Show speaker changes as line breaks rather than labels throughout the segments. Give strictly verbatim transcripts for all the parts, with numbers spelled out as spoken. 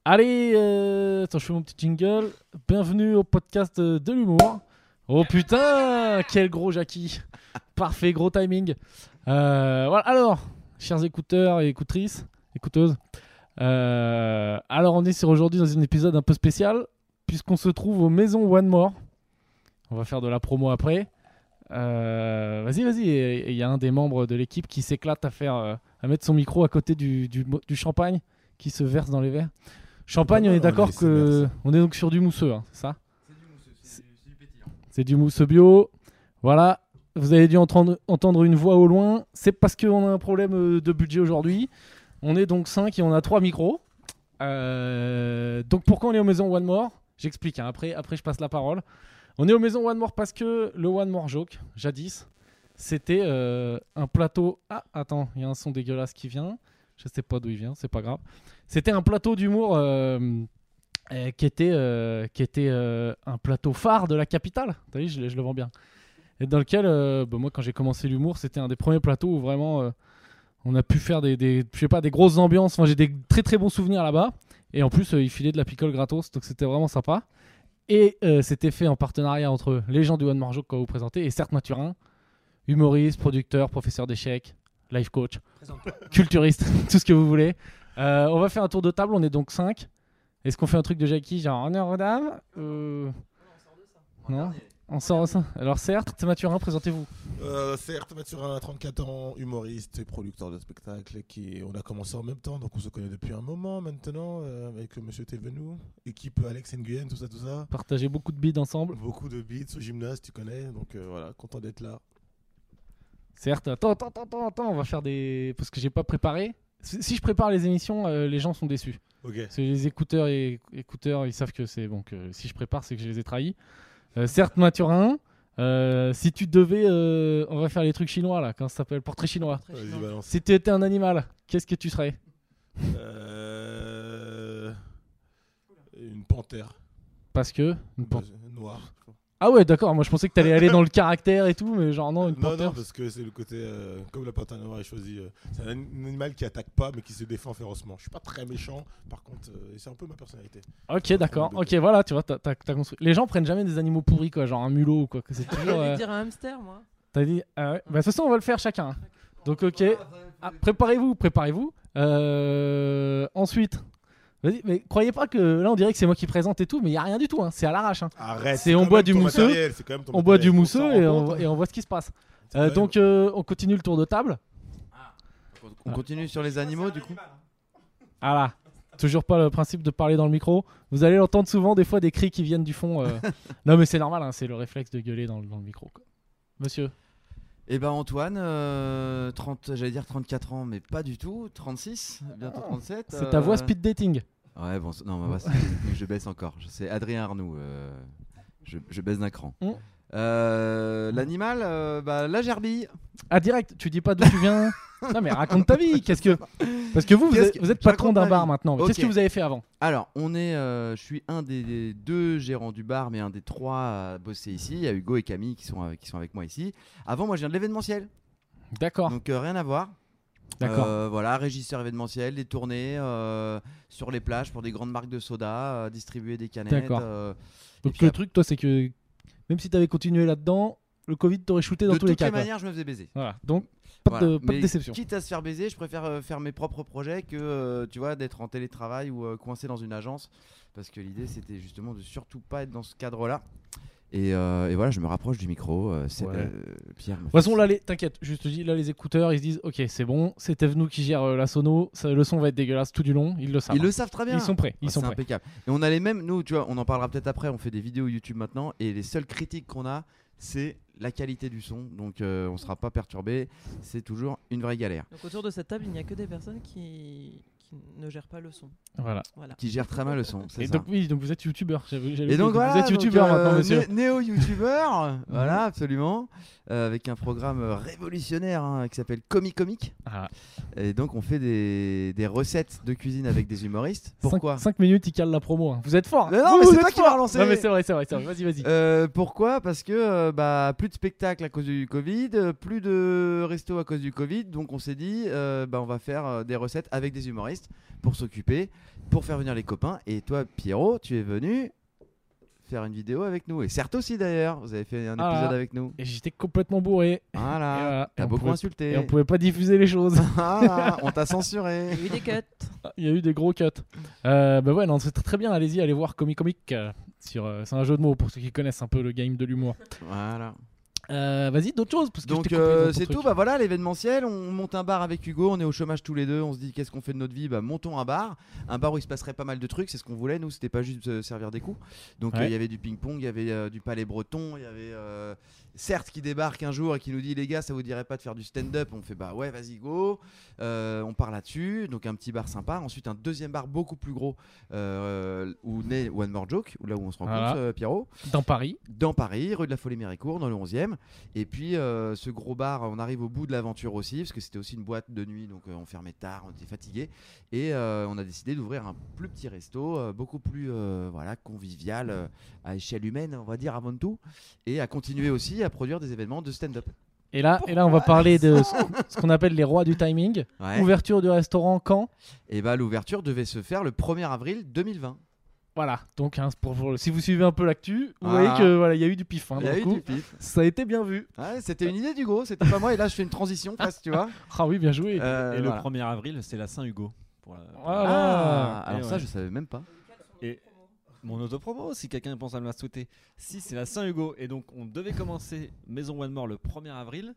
Allez, euh, attends, je fais mon petit jingle. Bienvenue au podcast euh, de l'humour. Oh putain, quel gros Jackie. Parfait, gros timing. Euh, voilà, alors, chers écouteurs et écoutrices, écouteuses. Euh, alors, on est sur aujourd'hui dans un épisode un peu spécial, puisqu'on se trouve aux Maisons One More. On va faire de la promo après. Euh, vas-y, vas-y. Il y a un des membres de l'équipe qui s'éclate à faire, euh, à mettre son micro à côté du, du, du champagne qui se verse dans les verres. Champagne, on est d'accord on que on est donc sur du mousseux, hein, c'est ça ?
C'est du mousseux, c'est du, c'est du pétillant.
C'est du mousseux bio. Voilà. Vous avez dû entendre, entendre une voix au loin. C'est parce qu'on a un problème de budget aujourd'hui. On est donc cinq et on a trois micros. Euh, donc pourquoi on est aux Maisons One More ? J'explique, hein, après, après je passe la parole. On est aux Maisons One More parce que le One More Joke, jadis, c'était euh, un plateau... Ah, attends, il y a un son dégueulasse qui vient. Je sais pas d'où il vient, c'est pas grave. C'était un plateau d'humour euh, euh, qui était, euh, qui était euh, un plateau phare de la capitale. T'as vu, je, je le vends bien. Et dans lequel, euh, bah, moi, quand j'ai commencé l'humour, c'était un des premiers plateaux où vraiment euh, on a pu faire des, des, je sais pas, des grosses ambiances. Enfin, j'ai des très très bons souvenirs là-bas. Et en plus, euh, ils filaient de la picole gratos, donc c'était vraiment sympa. Et euh, c'était fait en partenariat entre les gens du One More Joke qu'on va vous présenter et Certes Mathurin, humoriste, producteur, professeur d'échecs, life coach, culturiste, tout ce que vous voulez. Euh, on va faire un tour de table, on est donc cinq. Est-ce qu'on fait un truc de Jackie, genre honneur aux dames euh... Non, on sort de ça. Alors Certes Mathurin, présentez-vous.
Euh, certes, Mathurin, trente-quatre ans, humoriste et producteur de spectacle. Qui, on a commencé en même temps, donc on se connaît depuis un moment maintenant, euh, avec Monsieur Thévenoud, équipe Alex Nguyen, tout ça, tout ça.
Partagez beaucoup de bides ensemble.
Beaucoup de beats au gymnase, tu connais, donc euh, voilà, content d'être là.
Certes, attends, attends, attends, attends, on va faire des... Parce que j'ai pas préparé. Si je prépare les émissions, euh, les gens sont déçus.
Ok.
Parce que les écouteurs et écouteurs, ils savent que c'est bon, que si je prépare, c'est que je les ai trahis. Euh, certes, Mathurin, euh, si tu devais... Euh, on va faire les trucs chinois, là, quand ça s'appelle portrait chinois.
Vas-y, balance.
Si tu étais un animal, qu'est-ce que tu serais ?
Euh... Une panthère.
Parce que une pan-
Euh, Noire.
Ah ouais, d'accord, moi je pensais que t'allais aller dans le caractère et tout, mais genre non, une
Non,
panthère.
non, parce que c'est le côté. Euh, comme la panthère noire est choisie, euh, c'est un animal qui attaque pas, mais qui se défend férocement. Je suis pas très méchant, par contre, euh, c'est un peu ma personnalité.
Ok, d'accord, ok, voilà, tu vois, t'as, t'as, t'as construit. Les gens prennent jamais des animaux pourris, quoi, genre un mulot ou quoi. Que c'est toujours.
J'allais
euh,
dire un hamster, moi.
T'as dit. Ah ouais. Bah, de toute façon, on va le faire chacun. hein. Donc, ok. Ah, préparez-vous, préparez-vous. Euh, Ensuite. Vas-y, mais croyez pas que là on dirait que c'est moi qui présente et tout, mais il y a rien du tout, hein. C'est à l'arrache. Hein.
Arrête,
C'est- on
quand
boit
même
du
ton
mousseux,
matériel, c'est quand même ton
On boit du
matériel.
mousseux
s'en
et
rend
on,
compte,
et on voit ce qui se passe.
c'est
Euh,
quand même-
donc euh, on continue le tour de table.
On continue sur les animaux du coup.
Voilà. Toujours pas le principe de parler dans le micro. Vous allez l'entendre souvent, des fois des cris qui viennent du fond. euh. Non mais c'est normal, hein, c'est le réflexe de gueuler dans, le- dans le micro. Quoi. Monsieur.
Et ben Antoine, euh, trente, j'allais dire trente-quatre ans, mais pas du tout, trente-six, bientôt
Ah,
trente-sept.
C'est ta voix speed dating.
Ouais, bon, c'est- non, ma voix, c'est- je baisse encore. C'est Adrien Arnoux, euh, je, je baisse d'un cran.
Mm.
Euh, L'animal, euh, bah, la gerbille.
Ah direct, tu dis pas d'où tu viens. Non mais raconte ta vie. Qu'est-ce que Parce que vous, vous
Qu'est-ce
êtes,
que-
vous êtes
je
patron
raconte
d'un
ma
bar
vie.
maintenant. Mais
Ok.
Qu'est-ce que vous avez fait avant ?
Alors, on est, euh, je suis un des, des deux gérants du bar, mais un des trois à bosser ici. Il y a Hugo et Camille qui sont, avec- qui sont avec moi ici. Avant, moi, je viens de l'événementiel,
D'accord.
donc euh, rien à voir.
D'accord.
Euh, voilà, régisseur événementiel, des tournées euh, sur les plages pour des grandes marques de soda, euh, distribuer des canettes.
D'accord.
euh, et
Donc
puis
le
après-
truc, toi, c'est que même si t'avais continué là-dedans, le Covid t'aurait shooté dans
de
tous les
toutes
cas.
les
quoi.
manières, je me faisais baiser.
Voilà. Donc pas,
Voilà.
de, pas de
Mais
déception.
Quitte à se faire baiser, je préfère euh, faire mes propres projets que euh, tu vois, d'être en télétravail ou euh, coincé dans une agence. Parce que l'idée, c'était justement de surtout pas être dans ce cadre-là. Et, euh, et voilà, je me rapproche du micro. euh, c'est,
Ouais.
euh, Pierre. me
De toute façon,
fait-
là, les... t'inquiète, je te dis, là, les écouteurs, ils se disent, ok, c'est bon, c'est Thévenoud qui gère euh, la sono, ça, le son va être dégueulasse tout du long, ils le savent.
Ils le savent très bien.
Ils sont prêts, ils
Ah,
sont
c'est
prêts.
impeccable. Et on a les mêmes, nous, tu vois, on en parlera peut-être après, on fait des vidéos YouTube maintenant, et les seules critiques qu'on a, c'est la qualité du son, donc euh, on sera pas perturbé, c'est toujours une vraie galère.
Donc autour de cette table, il n'y a que des personnes qui, qui ne gèrent pas le son.
Voilà.
Voilà.
Qui gère très mal le son, c'est
Et
ça.
donc, oui, donc vous êtes youtubeur. J'avais, j'avais
Et donc
dit,
voilà,
vous êtes
donc,
youtubeur
euh,
maintenant, monsieur.
né- néo-youtubeur, voilà, absolument, euh, avec un programme euh, révolutionnaire hein, qui s'appelle Comic Comic.
Ah,
Et donc on fait des, des recettes de cuisine avec des humoristes. Pourquoi
5 minutes, il cale la promo. hein. Vous êtes fort. hein.
Mais non,
Vous,
mais
vous
c'est
êtes
toi qui
fort.
m'as relancé.
Non, mais c'est vrai, c'est vrai, c'est vrai. Vas-y, vas-y.
Euh, Pourquoi Parce que euh, bah, plus de spectacles à cause du Covid, euh, plus de restos à cause du Covid. Donc on s'est dit, euh, bah, on va faire euh, des recettes avec des humoristes pour s'occuper. pour faire venir les copains. Et toi, Pierrot, tu es venu faire une vidéo avec nous. Et certes aussi d'ailleurs, vous avez fait un
Ah.
épisode avec nous.
Et j'étais complètement bourré.
Voilà,
Et voilà. Et
t'as
on
beaucoup
pouvait-
insulté.
Et on pouvait pas diffuser les choses.
Voilà, on t'a censuré.
Il y a eu des cuts.
Il y a eu des gros cuts. Euh, bah ouais, non, c'est très bien. Allez-y, allez voir Comic Comic. euh, sur, euh, c'est un jeu de mots pour ceux qui connaissent un peu le game de l'humour.
Voilà.
Euh, vas-y, d'autres choses. Parce que je
Donc
t'ai coupé dans
euh,
ton
c'est
truc.
tout, bah voilà l'événementiel, on monte un bar avec Hugo, on est au chômage tous les deux, on se dit qu'est-ce qu'on fait de notre vie, bah montons un bar, un bar où il se passerait pas mal de trucs, c'est ce qu'on voulait, nous c'était pas juste euh, servir des coups, donc il
Ouais.
y avait du ping-pong, il y avait euh, du palais breton, il y avait euh, certes qui débarque un jour et qui nous dit les gars ça vous dirait pas de faire du stand-up, on fait bah ouais vas-y go, Euh, on part là-dessus, donc un petit bar sympa, ensuite un deuxième bar beaucoup plus gros euh, où naît One More Joke, où là où on se rencontre
Voilà.
euh, Pierrot,
Dans Paris.
dans Paris, rue de la Folie-Méricourt, dans le onzième. Et puis euh, ce gros bar, on arrive au bout de l'aventure aussi, parce que c'était aussi une boîte de nuit, donc euh, on fermait tard, on était fatigué. Et euh, on a décidé d'ouvrir un plus petit resto, euh, beaucoup plus euh, voilà, convivial, euh, à échelle humaine, on va dire, avant tout. Et à continuer aussi à produire des événements de stand-up.
Et là, et là, on va parler de ce qu'on- ce qu'on appelle les rois du timing.
Ouais.
Ouverture du restaurant quand?
Et bah l'ouverture devait se faire le premier avril deux mille vingt.
Voilà. Donc, hein, pour, pour- si vous suivez un peu l'actu, vous
Voilà.
voyez que voilà, il y a eu du pif. Hein,
Il y
dans
a
le
eu
coup.
du pif.
Ça a été bien vu.
Ouais, c'était une idée d'Hugo, c'était pas moi. Et là, je fais une transition presque, tu vois.
Ah oui, bien joué.
Euh,
Et le
voilà.
premier avril, c'est la Saint-Hugo. Pour la-
Voilà.
Ah, alors
Et
ça,
ouais.
je savais même pas.
Et mon autopromo, si quelqu'un pense à me la souhaiter. Si, c'est la Saint-Hugo. Et donc, on devait commencer Maison One More le premier avril.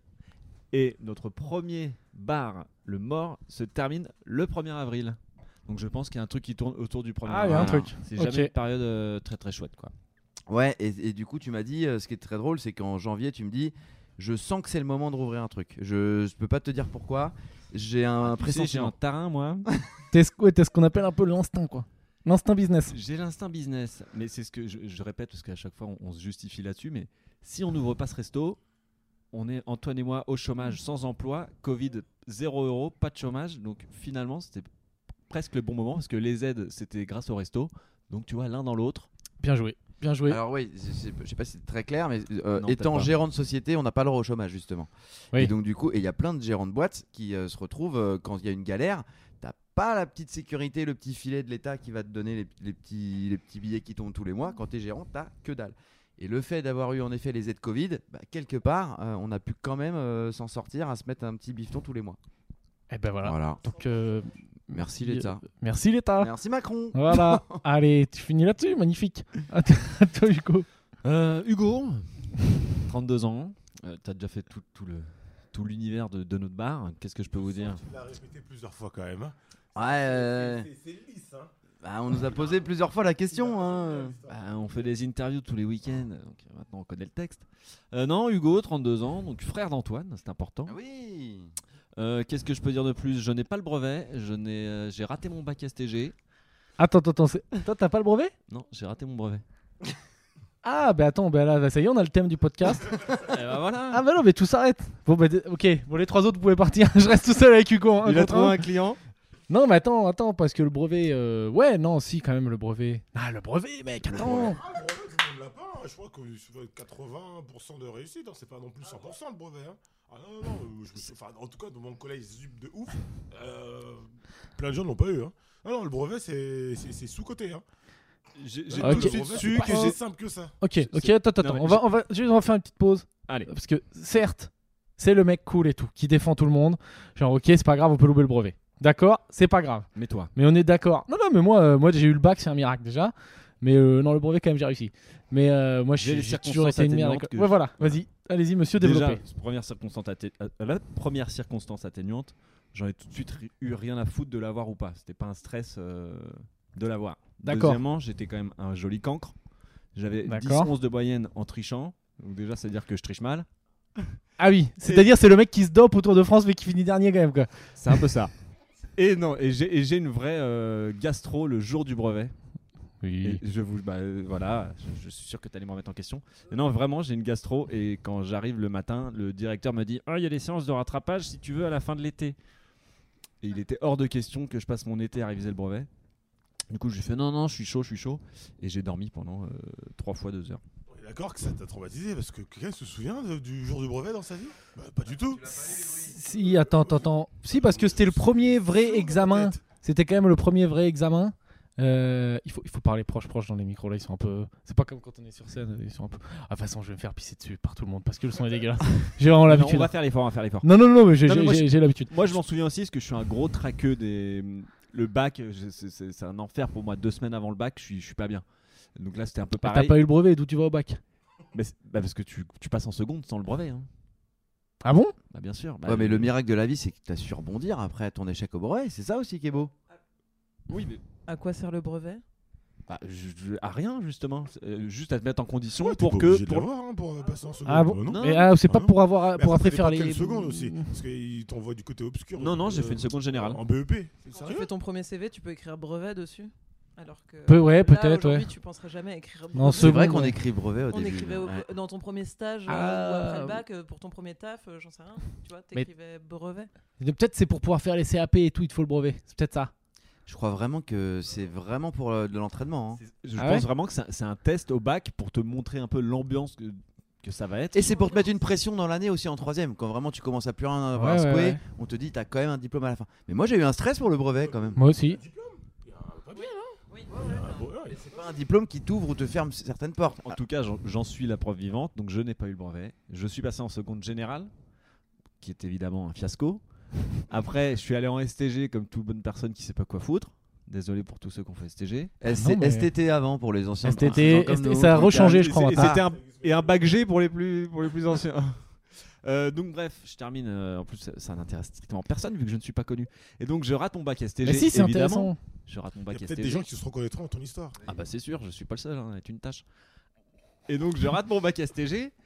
Et notre premier bar, le Mort, se termine le premier avril. Donc, je pense qu'il y a un truc qui tourne autour du premier
Ah, il y a un
avril.
truc.
C'est
Ok.
jamais une période euh, très très chouette, quoi.
Ouais, et, et du coup, tu m'as dit, euh, ce qui est très drôle, c'est qu'en janvier, tu me dis, je sens que c'est le moment de rouvrir un truc. Je, je peux pas te dire pourquoi. J'ai un
Tu sais, j'ai
pressentiment.
un tarin, moi.
T'es ce, ouais, t'es ce qu'on appelle un peu l'instinct, quoi. L'instinct business.
J'ai l'instinct business, mais c'est ce que je, je répète parce qu'à chaque fois on, on se justifie là-dessus. Mais si on n'ouvre pas ce resto, on est Antoine et moi au chômage, sans emploi, Covid zéro euro, pas de chômage. Donc finalement, c'était presque le bon moment parce que les aides c'était grâce au resto. Donc tu vois, l'un dans l'autre.
Bien joué. Bien joué.
Alors oui, je sais- je sais pas si c'est très clair, mais euh,
Non,
étant
peut-être pas.
gérant de société, on n'a pas le droit au chômage justement.
Oui.
Et donc du coup, et il y a plein de gérants de boîtes qui euh, se retrouvent euh, quand il y a une galère. T'as pas la petite sécurité, le petit filet de l'État qui va te donner les, les petits, les petits billets qui tombent tous les mois. Quand t'es gérant, t'as que dalle. Et le fait d'avoir eu en effet les aides Covid, bah, quelque part, euh, on a pu quand même euh, s'en sortir à se mettre un petit bifton tous les mois.
Et ben voilà.
Voilà.
Donc, euh,
Merci
euh,
l'État.
Merci l'État.
Merci Macron.
Voilà. Allez, tu finis là-dessus. Magnifique. À toi, à toi, Hugo.
Euh, Hugo, trente-deux ans. Euh, T'as déjà fait tout, tout le tout l'univers de, de notre bar. Qu'est-ce que je peux vous dire?
Tu l'as répété plusieurs fois quand même. hein.
Ouais, euh,
C'est- C'est lisse, hein.
bah, on nous a posé plusieurs fois la question. Hein.
Bah, on fait des interviews tous les week-ends, donc euh, maintenant on connaît le texte. Euh, non, Hugo, trente-deux ans, donc frère d'Antoine, c'est important.
Ah oui.
Euh, Qu'est-ce que je peux dire de plus? Je n'ai pas le brevet, je n'ai, euh, j'ai raté mon bac S T G.
Attends, attends, attends. c'est- Toi, t'as pas le brevet?
Non, j'ai raté mon brevet.
Ah, bah attends, bah là, ça y est, on a le thème du podcast.
Et bah voilà.
Ah, bah non, mais tout s'arrête. Bon, bah, d- ok. Bon, les trois autres, vous pouvez partir. Je reste tout seul avec Hugo. hein,
Il a
contre
trouvé
un.
un client.
Non, mais attends, attends, parce que le brevet. euh, Ouais, non, si, quand même, le brevet. Ah, le brevet, mec, attends.
Ah, le brevet, tout le monde l'a pas. hein. Je crois que c'est quatre-vingts pour cent de réussite. hein. C'est pas non plus cent pour cent le brevet. hein. Ah non, non, non. euh, je me suis- enfin, en tout cas, dans mon collège zup de ouf, euh, plein de gens l'ont pas eu. Hein. Non, non, le brevet, c'est c'est- c'est sous-côté. Hein.
J'ai j'ai
Ok.
tout de
Le
suite
brevet,
su
c'est pas
que
si
j'ai.
simple que ça.
Ok,
C'est-
ok,
c'est-
attends, attends,
non, mais
on va,
j'ai-
on va, juste, on va faire une petite pause.
Allez.
Parce que, certes, c'est le mec cool et tout, qui défend tout le monde. Genre, ok, c'est pas grave, on peut louper le brevet. D'accord, c'est pas grave.
Mais toi.
Mais on est d'accord. Non, non, mais moi, euh, moi j'ai eu le bac, c'est un miracle déjà. Mais euh, non, le brevet, quand même, j'ai réussi. Mais euh, moi,
J'ai
j'ai
les
j'ai toujours
circonstances
été une merde.
atténuantes
avec-
que
Ouais,
je-
voilà,
voilà.
vas-y, allez-y, monsieur,
Déjà,
développez.
première circonstance, atté- euh, la première circonstance atténuante, j'en ai tout de suite ri- eu rien à foutre de l'avoir ou pas. C'était pas un stress euh, de l'avoir.
D'accord.
Deuxièmement, j'étais quand même un joli cancre. J'avais dix
D'accord.
onze de moyenne en trichant. Donc déjà, c'est à dire que je triche mal.
Ah oui, c'est-à-dire, c'est le mec qui se dope autour de France, mais qui finit dernier quand même, quoi.
C'est un peu ça. Et non, et j'ai et j'ai une vraie euh, gastro le jour du brevet. Et je vous, bah, euh, voilà, je, je suis sûr que tu allais me remettre en question. Mais non, vraiment, j'ai une gastro et quand j'arrive le matin, le directeur me dit, oh, il y a des séances de rattrapage si tu veux à la fin de l'été. Et il était hors de question que je passe mon été à réviser le brevet. Du coup, je lui fais non, non, je suis chaud, je suis chaud. Et j'ai dormi pendant euh, trois fois deux heures.
On est d'accord que ça t'a traumatisé parce que quelqu'un se souvient de- du jour du brevet dans sa vie? Bah, pas du tout.
Si, attends, attends, attends. Si, parce que c'était le premier vrai examen. C'était quand même le premier vrai examen. Euh, il, faut, il faut parler proche proche dans les micros là, ils sont un peu. C'est pas comme quand on est sur scène, ils sont un peu. Ah, de toute façon, je vais me faire pisser dessus par tout le monde parce que le son est dégueulasse. J'ai vraiment
Non,
l'habitude.
on va faire l'effort, on va faire l'effort.
Non, non, non, mais j'ai,
Non, mais moi,
j'ai,
je-
j'ai l'habitude.
Moi, je m'en souviens aussi parce que je suis un gros traqueux des. Le bac, je- c'est, c'est- c'est un enfer pour moi. Deux semaines avant le bac, je suis, je suis pas bien. Donc là, c'était un peu
T'as
pareil.
pas eu le brevet, d'où tu vas au bac?
Mais c'est- bah, parce que tu, tu passes en seconde sans le brevet. Hein.
Ah bon?
Bah, bien sûr. Bah,
Ouais, mais le miracle de la vie, c'est que t'as su rebondir après ton échec au brevet. C'est ça aussi qui est beau.
Oui, mais.
À quoi sert le brevet?
Bah, je- je- à rien, justement. C'est, euh, juste à te mettre en condition
Ouais, t'es
pour
pas
que.
obligé de
Pour...
l'avoir, hein, pour euh, passer en seconde.
Ah bon?
euh, non.
Non.
Mais, ah, c'est pas
Hein
pour avoir
Mais
pour
après,
après faire
t'avais pas
les.
quelle seconde aussi, parce qu'ils t'envoient du côté obscur.
Non, non, j'ai
euh,
fait une seconde générale.
En B E P. C'est
Quand tu
sérieux
fais ton premier C V, tu peux écrire brevet dessus. Alors que
Peu- ouais,
là,
peut-être,
aujourd'hui,
ouais.
tu penserais jamais à écrire
Non,
brevet.
C'est vrai
Seconde,
qu'on
ouais.
écrit brevet au
On
début.
écrivait au-
ouais.
dans ton premier stage euh,
Ah,
ou après le bac, euh, pour ton premier taf, euh, j'en sais rien. Tu vois,
Mais-
t'écrivais brevet.
Mais peut-être c'est pour pouvoir faire les C A P et tout, il te faut le brevet. C'est peut-être ça.
Je crois vraiment que c'est vraiment pour euh, de l'entraînement. hein.
Je
Ah
pense
ouais
vraiment que c'est un, c'est un test au bac pour te montrer un peu l'ambiance que, que ça va être.
Et c'est pour te mettre une pression dans l'année aussi en troisième. Quand vraiment tu commences à plus rien avoir
Ouais,
à
ouais,
secouer,
ouais.
on te dit t'as quand même un diplôme à la fin. Mais moi j'ai eu un stress pour le brevet quand même.
Moi aussi.
Il y a un papier,
Oui.
ah, bon, ouais.
Mais c'est pas un diplôme qui t'ouvre ou te ferme certaines portes.
En tout cas, j'en, j'en suis la preuve vivante, donc je n'ai pas eu le brevet. Je suis passé en seconde générale, qui est évidemment un fiasco. Après, je suis allé en S T G comme toute bonne personne qui sait pas quoi foutre. Désolé pour tous ceux qui ont fait S T G.
S-
non, mais-
S T T avant pour les anciens.
S T T,
partisans comme
S T T,
nous,
ça a
qui
rechangé,
ont-
je crois,
Et
maintenant.
c'était un, et un bac G pour les plus, pour les plus anciens. Euh, donc bref, je termine. euh, en plus, ça, ça n'intéresse strictement personne vu que je ne suis pas connu. Et donc je rate mon bac S T G.
Mais si, c'est
évidemment.
intéressant.
Je rate mon
Il y
bac
a peut-être
S T
des
G.
gens qui se reconnaîtront dans ton histoire.
Ah bah c'est sûr, je suis pas le seul, hein, c'est une tâche. Et donc je rate mon bac S T G.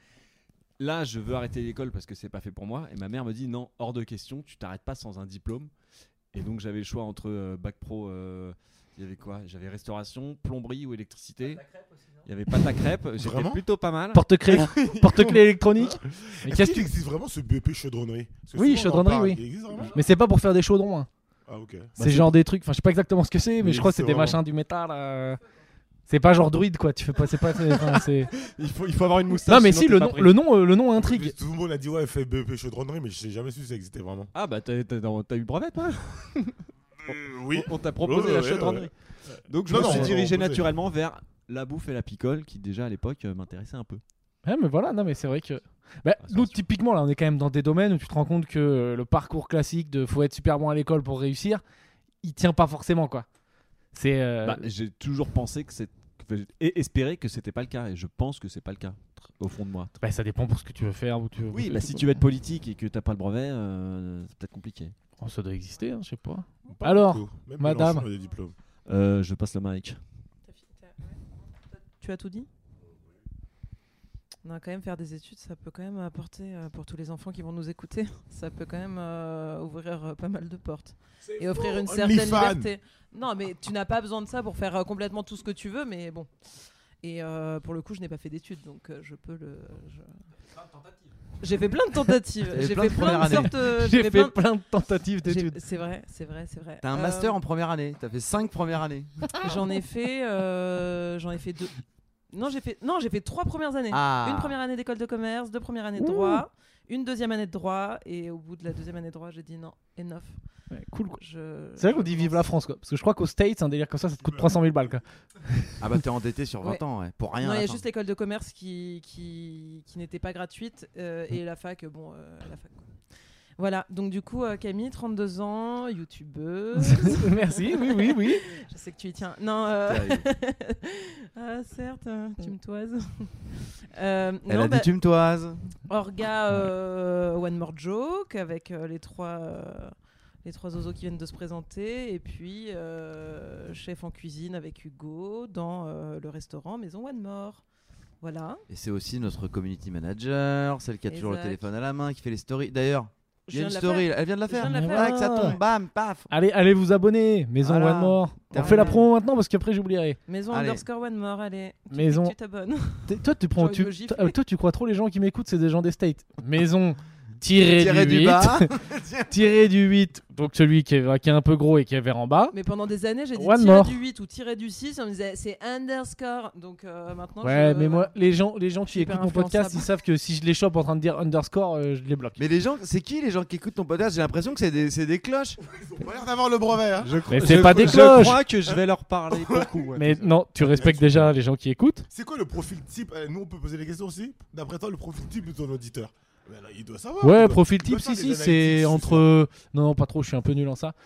Là, je veux arrêter l'école parce que c'est pas fait pour moi. Et ma mère me dit non, hors de question, tu t'arrêtes pas sans un diplôme. Et donc j'avais le choix entre euh, bac pro. euh, Il y avait quoi? J'avais restauration, plomberie ou électricité. Il y avait pâte à crêpes. J'étais
Vraiment
plutôt pas mal.
Porte-clés, porte-clés électronique. Mais
Est-ce
qu'est-ce
qu'il
que
existe vraiment ce B E P chaudronnerie? Parce que
Oui,
souvent, on en
chaudronnerie,
parle.
oui.
Il existe vraiment?
Mais c'est pas pour faire des chaudrons. Hein.
Ah, ok.
C'est genre des trucs. Enfin, je sais pas exactement ce que c'est, mais
Mais
je crois que c'est
c'est
des
vraiment-
machins du métal. euh, C'est pas genre druide quoi. Tu fais pas. C'est pas. c'est- enfin, c'est-
Il faut, il faut avoir une moustache.
Non mais
sinon
si
t'es
le
pas
nom,
pris.
le nom, euh, le nom intrigue.
Tout le monde a dit ouais, fait B E P chaudronnerie, mais je n'ai jamais su si ça existait vraiment.
Ah bah t'as, t'as- t'as eu le brevet toi?
oui.
On t'a proposé
Ouais,
la
ouais,
chaudronnerie.
ouais.
Donc je
Non,
me
non,
suis
on-
dirigé
on faisait.
naturellement vers la bouffe et la picole qui déjà à l'époque euh, m'intéressait un peu.
Ouais, mais voilà, non mais c'est vrai que bah,
Ah, ça
nous
rassure.
typiquement là on est quand même dans des domaines où tu te rends compte que euh, le parcours classique de faut être super bon à l'école pour réussir, il tient pas forcément quoi. C'est euh,
Bah, j'ai toujours pensé que c'est que- et espéré que c'était pas le cas et je pense que c'est pas le cas tr- au fond de moi.
bah, ça dépend pour ce que tu veux faire où tu veux
Oui,
bosser,
bah
tout,
si
quoi.
tu veux être politique et que t'as pas le brevet, euh, c'est peut-être compliqué.
Oh, ça doit exister, hein, je sais pas.
Pas
Alors,
beaucoup. Même
madame.
Mélenchon a des diplômes.
Euh, je passe le mic.
T'as fi- t'as- ouais. Tu as tout dit? On a quand même faire des études, ça peut quand même apporter euh, pour tous les enfants qui vont nous écouter, ça peut quand même euh, ouvrir euh, pas mal de portes et offrir une certaine
OnlyFans.
liberté. Non, mais tu n'as pas besoin de ça pour faire euh, complètement tout ce que tu veux, mais bon. Et euh, pour le coup, je n'ai pas fait d'études, donc euh, je peux le. je- J'ai fait plein de tentatives.
T'avais
J'ai
plein
fait
de
plein
premières
de
années.
sortes. euh,
J'ai fait
plein de-
plein de tentatives
j'ai-
d'études.
C'est vrai, c'est vrai, c'est vrai.
T'as un
Euh,
master en première année. T'as fait cinq premières années.
J'en ai fait, euh, j'en ai fait deux. Non, j'ai fait, non, j'ai fait trois premières années.
Ah.
Une première année d'école de commerce, deux premières années de
Ouh.
droit, une deuxième année de droit, et au bout de la deuxième année de droit, j'ai dit non, enough.
Ouais, cool quoi.
Je-
C'est vrai qu'on
je
dit vive
commence-
la France quoi. Parce que je crois qu'aux States, un délire comme ça, ça te coûte trois cent mille balles quoi.
Ah bah t'es endetté sur vingt
Ouais.
ans, ouais. Pour rien.
Non,
à
il y
la
a
fin.
juste l'école de commerce qui, qui, qui n'était pas gratuite euh, et la fac, bon, euh, la fac. Quoi. Voilà, donc du coup, euh, Camille, trente-deux ans, youtubeuse.
Merci, oui, oui, oui.
Je sais que tu y tiens. Non, euh...
Terrible.
ah certes, euh, tu me toises. Euh,
Elle
non,
a
bah,
dit tu me toises.
Orga, euh, One More Joke avec euh, les trois euh, les trois zozos qui viennent de se présenter et puis euh, chef en cuisine avec Hugo dans euh, le restaurant Maison One More. Voilà.
Et c'est aussi notre community manager, celle qui a toujours le
Exact.
téléphone à la main, qui fait les stories. D'ailleurs, il y a
Je
une
viens de la
story,
faire.
elle vient de la
Je viens
faire.
de la
faire.
Tac, ça tombe, bam, paf.
Allez, allez vous abonner. Maison
Voilà.
One More. On
Terminé.
fait la promo maintenant parce qu'après j'oublierai.
Maison
Allez.
underscore One More, allez. Tu
Maison-
cliques, Tu t'abonnes.
T'es- Toi, tu prends,
J'ai envie
tu,
de me gifler.
toi, toi, tu crois trop les gens qui m'écoutent, c'est des gens des States. Maison tiré,
Tiré
du
du
huit.
bas.
Tiré du huit, donc celui qui est, qui est un peu gros et qui est vert en bas.
Mais pendant des années, j'ai dit
One
tirer
more.
du huit ou tirer du six, on me disait c'est underscore. Donc euh, maintenant.
Ouais,
je,
mais moi,
voilà.
les gens, les gens
Je
qui
suis hyper
écoutent mon podcast,
influençable.
ils savent que si je les chope en train de dire underscore, euh, je les bloque.
Mais les gens, c'est qui les gens qui écoutent ton podcast? J'ai l'impression que c'est des, c'est des cloches.
Ils ont pas l'air d'avoir le brevet. Hein.
Je
Mais
je-
c'est pas des
je
cloches.
crois que je vais leur parler beaucoup. ouais.
Mais non, tu respectes déjà les gens qui écoutent.
C'est quoi le profil type euh, Nous, on peut poser des questions aussi. D'après toi, le profil type de ton auditeur. Ben là, il doit savoir.
Ouais,
il doit-
profil
il doit
type,
faire
si,
des
si,
analytics,
c'est
c'est
entre. Non, non, pas trop, je suis un peu nul en ça.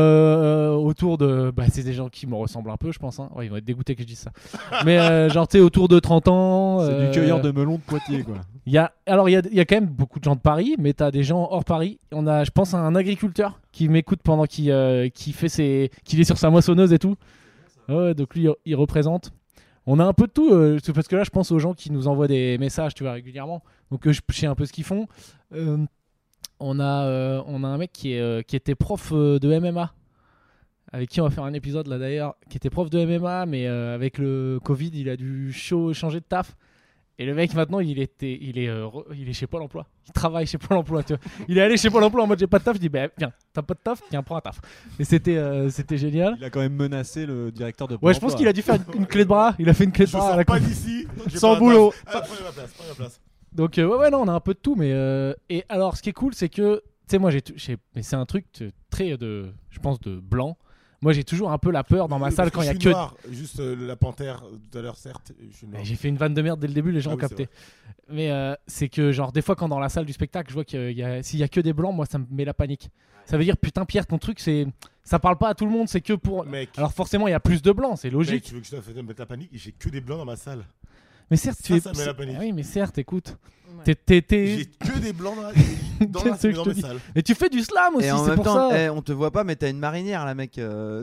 Euh, autour de. Bah, c'est des gens qui me ressemblent un peu, je pense. Hein. Ouais, ils vont être dégoûtés que je dise ça. Mais euh, genre, tu sais, autour de trente ans.
C'est
euh,
du cueilleur de melons de Poitiers, quoi.
Il y a, alors, il y a, il y a quand même beaucoup de gens de Paris, mais tu as des gens hors Paris. On a, je pense, un agriculteur qui m'écoute pendant qu'il euh, qui fait ses, qu'il est sur sa moissonneuse et tout. Ouais, donc lui, il représente. On a un peu de tout, euh, c'est parce que là, je pense aux gens qui nous envoient des messages, tu vois, régulièrement. Donc, euh, je sais un peu ce qu'ils font. Euh, on, a, euh, on a un mec qui, est, euh, qui était prof euh, de M M A, avec qui on va faire un épisode là d'ailleurs, qui était prof de M M A, mais euh, avec le Covid, il a dû chaud, changer de taf. Et le mec maintenant il était, il est, euh, re- il est chez Pôle Emploi. Il travaille chez Pôle Emploi. Tu vois. Il est allé chez Pôle Emploi en mode j'ai pas de taf. Je dis bah viens, t'as pas de taf, tiens prends un taf. Et c'était, euh, c'était génial.
Il a quand même menacé le directeur de Pôle
Ouais, je pense
emploi.
qu'il a dû faire une, une clé de bras. Il a fait une clé de
Je
bras à
sors
la
pas
con.
d'ici. donc j'ai
Sans
pas un
boulot.
taf. Ah, prenez ma place, prenez ma place.
Donc euh, ouais ouais non, on a un peu de tout, mais euh, et alors ce qui est cool c'est que tu sais moi j'ai, t- j'ai- mais c'est un truc t- très de, je pense de blanc. Moi j'ai toujours un peu la peur dans ma
Oui,
salle
parce
quand il y a
je
que.
suis noir, Juste euh, la panthère euh, tout à l'heure, certes. Je suis noir.
Mais j'ai fait une vanne de merde dès le début, les gens
Ah
ont
oui, c'est
capté. Mais euh, c'est que, genre, des fois, quand dans la salle du spectacle, je vois qu'il y a, s'il y a que des blancs, moi, ça me met la panique. Ça veut dire, putain, Pierre, ton truc, c'est, ça parle pas à tout le monde, c'est que pour.
Mec,
Alors, forcément, il y a plus de blancs, c'est
mec,
logique.
tu veux que je te fasse mettre la panique? J'ai que des blancs dans ma salle.
Mais certes,
ça,
tu es.
ça met la panique.
Ah oui, mais certes, écoute.
Ouais.
T'es, t'es, t'es-
J'ai que des blancs dans, la... dans, la...
Qu'est-ce que
dans
je
mes
te dis
salles.
Mais tu fais du slam aussi,
Et en
c'est
même
pour
temps,
ça.
eh, on te voit pas, mais t'as une marinière là, mec. euh.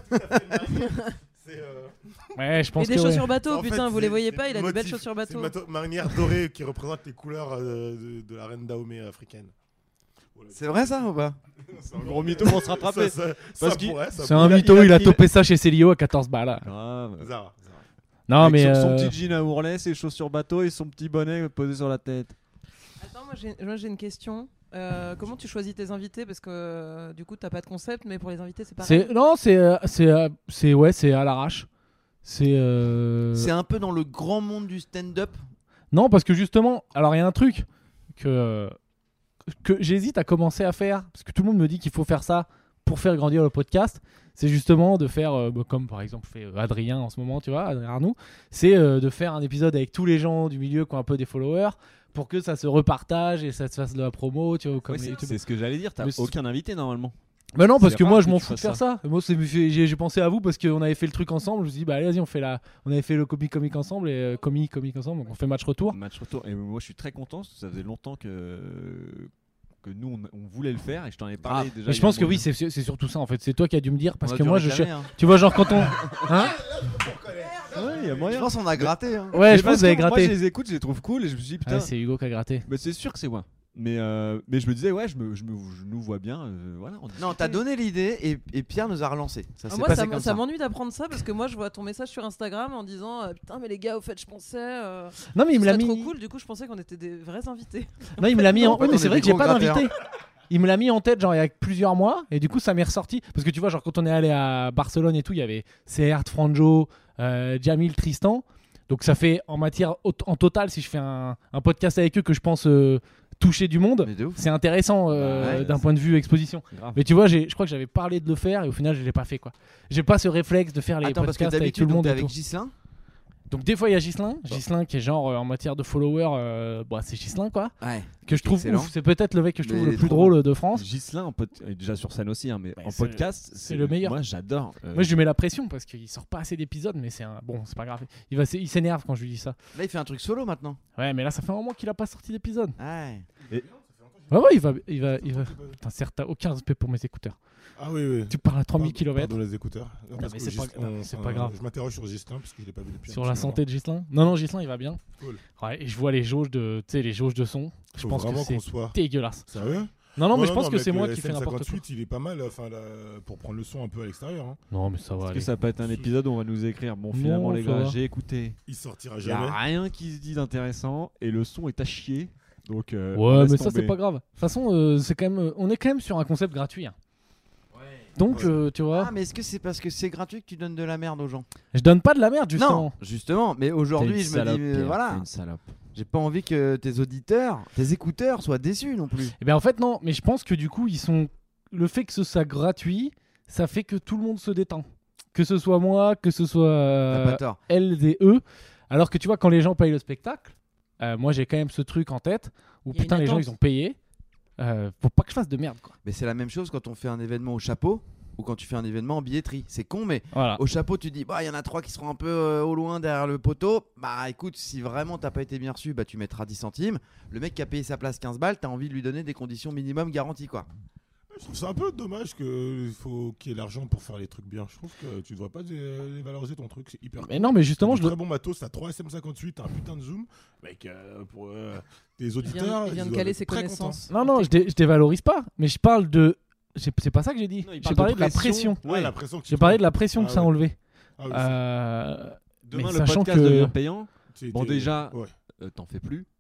C'est euh,
Ouais, je
Et
pense
des
que. ouais.
chaussures bateau,
en fait,
putain, vous
c'est-
les voyez
c'est
pas, il a des belles
motif-
chaussures
c'est une
bateau.
mato- marinière dorée qui représente les couleurs euh, de, de la reine Dahomey africaine. Voilà.
C'est vrai ça ou pas?
C'est un
Gros mytho pour se rattraper.
Ça, ça,
Parce
ça
qu'il-
pourrait, ça
C'est un
Il a-
mytho,
il a-
il a
il a-
topé ça chez Célio à quatorze balles. là.
Grave.
pourrait. Zara, Zara.
Non,
Avec
mais.
son, son
euh,
petit jean à ourlet, ses chaussures bateau et son petit bonnet posé sur la tête.
Attends, moi j'ai, moi, j'ai une question. Euh, comment tu choisis tes invités? Parce que euh, du coup, t'as pas de concept, mais pour les invités, c'est pareil.
c'est, non, c'est, euh, c'est, euh, c'est, ouais, c'est à l'arrache. C'est. euh,
C'est un peu dans le grand monde du stand-up.
Non, parce que justement, alors il y a un truc que, que j'hésite à commencer à faire, parce que tout le monde me dit qu'il faut faire ça pour faire grandir le podcast. C'est justement de faire, euh, bah, comme par exemple fait euh, Adrien en ce moment, tu vois, Adrien Arnoux, c'est euh, de faire un épisode avec tous les gens du milieu qui ont un peu des followers pour que ça se repartage et ça se fasse de la promo, tu vois, comme
Ouais,
les
c'est,
YouTube.
c'est ce que j'allais dire, t'as
Mais c'est-
aucun invité normalement.
Bah non, parce
c'est
que
rare
moi
que
je m'en
tu
fous de
fasses
faire ça. Moi, c'est- j'ai, j'ai pensé à vous parce qu'on avait fait le truc ensemble. Je me suis dit, bah allez, vas-y, on fait la, on avait fait le comic comic ensemble et euh, comic comic ensemble, donc on fait match retour.
Match retour. Et moi je suis très content parce que ça faisait longtemps que, que nous on, on voulait le faire et je t'en ai parlé
Ah,
déjà.
Mais
il
je
y a
pense
un
que
bon
oui,
moment.
c'est, c'est surtout ça en fait. C'est toi qui as dû me dire parce
On a
que
dû
moi je,
réclamer, hein.
tu vois, genre quand on, hein
Ouais, il y a
Je
moyen.
pense qu'on a gratté. Hein.
Ouais,
Mais
je pense que
parce
vous avez
Moi je
gratté.
les écoute, je les trouve cool et je me suis dit putain.
Ouais, c'est Hugo qui a gratté.
Mais c'est sûr que c'est moi. Mais, euh, mais je me disais, ouais, je, me, je, me, je nous vois bien. euh, voilà, on
Non,
discutait.
t'as donné l'idée et, et Pierre nous a relancé. Ça
Ah,
s'est
moi,
passé
ça,
comme
m-
ça.
ça m'ennuie d'apprendre ça parce que moi, je vois ton message sur Instagram en disant euh, putain, mais les gars, au fait, je pensais. Euh,
Non mais il me
ce
l'a
serait
mis.
trop cool. Du coup, je pensais qu'on était des vrais invités.
Non, il me l'a mis en.
en fait,
Oui, mais
on
c'est
est
vrai
des
que j'ai
gros
pas
gratteurs.
d'invité. Il me l'a mis en tête genre il y a plusieurs mois et du coup ça m'est ressorti parce que tu vois genre quand on est allé à Barcelone et tout il y avait C R, Franjo, euh, Jamil, Tristan, donc ça fait en matière en total si je fais un, un podcast avec eux que je pense euh, toucher du monde,
Mais de ouf.
c'est intéressant euh,
Bah ouais,
d'un
c'est-
point de vue exposition.
Grave.
Mais tu vois j'ai, je crois que j'avais parlé de le faire et au final je l'ai pas fait quoi. J'ai pas ce réflexe de faire les
Attends, parce que
podcasts avec tout
d'habitude,
le monde
t'es
et
avec
tout.
Ghislain.
Donc des fois il y a Ghislain, Ghislain qui est genre euh, en matière de followers, euh, bah, c'est Ghislain quoi,
Ouais.
que je trouve
Excellent.
ouf. C'est peut-être le mec que je
Mais
trouve
il
le
est
plus
trop
drôle de France.
Ghislain, en pod- euh, déjà sur scène aussi, hein, mais
Ouais,
en
c'est le-
podcast,
c'est le meilleur.
Moi j'adore. euh,
Moi je lui mets la pression parce qu'il sort pas assez d'épisodes, mais c'est un bon, c'est pas grave. Il va, s- il s'énerve quand je lui dis ça.
Là, il fait un truc solo maintenant.
Ouais, mais là ça fait un moment qu'il a pas sorti d'épisode.
Ouais.
Ouais, ouais, il va, il va, il va. Putain, certes, t'as aucun respect pour mes écouteurs.
Ah oui, oui.
Tu parles à trois mille kilomètres
Pardon les écouteurs. Non, parce
mais
que
c'est pas-
Ghislain,
non, mais c'est
enfin,
pas grave.
Je m'interroge sur Ghislain parce que je l'ai pas vu depuis. un
sur
petit
la
moment.
santé de Ghislain. Non, non, Ghislain il va bien.
Cool.
Ouais, et je vois les jauges de, tu sais, les jauges de son. Je
Faut
pense que
vraiment
c'est
qu'on soit.
dégueulasse.
Sérieux?
Non, non, mais
Ouais,
je pense que
mais
c'est
avec
moi
le
qui fais
S M
n'importe quoi.
cinquante-huit, il est pas mal enfin, là, pour prendre le son un peu à l'extérieur. Hein.
Non, mais ça va
Est-ce que
aller.
ça peut être un épisode où on va nous écrire bon finalement
Non,
les
ça
gars
va.
j'ai écouté,
Il sortira
il y a
jamais.
rien qui se dit d'intéressant et le son est à chier. Donc, euh,
ouais, mais ça, c'est pas grave. De toute façon, euh, c'est quand même, euh, on est quand même sur un concept gratuit. Hein.
Ouais.
Donc,
Ouais.
euh, tu vois.
Ah, mais est-ce que c'est parce que c'est gratuit que tu donnes de la merde aux gens?
Je donne pas de la merde, justement.
Non, justement. Mais aujourd'hui, je me dis, euh, voilà,
une salope.
j'ai pas envie que tes auditeurs, tes écouteurs soient déçus non plus.
Eh bien, en fait, non. Mais je pense que du coup, ils sont. Le fait que ce soit gratuit, ça fait que tout le monde se détend. Que ce soit moi, que ce soit euh,
T'as pas tort.
elles et eux. Alors que tu vois, quand les gens payent le spectacle, euh, moi j'ai quand même ce truc en tête où
Il y a
putain,
une
les gens
attente.
ils ont payé. Euh, faut pas que je fasse de merde, quoi.
Mais c'est la même chose quand on fait un événement au chapeau ou quand tu fais un événement en billetterie. C'est con, mais
Voilà.
au chapeau, tu dis, bah, il y en a trois qui seront un peu euh, au loin derrière le poteau. Bah, écoute, si vraiment t'as pas été bien reçu, bah, tu mettras dix centimes. Le mec qui a payé sa place quinze balles, t'as envie de lui donner des conditions minimum garanties, quoi.
Je trouve ça un peu dommage qu'il faut qu'il y ait l'argent pour faire les trucs bien. Je trouve que tu devrais pas dé- dévaloriser ton truc, c'est hyper
Mais non, mais justement, je
T'as
le.
du très bon matos, t'as trois S M cinquante-huit, t'as un putain de zoom. Mec, euh, pour euh, tes
Il
auditeurs,
vient, il vient
ils
de
doivent
caler
être
ses
très
connaissances.
Non, non, je, dé- je dévalorise pas. Mais je parle de. j'ai- C'est pas ça que j'ai dit.
Non, il
J'ai
parle
parlé
de
de la pression.
contents. Ouais, la pression que tu
J'ai parlé
prends.
de la pression
Ah
que ça a
ouais.
enlevé.
Ah oui,
Euh,
Demain,
Mais
le
sachant
podcast
que-
devient payant.
c'est-
Bon,
t'es-
déjà-
ouais.
Euh, T'en fais plus.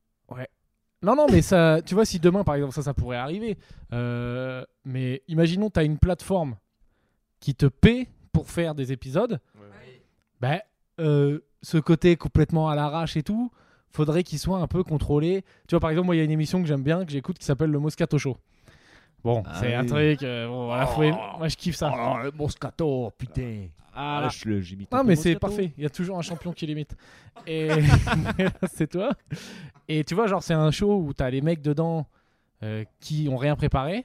Non, non, mais ça, tu vois, si demain, par exemple, ça, ça pourrait arriver. Euh, mais imaginons, tu as une plateforme qui te paie pour faire des épisodes.
Ouais.
Ben, euh, ce côté complètement à l'arrache et tout, faudrait qu'il soit un peu contrôlé. Tu vois, par exemple, moi, il y a une émission que j'aime bien, que j'écoute, qui s'appelle le Moscato Show. Bon,
Ah
c'est un
oui.
truc. euh, bon, voilà, faut aimer- moi, je kiffe ça.
Oh, le Moscato, putain.
Ah,
Ah, je le- j'imite. un
non,
peu
mais c'est
Moscato.
parfait. Il y a toujours un champion qui l'imite. Et c'est toi. Et tu vois, genre, c'est un show où tu as les mecs dedans euh, qui ont rien préparé.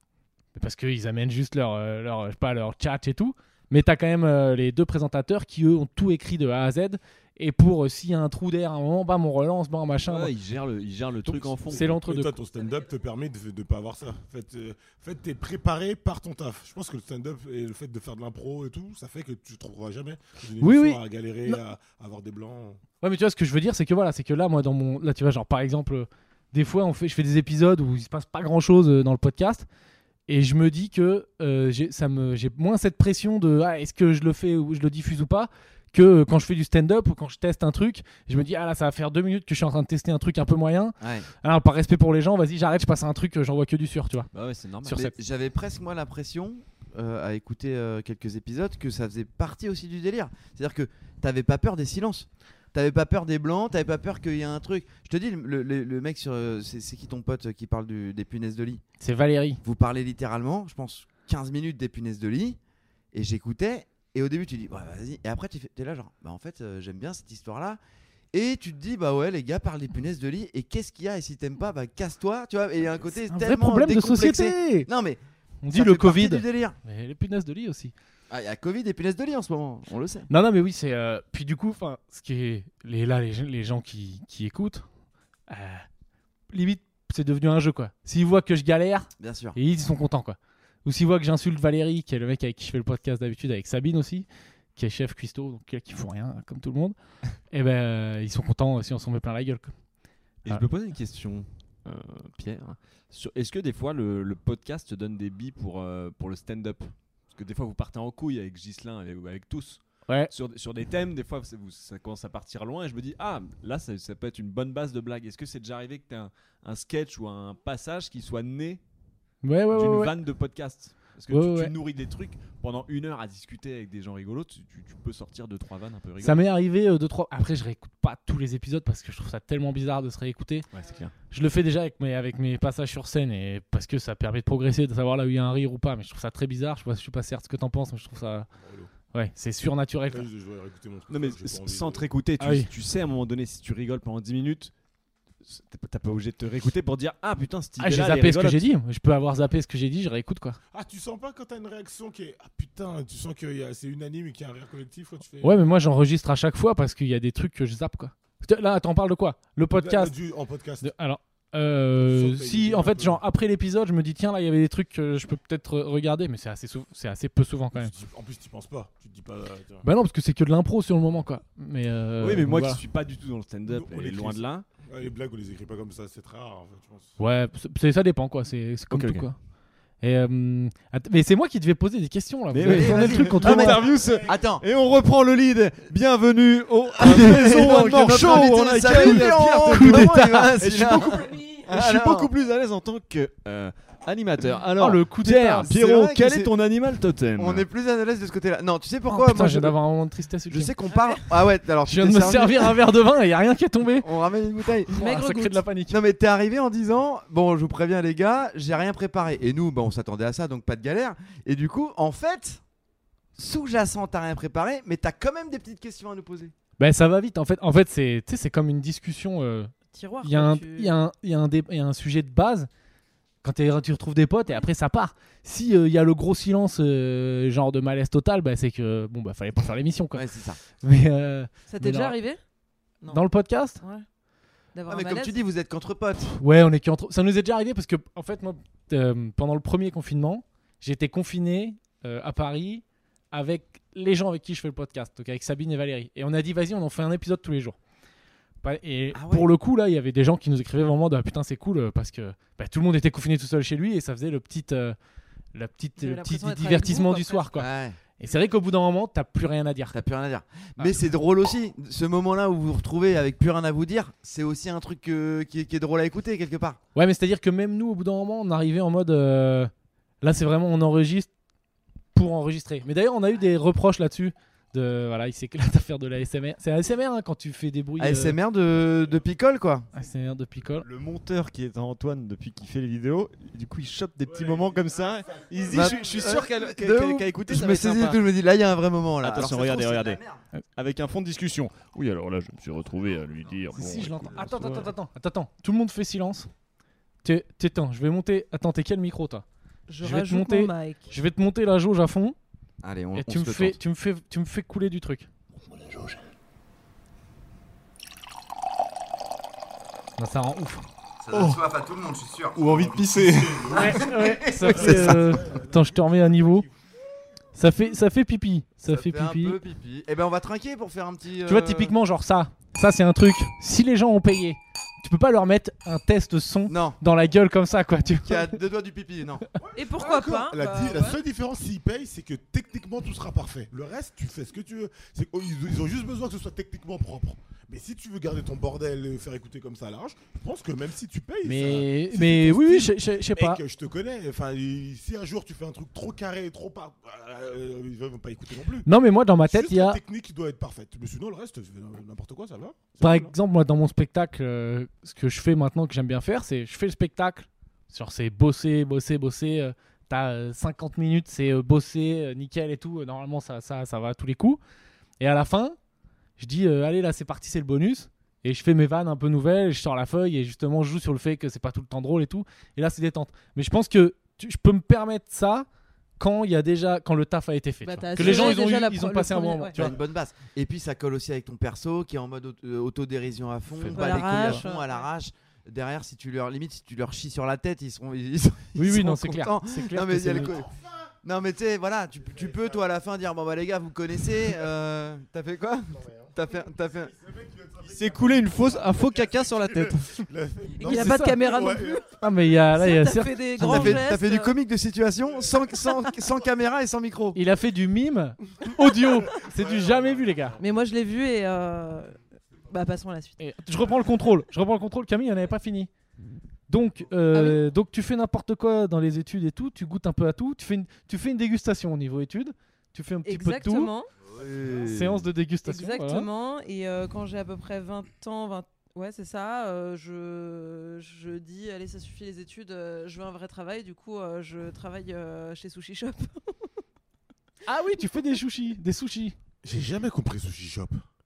Parce qu'ils amènent juste leur, euh, leur, je sais pas, leur chat et tout. Mais tu as quand même euh, les deux présentateurs qui, eux, ont tout écrit de A à Z. Et pour, euh, s'il y a un trou d'air à un moment, bam, on relance, bam, machin.
Ouais, il gère le, il gère le truc en fond.
c'est
quoi.
l'entre-deux.
Et toi, ton stand-up te permet de ne pas avoir ça. En fait, euh, en fait, t'es préparé par ton taf. Je pense que le stand-up et le fait de faire de l'impro et tout, ça fait que tu ne trouveras jamais une
Oui,
émission
oui.
à galérer,
Non.
à, à avoir des blancs.
Ouais, mais tu vois, ce que je veux dire, c'est que voilà, c'est que là, moi, dans mon. Là, tu vois, genre, par exemple, euh, des fois, on fait, je fais des épisodes où il se passe pas grand chose dans le podcast. Et je me dis que euh, j'ai, ça me, j'ai moins cette pression de ah, est-ce que je le fais ou je le diffuse ou pas, que euh, quand je fais du stand-up ou quand je teste un truc. Je me dis, ah là, ça va faire deux minutes que je suis en train de tester un truc un peu moyen.
Ouais.
Alors, par respect pour les gens, vas-y, j'arrête, je passe à un truc, euh, j'envoie que du sur, tu vois.
Bah ouais, c'est normal.
Sur
Mais
cette-
J'avais presque moi l'impression euh, à écouter euh, quelques épisodes que ça faisait partie aussi du délire. C'est-à-dire que t'avais pas peur des silences. T'avais pas peur des blancs, t'avais pas peur qu'il y ait un truc. Je te dis, le, le- le mec sur. euh, C'est c'est qui ton pote euh, qui parle du- des punaises de lit?
C'est Valérie.
Vous parlez littéralement, je pense, quinze minutes des punaises de lit. Et j'écoutais. Et au début, tu dis, ouais, vas-y. Et après, tu fais- t'es là, genre, bah en fait, euh, j'aime bien cette histoire-là. Et tu te dis, bah ouais, les gars parlent des punaises de lit. Et qu'est-ce qu'il y a? Et si t'aimes pas, bah casse-toi. Tu vois, et il y a un côté
C'est un vrai
tellement
problème de
décomplexé.
société.
Non, mais.
On dit
ça
le
fait partie
Covid.
du délire.
Mais les punaises de lit aussi.
Ah, il y a Covid et punaises de lit en ce moment, on le sait.
Non, non, mais oui, c'est. euh, Puis du coup, enfin, ce qui est. Les, là, les, gens- les gens qui, qui écoutent, euh, limite, c'est devenu un jeu, quoi. S'ils voient que je galère,
Bien sûr.
et ils sont contents, quoi. Ou s'ils voient que j'insulte Valérie, qui est le mec avec qui je fais le podcast d'habitude, avec Sabine aussi, qui est chef cuistot, donc qui fout rien, comme tout le monde, et ben, euh, ils sont contents si on s'en met plein la gueule, quoi.
Et je me posais une question, euh, Pierre. Sur, est-ce que des fois le, le podcast te donne des billes pour, euh, pour le stand-up? Parce que des fois vous partez en couille avec Ghislain et- ou avec tous.
Ouais.
Sur, sur des thèmes, des fois c'est- vous- ça commence à partir loin et je me dis, ah là ça, ça peut être une bonne base de blague. Est-ce que c'est déjà arrivé que tu aies un, un sketch ou un passage qui soit né
Ouais, ouais,
d'une
ouais. ouais.
vanne de podcast? Parce que
Ouais,
tu,
ouais,
tu
ouais.
nourris des trucs pendant une heure à discuter avec des gens rigolos, tu, tu- tu peux sortir deux trois vannes un peu rigolotes.
Ça m'est arrivé euh, deux, trois. Après, je réécoute pas tous les épisodes parce que je trouve ça tellement bizarre de se réécouter.
Ouais, c'est clair.
Je le fais déjà avec mes, avec mes passages sur scène et parce que ça permet de progresser, de savoir là où il y a un rire ou pas. Mais je trouve ça très bizarre. Je, sais pas, je suis pas certain ce que t'en penses, mais je trouve ça.
Relou.
Ouais, c'est surnaturel. quoi.
Après, je, je dois réécouter mon truc.
Non mais
j'ai pas
s-
envie
sans
de-
te réécouter, tu,
Ah oui.
tu sais à un moment donné si tu rigoles pendant dix minutes, c'est- t'es pas- t'as pas obligé de te réécouter pour dire ah putain cette
Ah, j'ai
idée-là, elle est
zappé ce que
rigolote.
j'ai dit. Je peux avoir zappé ce que j'ai dit, je réécoute quoi.
Ah, tu sens pas quand t'as une réaction qui est. Ah putain, tu sens que y a- c'est unanime et qu'il y a un rire collectif quand tu fais.
Ouais, mais moi j'enregistre à chaque fois parce qu'il y a des trucs que je zappe quoi. Là, t'en parles de quoi? Le podcast.
Du- En podcast.
de- Alors, euh,
Tu sens que t'as une
si
idée
en
un
fait,
peu.
genre après l'épisode, je me dis tiens là, il y avait des trucs que je peux peut-être euh, regarder, mais c'est assez, sou- c'est assez peu souvent quand même.
Tu- En plus, tu penses pas. Tu te dis pas. tu vois.
Bah non, parce que c'est que de l'impro sur le moment quoi. Mais euh,
Oui mais moi
voilà.
qui suis pas du tout dans le stand-up,
Nous, on
et
écrit
loin de là.
Ouais, les blagues, on les écrit pas comme ça, c'est très rare en fait, je pense.
Ouais, c'est- c'est- ça dépend quoi, c'est c'est comme
Ok,
tout
ok.
quoi. Et euh, att- mais c'est moi qui devais poser des questions là.
Mais
Vous avez
oui,
tourné le
vas-y.
truc contre
Non, mais-
moi.
Interview se-
Attends.
Et on reprend le lead. Bienvenue au
Et
Maison
donc,
One More
notre
Show.
invité,
On
salut,
accueille
Pierre,
Pierre
comment
Tellemont.
il va,
Et je suis
celui-là
beaucoup je suis beaucoup plus à l'aise en tant que euh, animateur. Alors,
oh, le coup
Pierre,
d'état.
Pierrot,
vrai
quel
que
est
c'est-
ton animal totem?
On est plus à l'aise de ce côté-là. Non, tu sais
Oh,
pourquoi
putain,
moi,
je
je,
viens d'avoir un moment de tristesse.
je sais qu'on parle. Ah ouais, alors
Je
tu
viens de
t'es
me
servi-
servir un verre de vin et y a rien qui est tombé.
On ramène une bouteille.
Maigre
Oh, ça crée
goutte.
de la panique.
Non mais t'es arrivé en disant bon je vous préviens les gars j'ai rien préparé et nous bah, on s'attendait à ça donc pas de galère et du coup en fait sous-jacent t'as rien préparé mais t'as quand même des petites questions à nous poser.
Ben ça va vite en fait. En fait c'est tu sais, c'est comme une discussion. euh,
Tiroir.
Il y a
quoi,
un
tu-
il y a un il y a un dé- il y a un sujet de base. Quand t'es- tu retrouves des potes et après ça part. Si il y a le gros silence euh, genre de malaise total, bah, c'est que bon bah fallait pas faire l'émission quoi.
Ouais c'est ça.
Mais euh,
Ça t'est
Mais
déjà
non.
arrivé Non.
dans le podcast,
Ouais. D'avoir
Ah,
un
mais comme
malaise.
tu dis vous êtes qu'entre potes.
ouais, on est qu'entre. Ça nous est déjà arrivé parce que en fait moi euh, pendant le premier confinement, j'étais confiné euh, à Paris avec les gens avec qui je fais le podcast, donc avec Sabine et Valérie. Et on a dit vas-y, on en fait un épisode tous les jours. Pas- Et
Ah ouais.
pour le coup là, il y avait des gens qui nous écrivaient vraiment de ah, putain c'est cool euh, parce que bah, tout le monde était confiné tout seul chez lui et ça faisait le petit euh, la petite
Vous avez
le petit
l'impression d'être avec
divertissement
vous, quoi,
du soir quoi.
Ouais.
Et c'est vrai qu'au bout d'un moment, t'as plus rien à dire.
T'as plus rien à dire.
Ah.
Mais c'est drôle aussi. Ce moment-là où vous vous retrouvez avec plus rien à vous dire, c'est aussi un truc euh, qui, est, qui est drôle à écouter quelque part.
Ouais, mais c'est-à-dire que même nous, au bout d'un moment, on arrivait en mode. euh, Là, c'est vraiment, on enregistre pour enregistrer. Mais d'ailleurs, on a eu des reproches là-dessus. De, voilà, il s'éclate à faire de la A S M R. C'est A S M R hein, quand tu fais des bruits.
A S M R de, de picole quoi.
euh, A S M R de picole.
Le monteur qui est Antoine depuis qu'il fait les vidéos, du coup il chope des petits
Ouais,
moments comme ça. Il se dit
Bah,
je, je suis sûr qu'elle qu'elle-
de
qu'elle-
ouf.
qu'elle a écouté.
Je
ça
me
va être
saisis
sympa.
tout, je me dis là il y a un vrai moment là.
Attention,
Alors, ça se
regardez,
trouve, c'est de
regardez.
la merde.
Avec un fond de discussion. Oui, alors là je me suis retrouvé à lui dire.
Si,
bon,
si, je l'entends.
écoute,
Attends,
ça
attends,
va.
attends, attends, attends. Tout le monde fait silence. T'es, t'éteins. Je vais monter. Attends, t'es quel micro, toi?
Je,
je vais te
rajoute
monter-
mon mic.
Je vais te monter la jauge à fond
Allez on,
et
on
tu me
se le
fais,
tente.
tu me fais, tu me fais couler du truc. Non, ça rend ouf.
Ça donne soif à tout le monde je suis sûr.
Ou envie de pisser.
Ouais, ouais. Ça fait. euh, Attends, je te remets à niveau. Ça fait, ça fait pipi. Ça, fait, pipi.
un peu pipi. Et ben on va trinquer pour faire un petit.
Tu vois,
euh,
typiquement, genre ça. Ça, c'est un truc. Si les gens ont payé, tu peux pas leur mettre un test son
Non.
dans la gueule comme ça, quoi. Tu
Qui a deux doigts du pipi non.
Et pourquoi
D'accord.
pas
La,
Bah,
di- la
ouais.
seule différence s'ils payent, c'est que techniquement tout sera parfait. Le reste, tu fais ce que tu veux. C'est que- oh, ils, ils ont juste besoin que ce soit techniquement propre. Mais si tu veux garder ton bordel et faire écouter comme ça à l'arrache, je pense que même si tu payes,
Mais,
ça- si
mais
c'est ton
oui, oui, je
style
je- je sais
et
pas.
que je te connais, enfin, il- si un jour tu fais un truc trop carré, trop pas, euh, ils vont pas écouter non plus.
Non, mais moi, dans ma tête,
Juste
il y
la
a.
technique qui doit être parfaite. Mais sinon, le reste, n'importe quoi, ça va. C'est
Par
cool, hein.
exemple, moi, dans mon spectacle, euh, ce que je fais maintenant, que j'aime bien faire, c'est je fais le spectacle. Genre, c'est bosser, bosser, bosser. euh, T'as euh, cinquante minutes, c'est euh, bosser, euh, nickel et tout. Euh, Normalement, ça, ça, ça va à tous les coups. Et à la fin, je dis, euh, allez, là, c'est parti, c'est le bonus. Et je fais mes vannes un peu nouvelles, je sors la feuille et justement, je joue sur le fait que c'est pas tout le temps drôle et tout. Et là, c'est détente. Mais je pense que tu- je peux me permettre ça quand il y a déjà, quand le taf a été fait.
Bah,
tu vois.
t'as
Que les gens,
assuré
ils ont,
déjà
eu-
la
ils
pro-
ont
le
passé un bon
premier-
moment.
ouais.
Tu
Tu as
vois.
une bonne base. Et puis ça colle aussi avec ton perso qui est en mode auto- euh, autodérision à fond,
Fais
pas
pas.
les couilles à
l'arrache,
fond, à
ouais.
l'arrache. Derrière, si tu leur limite, si tu leur chies sur la tête, ils seront. Ils, sont- ils
Oui, oui,
seront
non, c'est clair.
contents.
C'est clair
Non
que
mais il y a
c'est-
le co- Non mais tu sais, voilà, tu, tu peux toi à la fin dire bon bah les gars, vous connaissez, euh, t'as fait quoi? T'as fait, t'as fait.
Il s'est coulé une fausse, un faux caca sur la tête.
Le-
Et
Non,
qu'il n'y a
c'est
pas de
ça.
caméra non
Ouais.
plus.
Ah, mais il y a, là, il y a
T'as
certes-
fait des
T'as
grands
fait,
gestes.
t'as fait du comique de situation sans, sans, sans caméra et sans micro.
Il a fait du mime audio. C'est du jamais vu, les gars.
Mais moi je l'ai vu et euh... bah passons à la suite.
Et je reprends le contrôle. Je reprends le contrôle. Camille, il n'en avait pas fini. Donc, euh, donc tu fais n'importe quoi dans les études et tout. Tu goûtes un peu à tout. Tu fais une, tu fais une dégustation au niveau études. Tu fais un petit peu de tout.
Exactement.
Séance de dégustation. voilà.
Exactement. Et euh, quand j'ai à peu près vingt ans, vingt... ouais, c'est ça, euh, je... je dis, allez, ça suffit les études, euh, je veux un vrai travail. Du coup, euh, je travaille euh, chez Sushi Shop.
Ah oui, tu fais des sushis, des sushis.
J'ai jamais compris Sushi Shop.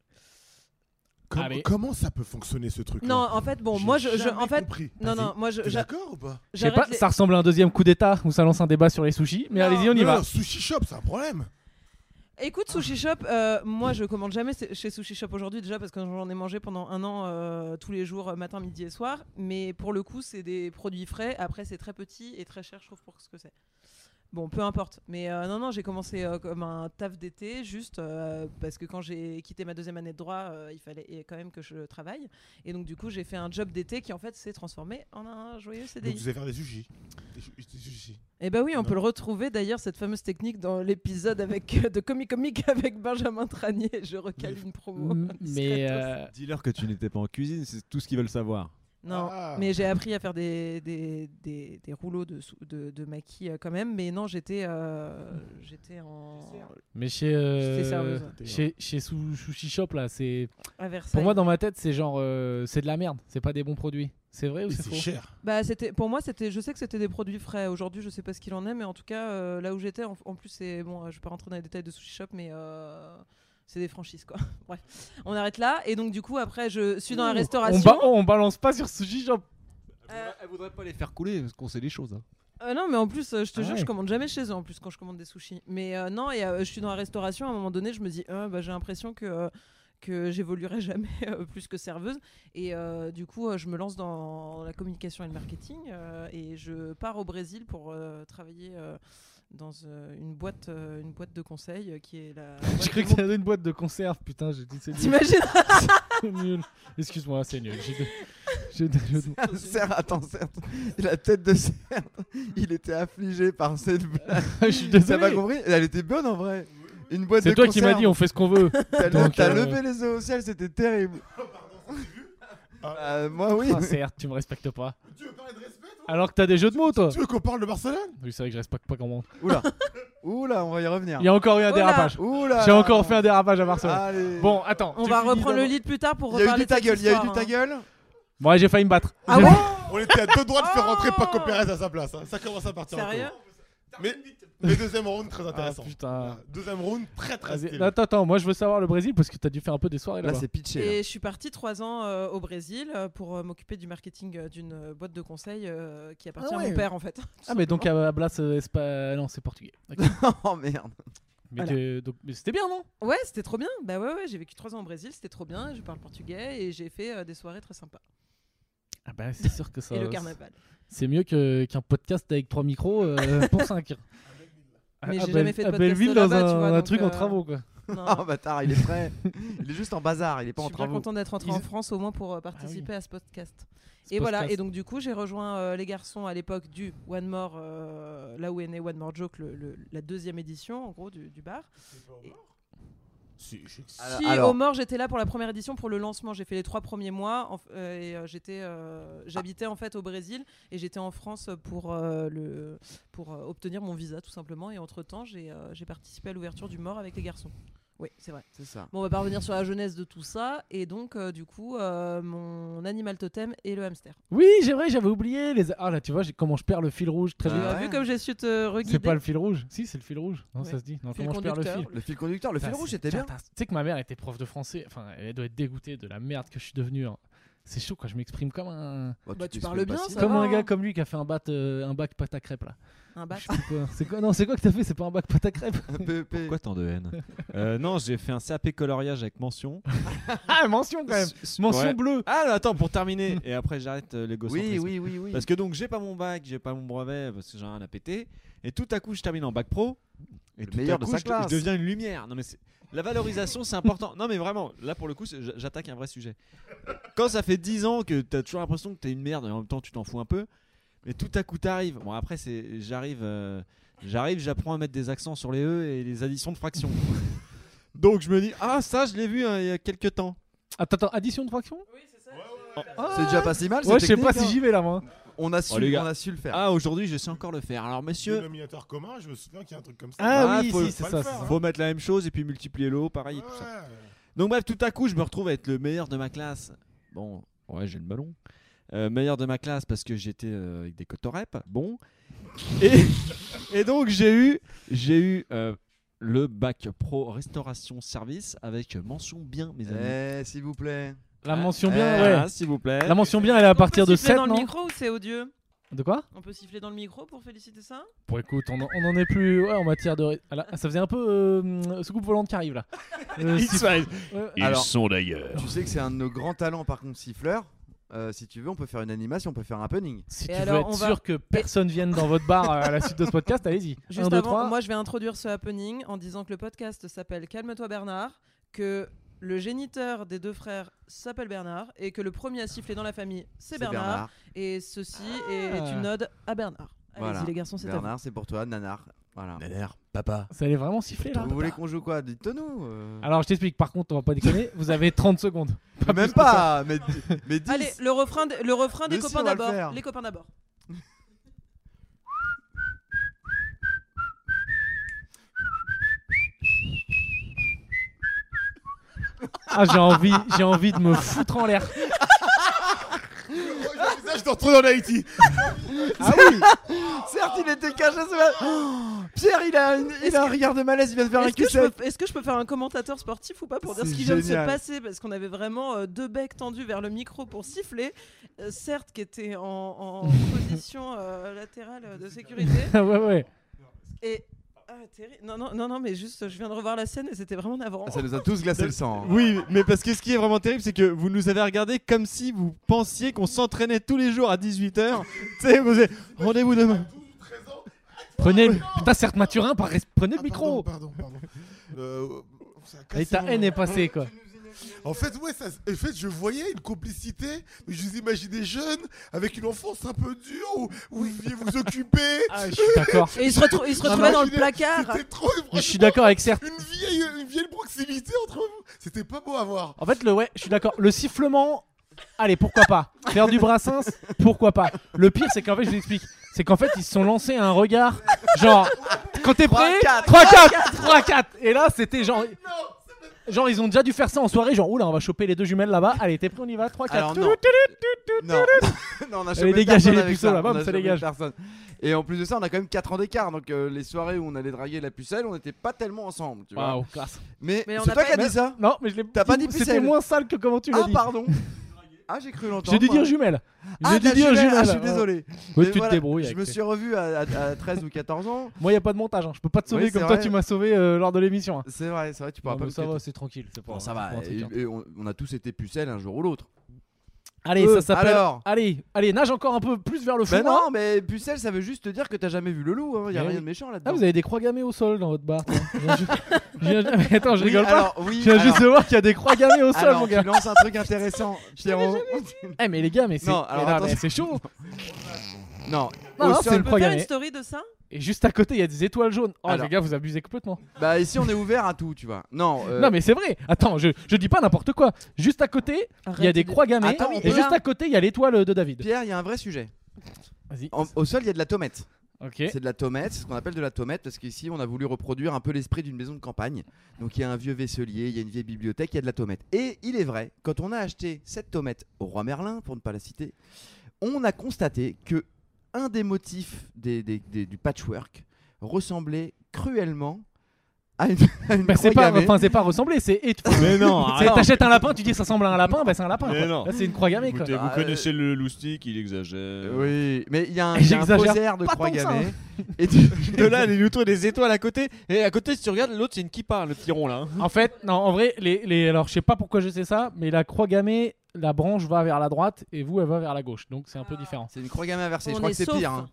Com-
Allez.
Comment ça peut fonctionner ce truc?
Non, en fait, bon,
J'ai
moi, je, je-
jamais
en fait,
compris.
non,
Vas-y.
non, moi, je,
T'es
j'a-
d'accord ou pas?
Je sais
j'arrête
pas,
les-
ça ressemble à un deuxième coup d'état où ça lance un débat sur les sushis. Mais
Non.
allez-y, on y
Non,
va.
non, Sushi Shop, c'est un problème.
Écoute, Sushi Shop, euh, moi je commande jamais chez Sushi Shop aujourd'hui déjà parce que j'en ai mangé pendant un an euh, tous les jours, euh, matin, midi et soir. Mais pour le coup, c'est des produits frais. Après, c'est très petit et très cher, je trouve, pour ce que c'est. Bon, peu importe. Mais euh, non, non, j'ai commencé euh, comme un taf d'été, juste euh, parce que quand j'ai quitté ma deuxième année de droit, euh, il fallait quand même que je travaille. Et donc, du coup, j'ai fait un job d'été qui en fait s'est transformé en un joyeux C D I.
Donc vous allez faire des sushis. Des su- des sushis.
Eh ben oui, on
Non.
peut le retrouver d'ailleurs, cette fameuse technique dans l'épisode avec de Comic Comic avec Benjamin Tranier. Je recale
Mais-
une promo.
M- Mais
discretos.
euh,
Dis-leur que tu n'étais pas en cuisine, c'est tout ce qu'ils veulent savoir.
Non,
Ah.
mais j'ai appris à faire des, des, des, des rouleaux de, sou- de, de maquis euh, quand même. Mais non, j'étais euh, j'étais en
Mais chez, euh,
J'étais serveuse.
chez, chez Sou- Sushi Shop, là, c'est.
à Versailles.
Pour moi, dans ma tête, c'est genre. euh, c'est de la merde. C'est pas des bons produits. C'est vrai ou
Mais
c'est
c'est
faux?
cher.
Bah, c'était, pour moi, c'était, je sais que c'était des produits frais. Aujourd'hui, je sais pas ce qu'il en est, mais en tout cas, euh, là où j'étais, en, en plus, c'est bon, euh, je vais pas rentrer dans les détails de Sushi Shop, mais euh, c'est des franchises, quoi. Bref, on arrête là. Et donc, du coup, après, je suis dans la
On,
restauration.
ba- on balance pas sur Sushi Shop.
Euh,
Elle voudrait pas les faire couler parce qu'on sait des choses. Hein.
Euh, non, mais en plus, euh, je te
Ah
jure,
ouais.
je commande jamais chez eux en plus quand je commande des sushis. Mais euh, non, et euh, je suis dans la restauration. À un moment donné, je me dis, euh, bah, j'ai l'impression que euh, que j'évoluerai jamais euh, plus que serveuse. Et euh, du coup, euh, je me lance dans la communication et le marketing euh, et je pars au Brésil pour euh, travailler. euh, dans euh, une boîte euh, une boîte de conseil euh, qui est la
Je
boîte
croyais
de
que c'était une boîte de conserve. Putain, j'ai dit c'est
mon-
nul.
T'imagines?
C'est nul. Excuse-moi, c'est nul. J'ai de- j'ai de- j'ai de-
Serre, attends, Serre. La tête de Serre, il était affligé par cette blague.
Je suis
T'as pas
désolé.
compris? Elle était bonne en vrai. Une boîte de
C'est toi qui m'as
conserve.
dit on fait ce qu'on veut.
T'as
Donc,
t'as
euh,
levé les yeux au ciel, c'était terrible. Euh, moi oui.
Ah, certes, tu me respectes pas.
Tu veux parler de respect, toi?
Alors que t'as des jeux de mots, toi.
Tu veux qu'on parle de Barcelone?
Oui, c'est vrai que je respecte pas comment.
Oula. Oula, on va y revenir.
Il y a encore eu un
Oula.
dérapage.
Oula.
J'ai encore fait un dérapage à Barcelone.
Allez.
Bon, attends.
On
tu
va
finis
reprendre le
d'abord.
lead plus tard pour
Il y a eu
reparler
du ta
de cette
gueule, il y a eu du
histoire,
ta
hein.
gueule.
Bon, ouais, j'ai failli me battre.
Ah
J'ai-
ouais?
On était à deux doigts de faire rentrer
Oh
Paco Pérez à sa place. hein. Ça commence à partir. en
Sérieux?
couille. Mais, mais deuxième round très
Ah,
intéressant.
putain.
Deuxième round très très
Vas-y.
stylé.
Attends, attends, moi je veux savoir le Brésil parce que t'as dû faire un peu des soirées
Là
là-bas.
c'est pitché. là.
Et je suis partie trois ans euh, au Brésil euh, pour euh, m'occuper du marketing euh, d'une euh, boîte de conseil euh, qui appartient
Ah
à
ouais.
mon père en fait.
Ah, mais donc à Blas, euh, c'est pas. Non, c'est portugais. D'accord.
Oh merde.
Mais,
Voilà.
t'es- donc- mais c'était bien, non?
Ouais, c'était trop bien. Bah ouais, ouais, j'ai vécu trois ans au Brésil, c'était trop bien. Je parle portugais et j'ai fait euh, des soirées très sympas.
Ah, bah c'est sûr que ça.
et le carnaval.
C'est mieux que- qu'un podcast avec trois micros euh, pour cinq.
Mais
À
j'ai
Belle-
jamais fait de
à
podcast
Belleville dans
là-bas,
un,
tu vois,
un
donc,
truc en
euh,
travaux quoi.
Non.
Oh bâtard, il est prêt. Il est juste en bazar, il est pas
Je
en
suis bien
travaux.
contente d'être rentrée
Ils-
en France au moins pour euh, participer à ce podcast.
Ce
Et voilà,
podcast.
et donc du coup j'ai rejoint euh, les garçons à l'époque du One More, euh, là où est né One More Joke, le- le- la deuxième édition en gros du, du bar. Et-
Si, je sais que c'est-
Alors-
Si,
alors-
au Mort, j'étais là pour la première édition pour le lancement. J'ai fait les trois premiers mois en f- euh, et euh, j'étais, euh, j'habitais en fait au Brésil et j'étais en France pour euh, le pour euh, obtenir mon visa tout simplement. Et entre temps, j'ai euh, j'ai participé à l'ouverture du Mort avec les garçons. Oui, c'est vrai.
C'est ça.
Bon, on va pas revenir sur la jeunesse de tout ça. Et donc, euh, du coup, euh, mon animal totem est le hamster.
Oui, c'est vrai, j'avais oublié. Les... Ah là, tu vois j'ai- comment je perds le fil rouge très
Ah
vite.
Tu as
ouais.
vu comme j'ai su te reguider.
C'est pas le fil rouge. Si, c'est le fil rouge. Non,
Ouais.
ça se dit. Non,
Fil
comment je perds le
conducteur.
fil
Le fil conducteur, le fil
Putain,
rouge
c'est
c'était bien.
catastrophe. Tu sais que ma mère était prof de français. Enfin, elle doit être dégoûtée de la merde que je suis devenu. hein. C'est chaud quand je m'exprime comme un
Bah,
Bah, tu
t'exprimes
parles bien,
pas si
ça
mal.
comme
va,
un
hein.
gars comme lui qui a fait un bac euh, un bac pâte à crêpes là.
Un bat.
Je sais quoi. C'est quoi Non, c'est quoi que t'as fait C'est pas un bac pâte à crêpes.
P E P.
Pourquoi tant de haine Euh, Non, j'ai fait un C A P coloriage avec mention.
Ah, mention quand même.
S-
Mention
ouais.
bleue.
Ah, là, attends, pour terminer. Et après, j'arrête euh, l'égocentrisme.
Oui, oui, oui, oui.
Parce que donc, j'ai pas mon bac, j'ai pas mon brevet parce que j'ai rien à péter. Et tout à coup, je termine en bac pro. Et
Le
tout
meilleur
à
de
coup,
sa
je,
classe.
je deviens une lumière. Non, mais c'est- la valorisation, c'est important. Non, mais vraiment, là, pour le coup, c'est- j'attaque un vrai sujet. Quand ça fait dix ans que t'as toujours l'impression que t'es une merde et en même temps, tu t'en fous un peu. Mais tout à coup, t'arrives. Bon, après, c'est j'arrive, euh, j'arrive, j'apprends à mettre des accents sur les E et les additions de fractions. Donc, je me dis, ah, ça, je l'ai vu hein, il y a quelques temps.
Attends, attends, addition de fraction
Oui, c'est ça.
C'est déjà pas si mal.
Ouais,
c'est
je sais pas
technique,
si
hein.
j'y vais là, moi.
On a su,
Oh, les gars.
on a su le faire.
Ah, aujourd'hui, je sais encore le faire. Alors, monsieur,
Dénominateur commun, je me souviens qu'il y a un truc comme ça.
Ah
Ah,
oui,
faut-
si, c'est
faut
ça.
le
c'est
faire,
ça.
faut mettre la même chose et puis multiplier l'eau, pareil. Tout ça.
Ouais.
Donc bref, tout à coup, je me retrouve à être le meilleur de ma classe. Bon, ouais, j'ai le ballon. Euh, meilleur de ma classe parce que j'étais euh, avec des cotorep. Bon. Et, et donc j'ai eu, j'ai eu euh, le bac pro restauration service avec mention bien, mes amis.
Eh, s'il vous plaît.
La mention bien,
Eh,
ouais.
Ah, s'il vous plaît.
La mention bien, elle est à partir
On peut
de
siffler
sept,
dans le
non
micro ou c'est odieux?
De quoi
On peut siffler dans le micro pour féliciter ça?
Bon, écoute, on en, on en est plus ouais, en matière de. Ah là, ça faisait un peu euh, soucoupe volante qui arrive là. Euh, si- ouais.
Alors,
sont d'ailleurs.
tu sais que c'est un de nos grands talents par contre, siffleur. Euh, si tu veux, on peut faire une animation, on peut faire un happening.
Si
Et
tu
alors,
veux
on
être
va-
sûr que personne vienne dans votre bar à la suite de ce podcast, allez-y.
Juste
un, deux,
avant,
trois.
moi je vais introduire ce happening en disant que le podcast s'appelle Calme-toi Bernard, que le géniteur des deux frères s'appelle Bernard et que le premier à siffler dans la famille c'est Bernard, et ceci est
Ah.
une ode à Bernard. Allez-y
Voilà.
les garçons, c'est à vous.
Bernard, c'est pour toi, Nanar. Voilà.
Nerf, papa.
Ça allait vraiment siffler là.
Vous voulez qu'on joue quoi? Dites-nous. euh.
Alors je t'explique, par contre, on va pas déconner, vous avez trente secondes. Pas
Même
plus que ça.
pas, mais, mais dix.
Allez, le refrain, de- le refrain des
Mais si,
copains
on va le
d'abord.
faire.
Les copains d'abord.
Ah, j'ai envie, j'ai envie de me foutre en l'air.
Ça, je t'en retrouve en Haïti.
Ah oui.
Certes, il était caché. Oh, Pierre, il a, une- il a un regard de malaise. Il vient de faire un
Est-ce que, je
cul-sec.
peux, est-ce que je peux faire un commentateur sportif ou pas pour dire
C'est
ce qui vient de se
génial.
passer? Parce qu'on avait vraiment euh, deux becs tendus vers le micro pour siffler. Euh, certes, qui était en, en position euh, latérale euh, de sécurité.
ouais, ouais.
Et. Ah, terrible. Non, non, non, non, mais juste, je viens de revoir la scène et c'était vraiment navrant.
Ah, ça nous a tous glacé le sang. hein.
Oui, mais parce que ce qui est vraiment terrible, c'est que vous nous avez regardé comme si vous pensiez qu'on s'entraînait tous les jours à dix-huit heures. Tu sais, vous avez rendez-vous demain.
Prenez le... Putain, certes Mathurin, par res- prenez le
Ah,
micro.
Pardon, pardon. pardon. Euh, ça a cassé
Et ta
mon-
haine est passée quoi.
En fait, ouais, ça, en fait, je voyais une complicité. Mais je vous imaginais jeunes, avec une enfance un peu dure, où, où vous deviez vous occuper.
Ah, je suis d'accord.
Et il se, retrou- il se retrouvait dans le placard.
C'était trop.
Je suis d'accord avec certes.
Une vieille, une vieille proximité entre vous. C'était pas beau à voir.
En fait, le ouais, je suis d'accord. Le sifflement, allez, pourquoi pas. Faire du Brassens, pourquoi pas. Le pire, c'est qu'en fait, je vous explique. C'est qu'en fait, ils se sont lancés un regard. Genre, quand t'es prêt, trois quatre, trois quatre. Et là, c'était genre. Genre, ils ont déjà dû faire ça en soirée. Genre, oula, on va choper les deux jumelles là-bas. Allez, t'es prêt, on y va, trois quatre.
Alors non. non. non, on a
Allez,
chopé
dégagez
personne
les
avec
puceaux,
ça.
là, bam,
On a
ça
chopé
dégage.
personne. Et en plus de ça, on a quand même quatre ans d'écart. Donc euh, les soirées où on allait draguer la pucelle, on n'était pas tellement ensemble. Tu vois.
Waouh, classe.
Mais,
Mais on
c'est
a
toi
pas-
qui as
Mais-
dit ça.
Non, mais je l'ai
T'as pas dit
C'était
pucelle.
moins sale que comment tu l'as
Ah
dit.
pardon. Ah j'ai cru l'entendre.
J'ai dû
moi.
dire jumelle.
Ah,
J'ai
de la
dû dire
jumelle.
jumelle.
Ah, je suis désolé.
Ouais,
Mais
tu
voilà,
te débrouilles.
Je
avec
me
tes-
suis revu à, à- à treize ou quatorze ans.
Moi, y a pas de montage. Hein. Je peux pas te sauver
Oui,
comme
c'est
toi,
vrai.
tu m'as sauvé euh, lors de l'émission. hein.
C'est vrai, c'est vrai, tu pourras
Non,
pas
mais
me
ça va,
traiter.
c'est tranquille. c'est pas-
Bon, ça
c'est
va.
pas un truc, hein.
Et, et on, on a tous été pucelles un jour ou l'autre.
Allez,
Euh,
ça s'appelle.
alors
Allez, allez, nage encore un peu plus vers le fond.
Ben
hein.
non, mais pucelle, ça veut juste te dire que t'as jamais vu le loup. Hein. Y a
Mais
rien
oui.
de méchant
Ah,
là-dedans.
vous avez des croix gammées au sol dans votre bar. toi. Je viens ju- je viens- mais attends, je
Oui,
rigole pas.
alors, oui,
Je viens juste
alors-
de voir qu'il y a des croix gammées au sol,
alors,
mon gars.
tu lances un truc intéressant, Pierrot.
Eh, mais les gars, mais c'est
Non,
mais
alors,
là,
attends,
mais c'est chaud.
Non,
Non,
au
non,
sol-
c'est
On
une
peut
croix
faire
gammée.
une story de ça?
Et juste à côté, il y a des étoiles jaunes. Oh,
Alors.
les gars, vous abusez complètement.
Bah ici on est ouvert à tout, tu vois. Non, euh,
Non, mais c'est vrai. Attends, je, je dis pas n'importe quoi. Juste à côté, il y a
Arrête
des
de-
croix gammées.
Attends, on
et
peut
juste
là
à côté, il y a l'étoile de David.
Pierre, il y a un vrai sujet.
Vas-y.
En- au sol, il y a de la tomate.
Ok.
C'est de la tomate, c'est ce qu'on appelle de la tomate parce qu'ici on a voulu reproduire un peu l'esprit d'une maison de campagne. Donc il y a un vieux vaisselier, il y a une vieille bibliothèque, il y a de la tomate. Et il est vrai, quand on a acheté cette tomate au roi Merlin, pour ne pas la citer, on a constaté que un des motifs des- des- des- du patchwork ressemblait cruellement à une, à une
Bah, c'est
croix
pas,
gammée.
enfin, c'est pas ressembler, c'est étoile.
Mais non,
C'est-
arrête.
T'achètes un lapin, tu dis ça ressemble à un lapin, bah c'est un lapin.
Mais
quoi.
non.
Là, c'est une croix gammée. Quoi.
Écoutez, vous
Ah,
connaissez le loustic, il exagère.
Oui, mais il y a un, il y a un
J'exagère
poser de
pas
croix
tant que ça,
gammée.
hein.
Et tu-
De là, les nous des étoiles à côté. Et à côté, si tu regardes, l'autre, c'est une kippa, le petit rond là. hein.
En fait, non, en vrai, les, les, alors je sais pas pourquoi je sais ça, mais la croix gammée, la branche va vers la droite et vous, elle va vers la gauche. Donc c'est un peu différent.
C'est une croix gammée inversée, je
On
crois
est
que c'est
sauf.
pire. hein.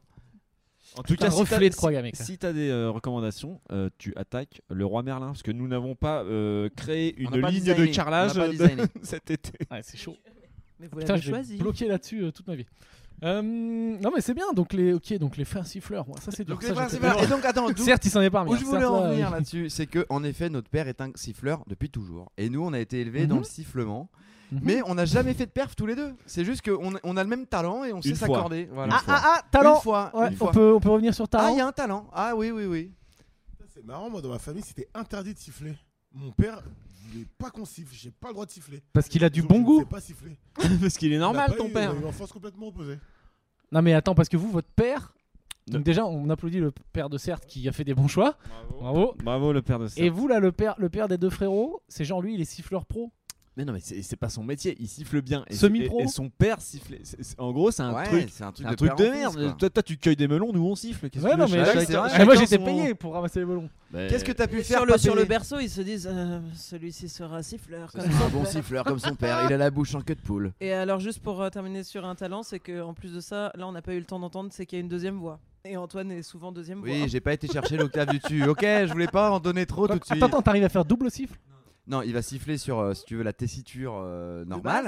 En tout
un reflet
t'as-
de croix gammée, quoi.
Si tu as des euh, recommandations, euh, tu attaques le roi Merlin. Parce que nous n'avons pas euh, créé
On
une
n'a pas
ligne
designé,
de carrelage
on n'a pas
de-
designé.
cet été.
Ouais, c'est chaud.
Mais vous
Putain,
l'avez
je vais
choisi.
bloquer là-dessus euh, toute ma vie. Euh, non mais c'est bien. Donc les, ok, donc les fins siffleurs. Ouais, ça c'est dur.
Donc,
ça,
les frères
j'étais
siffleurs.
pas-
Et donc attends, d'où-
Certes, il s'en est pas remis.
où
hein.
je voulais
Certes,
en
là,
venir
il-
là-dessus, c'est que en effet notre père est un siffleur depuis toujours. Et nous on a été élevés
Mhm.
dans le sifflement.
Mhm.
Mais on n'a jamais fait de perf tous les deux. C'est juste qu'on on a le même talent et on sait
Une fois.
s'accorder. Voilà.
Une
Ah ah ah, talent.
Une fois.
Ouais,
une
on
fois.
peut on peut revenir sur
Ah,
talent.
il y a un talent. Ah oui, oui, oui.
C'est marrant, moi dans ma famille c'était interdit de siffler. Mon père voulait pas qu'on siffle, j'ai pas le droit de siffler.
Parce qu'il a du
Donc,
bon
je ne
goût.
sais pas siffler.
Parce qu'il est
Il a
normal,
pas
ton
eu-
père.
Il a eu une enfance complètement opposée.
Non mais attends, parce que vous, votre père.
Ne-
Donc déjà, on applaudit le père de Certes qui a fait des bons choix. Bravo.
Bravo, le père de ça.
Et vous là, le père, le père des deux frérots, c'est genre lui, il est siffleur pro.
Mais non, mais c'est c'est pas son métier. Il siffle bien. Et,
Semi-pro.
et, et son père sifflait. C'est- c'est- en gros, c'est un
Ouais,
truc.
c'est un truc
Un
de,
truc
père
de
en fils,
merde.
quoi.
Toi, toi, tu cueilles des melons, nous on siffle. Qu'est-ce
Ouais,
que
non
tu
mais,
veux,
chacun-
je-
c'est vrai,
Eh, moi
chacun
j'étais
son-
payé pour ramasser les melons.
Mais-
Qu'est-ce que t'as pu
Et
faire
sur le, sur le
papé
berceau, ils se disent euh, celui-ci sera siffleur.
C'est
comme
un
son
bon
père.
siffleur comme son père. Il a la bouche en queue de poule.
Et alors, juste pour euh, terminer sur un talent, c'est qu'en plus de ça, là, on n'a pas eu le temps d'entendre, c'est qu'il y a une deuxième voix. Et Antoine est souvent deuxième voix.
Oui, j'ai pas été chercher l'octave du dessus. Ok, je voulais pas en donner trop tout de suite.
Attends, attends, t'arrives à faire double siffle.
Non, il va siffler sur, euh, si tu veux, la tessiture euh, normale.
De base,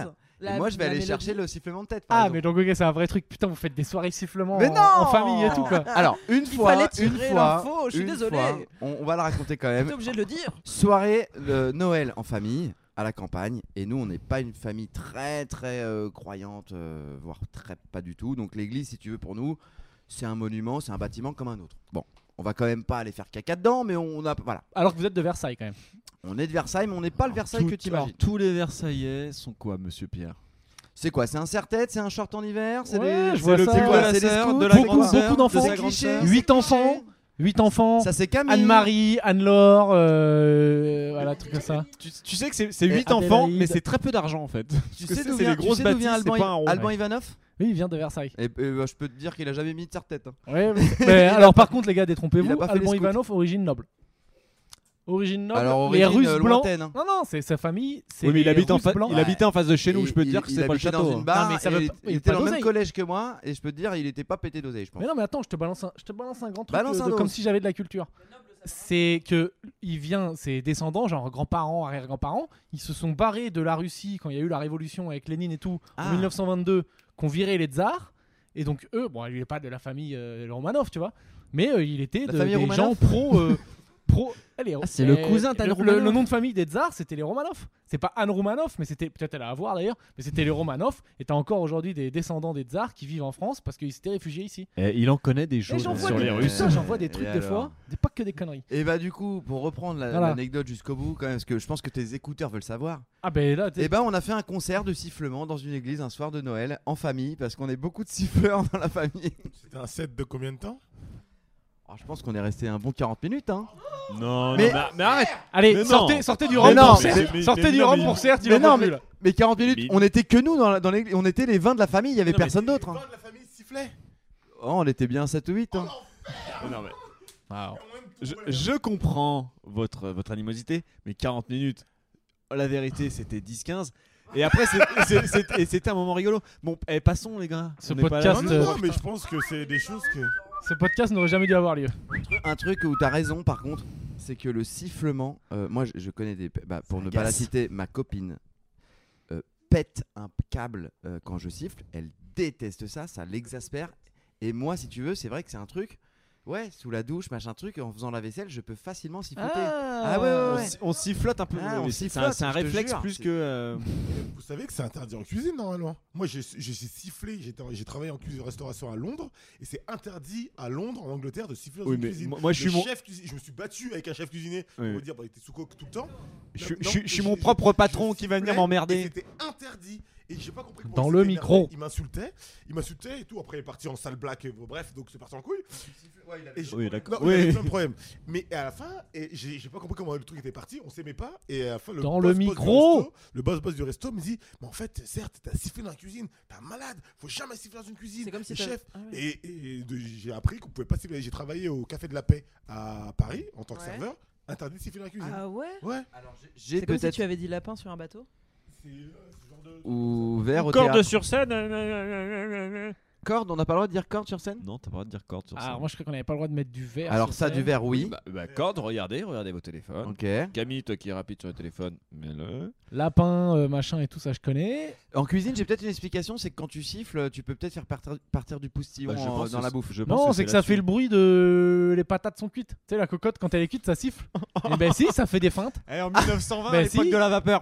La-
Et moi, je vais
la
aller
mélodie.
chercher le sifflement de tête. par
Ah,
exemple.
mais donc, ok, c'est un vrai truc. Putain, vous faites des soirées sifflements
Mais
en,
non
en famille et tout, quoi.
Alors, une
Il
fois,
fallait
une
tirer
fois,
l'info, je suis
une
désolée.
fois, on, on va la raconter quand
T'es
même.
obligé de le dire.
Soirée le Noël en famille, à la campagne, et nous, on n'est pas une famille très très euh, croyante, euh, voire très pas du tout. Donc l'église, si tu veux, pour nous, c'est un monument, c'est un bâtiment comme un autre. Bon, on va quand même pas aller faire caca dedans, mais on a, voilà,
Alors que vous êtes de Versailles, quand même.
on est de Versailles, mais on n'est pas le Versailles
Tout-
que tu imagines.
Tous les Versaillais sont quoi, monsieur Pierre?
C'est quoi? C'est un serre-tête, c'est un short en hiver, c'est
Ouais,
des-
je vois
c'est le-
ça.
c'est quoi?
De la
C'est les
sœur,
scouts,
de la
c'est
Beaucoup-
quoi?
grande sœur,
beaucoup d'enfants.
de sa
C'est
grande
cliché,
sœur.
c'est
Huit
cliché.
enfants. Huit enfants.
Ça c'est Camille.
Anne-Marie, Anne-Laure, euh, voilà, truc comme ça.
Tu, tu sais que c'est c'est
Et
huit enfants,
Adélaïde.
mais c'est très peu d'argent en fait.
Tu
Parce que
sais
c'est
d'où
c'est
vient,
les grosses
tu sais d'où vient
bâtisses, c'est
Alban,
pas un rond.
Alban
Ouais.
Ivanov?
Oui, il vient de Versailles.
Et euh, je peux te dire qu'il a jamais mis de serre-tête. hein.
Ouais, mais, mais alors par contre, les gars,
Il
détrompez-vous.
a pas fait les
Alban
scouts.
Ivanov, origine noble. Origine noble.
Alors
les
origine,
Russes
euh,
blancs.
lointaine, hein.
Non, non, c'est sa famille. C'est
Oui, mais il
les
habite, en
Russes
fa-
blancs.
il habitait en face de chez nous,
Et
je peux te
il-
dire que
il
c'est pas le
habitait
château.
dans une barre,
Non, mais ça
et
veut
il,
pas-
il
il
était
pas
dans le même
d'oseille.
collège que moi, et je peux te dire, il était pas pété d'oseille, je pense.
Mais non, mais attends, je te balance un, je te balance un grand truc
Balance
euh,
un
de-
dos.
comme si j'avais de la culture. C'est que il vient, ses descendants, genre grands-parents, arrière-grands-parents, ils se sont barrés de la Russie quand il y a eu la révolution avec Lénine et tout
Ah.
en mille neuf cent vingt-deux, qu'on virait les tsars. Et donc eux, bon, il n'est pas de la famille euh, Romanov, tu vois, mais euh, il était
La
de,
famille
des
Romanov
gens pro. euh, pro allez,
Ah, c'est le
euh,
cousin d'Anne
le-
Romanov.
Le, le nom de famille des tsars, c'était les Romanov. C'est pas Anne Romanov, mais c'était peut-être elle a à voir d'ailleurs, mais c'était les Romanov. Et t'as encore aujourd'hui des descendants des tsars qui vivent en France parce qu'ils s'étaient réfugiés ici.
Et il en connaît des
Et
choses
j'en vois
sur
des,
les Russes.
putain, j'en vois des
Et
trucs des
alors
fois, des pas que des conneries.
Et bah du coup, pour reprendre la-
Voilà.
l'anecdote jusqu'au bout, quand même, parce que je pense que tes écouteurs veulent savoir.
Ah ben là, t'es-
Et bah on a fait un concert de sifflement dans une église un soir de Noël en famille, parce qu'on est beaucoup de siffleurs dans la famille.
C'était un set de combien de temps?
Alors, je pense qu'on est resté un bon quarante minutes. Hein.
Non,
Mais-
non, mais, mais arrête.
allez,
Mais non.
sortez, sortez du
Mais
rhum
non,
pour
mais-
Certes.
mais-
Sortez
mais
du
non,
rhum
mais-
pour Certes, il
Mais
en
non,
peut plus, là.
Mais quarante minutes,
Mais-
on était que nous dans, la- dans l'église, on était les vingt de la famille, il y avait
Non, mais
personne d'autre.
Les
hein.
vingt de la famille sifflaient.
Oh, on était bien sept ou huit. Hein.
Non, mais-
Wow.
Je, je comprends votre, votre animosité, mais quarante minutes, la vérité c'était dix quinze. Et après c'est- c'est- c'est- et c'était un moment rigolo. Bon, eh, passons les gars.
Ce
On n'est pas là,
podcast,
Non,
c'est-
non,
euh,
non, mais je pense que c'est des choses que.
Ce podcast n'aurait jamais dû avoir lieu.
Un truc où t'as raison par contre, c'est que le sifflement, euh, moi je, je connais des. Bah, pour ne pas la
agace.
citer, ma copine euh, pète un câble euh, quand je siffle, elle déteste ça, ça l'exaspère. Et moi, si tu veux, c'est vrai que c'est un truc. Ouais, sous la douche, machin truc, en faisant la vaisselle, je peux facilement siffloter. Ah ouais, ouais,
on,
ouais.
si- on sifflote un peu.
Ah, on
mais c'est-
sifflote,
c'est un, c'est un
je te
réflexe
jure,
plus
c'est-
que. euh,
Vous savez que c'est interdit en cuisine normalement. Moi j'ai j'ai sifflé, j'étais en- j'ai travaillé en cuisine restauration à Londres et c'est interdit à Londres, en Angleterre, de siffler dans
Oui,
une
mais
cuisine.
moi- moi, je
Le
suis mon-
chef cuisi- je me suis battu avec un chef cuisinier
Oui.
pour me dire bah, il était sous coke tout le temps.
Je,
Non,
suis- je
non,
suis- je suis
et
mon
je-
propre
je-
patron
je
qui va venir
sifflais, et
m'emmerder.
C'était interdit. Et j'ai pas compris comment
Dans
il
le
s'était
micro.
énervé. Il m'insultait, il m'insultait et tout. Après il est parti en salle black. Et bon, bref, donc c'est parti en couille. Et je-
Oui, d'accord.
Non, il y avait
Oui.
plein de problèmes. Mais à la fin, et j'ai j'ai pas compris comment le truc était parti. On s'aimait pas. Et à la fin, le
Dans
boss,
le
boss du
micro.
resto, le boss boss du resto me dit, mais en fait, certes, t'as sifflé dans la cuisine, t'es un malade. Faut jamais siffler dans une cuisine.
C'est comme si
Le
t'avais-
chef.
Ah ouais.
Et, et de- j'ai appris qu'on pouvait pas siffler. J'ai travaillé au Café de la Paix à Paris en tant que
Ouais.
serveur. Interdit de siffler dans la cuisine.
Ah ouais.
Ouais.
J'ai
C'est comme si
peut-être
tu avais dit lapin sur un bateau.
C'est euh, ce genre de.
ouvert au
Corde
théâtre.
sur scène.
Corde, on n'a pas le droit de dire corde sur scène?
Non, t'as pas le droit de dire corde sur
Ah,
scène.
moi je crois qu'on n'avait pas le droit de mettre du verre.
Alors
sur
ça,
scène.
du verre, oui.
Bah, bah, corde, regardez, regardez vos téléphones.
Ok.
Camille, toi qui es rapide sur le téléphone, mets-le.
Lapin, euh, machin et tout ça, je connais.
En cuisine, j'ai peut-être une explication, c'est que quand tu siffles, tu peux peut-être faire partir, partir du poustillon
Bah, je
en-
pense
dans
que
la
c'est-
bouffe.
je pense
Non, c'est que ça
là-dessus.
fait le bruit de les patates sont cuites. Tu sais, la cocotte, quand elle est cuite, ça siffle. Et ben si, ça fait des feintes.
Eh, en mille neuf cent vingt,
Bah,
à l'époque
si.
de la vapeur.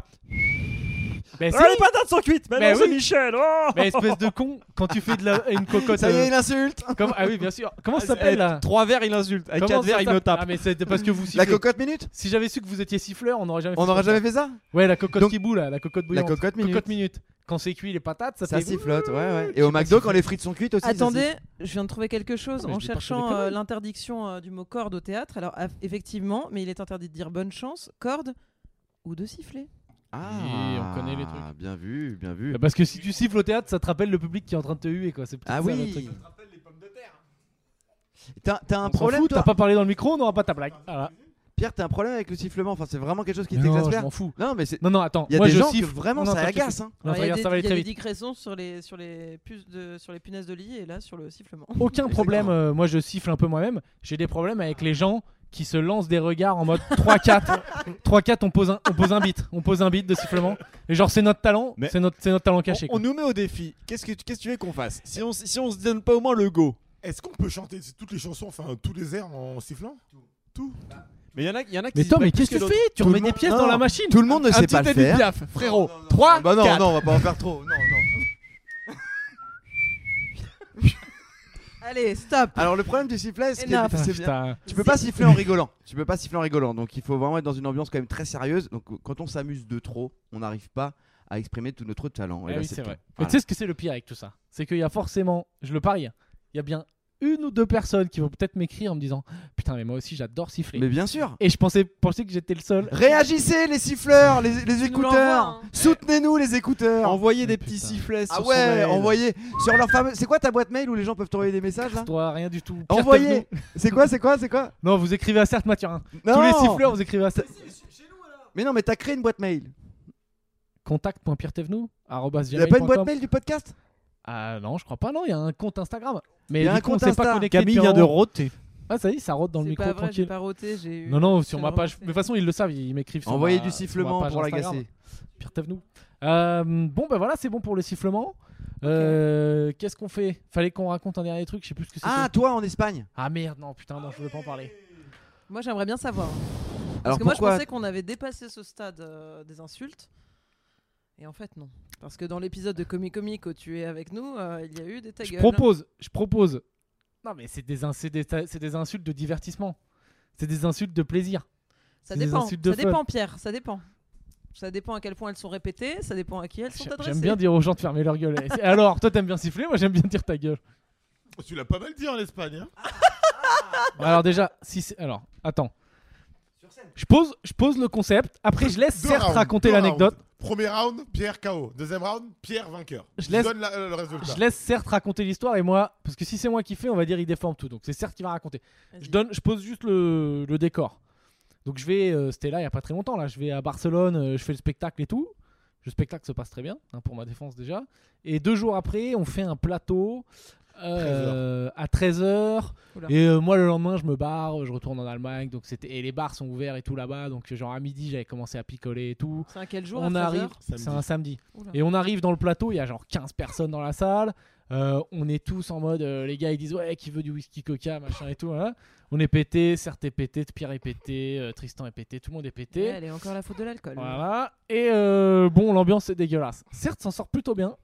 Ben si.
Ah, les patates sont cuites. Mais
Bah
non, c'est
oui.
Michel. Oh
Mais espèce de con, quand tu fais de la, une cocotte.
Ça y
euh,
est, il insulte.
comme- Ah oui, bien sûr. Comment ça
Eh,
s'appelle là
Trois verres, il insulte. Avec
Comment
quatre verres,
ça
il me
s'appelle
tape.
Ah mais c'était parce que vous
La
sifflez.
cocotte minute.
Si j'avais su que vous étiez siffleur, on n'aurait jamais.
On
fait
n'aurait
ça.
jamais fait ça.
Ouais, la cocotte
Donc-
qui bout là, la cocotte
La
bouillante.
cocotte minute.
minute. Quand c'est cuit les patates, ça,
Ça
fait.
sifflote, ouais, ouais.
Je
Et au
sais pas
McDo,
si
quand
c'est-
les frites sont cuites aussi. ça
Attendez,
siffle.
je viens de trouver quelque chose
Ah, mais
en
je dis pas que c'est des
cherchant euh,
conneries.
l'interdiction euh, du mot corde au théâtre. Alors aff- effectivement, mais il est interdit de dire bonne chance, corde ou de siffler.
Ah,
Oui, on connaît les trucs.
Bien vu, bien vu.
Bah, parce que si tu siffles au théâtre, ça te rappelle le public qui est en train de te huer quoi. C'est peut-être
Ah
ça, le
oui.
truc.
T'as t'as un
On s'en
problème,
fout,
toi
t'as pas parlé dans le micro, on n'aura pas ta blague. Voilà.
Pierre, t'as un problème avec le sifflement. Enfin, c'est vraiment quelque chose qui
Non, je
t'exaspère.
m'en fous.
Non, mais c'est.
Non, non, attends.
Il y a
moi,
des
je
gens
siffle.
que vraiment
Non, non,
ça
t'inquiète.
agace. Hein.
Non,
Alors, il y a
regarde,
des,
ça va aller
il y a
très
des
vite.
digressions sur les, sur, les puces de, sur les punaises de lit et là sur le sifflement.
Aucun problème. euh, moi, je siffle un peu moi-même. J'ai des problèmes avec les gens qui se lancent des regards en mode trois quatre. trois quatre, on pose un, on pose un beat. On pose un beat de sifflement. Et genre, c'est notre talent.
Mais-
C'est notre, c'est notre talent caché.
On, on nous met au défi. Qu'est-ce que, qu'est-ce que tu veux qu'on fasse si on, si on se donne pas au moins le go.
Est-ce qu'on peut chanter toutes les chansons, enfin tous les airs en sifflant? Tout.
Mais il y en a, y en a qui
Mais
s'y
toi, mais
prennent plus
qu'est-ce que tu
d'autres.
fais? Tu
Tout
remets
le
des
monde-
pièces
non,
dans la
non.
machine.
Tout le monde ne
Un
sait
petit
pas le
Edith
faire.
Piaf, frérot.
Non, non, non.
trois
Bah non,
quatre.
non, on va pas en faire trop. Non, non.
Allez, stop.
Alors le problème du sifflet, c'est que
Enough.
c'est bien.
Putain.
Tu peux pas siffler en rigolant. Tu peux pas siffler en rigolant. Donc il faut vraiment être dans une ambiance quand même très sérieuse. Donc quand on s'amuse de trop, on n'arrive pas à exprimer tout notre talent. Et
Ah
là,
oui, c'est
tout.
vrai. Mais
Voilà.
tu sais ce que c'est le pire avec tout ça? C'est qu'il y a forcément, je le parie, il y a bien une ou deux personnes qui vont peut-être m'écrire en me disant putain, mais moi aussi j'adore siffler.
Mais bien sûr.
Et je pensais, pensais que j'étais le seul.
Réagissez les siffleurs, les, les
Tu nous
écouteurs.
l'envoies, hein.
Soutenez-nous les écouteurs.
Envoyez des
Oh,
petits
putain.
sifflets sur
Ah
son
ouais,
mail.
envoyez sur leur fameux. C'est quoi ta boîte mail où les gens peuvent t'envoyer des messages là?
Toi, rien du tout. Pierre
Envoyez.
Thévenoud.
C'est quoi, c'est quoi, c'est quoi?
Non, vous écrivez à Certes Mathurin.
Non.
Tous les siffleurs, vous écrivez à Certes.
Mais non, mais t'as créé une boîte mail.
contact.pierrethévenoud arobase
Il y a pas une boîte
gmail point com.
mail du podcast?
Ah non, je crois pas. Non, il y a un compte Instagram. Mais
Il y a
du
un
coup, on
compte
s'est pas
Insta.
connecté.
Camille
depuis
vient
un
de
moment.
roter.
Ah, ça y est, ça rote dans le
C'est
micro
pas vrai, j'ai
tranquille.
pas roté, j'ai eu.
Non, non,
une
sur ma
seule
page.
remontée.
De toute façon, ils le savent, ils m'écrivent sur
Envoyez
ma-
du
sur ma
sifflement
page
pour
Instagram.
l'agacer.
Pierre Thévenoud. Euh, bon, ben voilà, c'est bon pour les sifflements. Euh, Qu'est-ce qu'on fait? Fallait qu'on raconte un dernier truc, je sais plus ce que c'était.
Ah, toi en Espagne.
Ah merde, non, putain, non, je voulais pas en parler.
Moi, j'aimerais bien savoir. Parce
Alors
que moi, je
pourquoi?
pensais qu'on avait dépassé ce stade euh, des insultes. Et en fait, non. Parce que dans l'épisode de Comic Comic où tu es avec nous, euh, il y a eu des ta
Je
gueule.
propose, je propose. Non, mais c'est des, in- c'est des, c'est des insultes de divertissement. C'est des insultes de plaisir.
Ça
c'est des
dépend.
insultes de
Ça
fun.
dépend, Pierre. Ça dépend. Ça dépend à quel point elles sont répétées. Ça dépend à qui elles sont
J'ai-
adressées.
J'aime bien dire aux gens de fermer leur gueule. Et alors, toi, t'aimes bien siffler, moi, j'aime bien dire ta gueule.
Tu l'as pas mal dit en Espagne. Hein.
Alors déjà, si c'est... Alors, attends. Je pose, je pose le concept. Après, je laisse
Deux
certes
rounds,
raconter
deux
l'anecdote.
rounds. Premier round, Pierre K O. Deuxième round, Pierre vainqueur.
Je laisse-
donne la- euh, le résultat.
Je laisse certes raconter l'histoire et moi, parce que si c'est moi qui fais, on va dire il déforme tout. Donc c'est certes qui va raconter.
Vas-y.
Je donne, je pose juste le, le décor. Donc je vais, euh, c'était là il y a pas très longtemps là. Je vais à Barcelone, euh, je fais le spectacle et tout. Le spectacle se passe très bien, hein, pour ma défense déjà. Et deux jours après, on fait un plateau euh, à treize heures.
Oula.
Et euh, moi le lendemain, je me barre, je retourne en Allemagne. Donc c'était et les bars sont ouverts et tout là-bas. Donc genre à midi, j'avais commencé à picoler et tout.
C'est à quel jour
On
à
arrive,
treize heures
c'est un samedi.
Oula.
Et on arrive dans le plateau, il y a genre quinze personnes dans la salle. Euh, on est tous en mode, euh, les gars ils disent ouais, qui veut du whisky coca, machin et tout. Voilà. On est pété, Certes est pété, Pierre est pété, euh, Tristan est pété, tout le monde est pété.
Ouais, elle est encore la faute de l'alcool.
Voilà. Et euh, bon, l'ambiance est dégueulasse. Certes, s'en sort plutôt bien.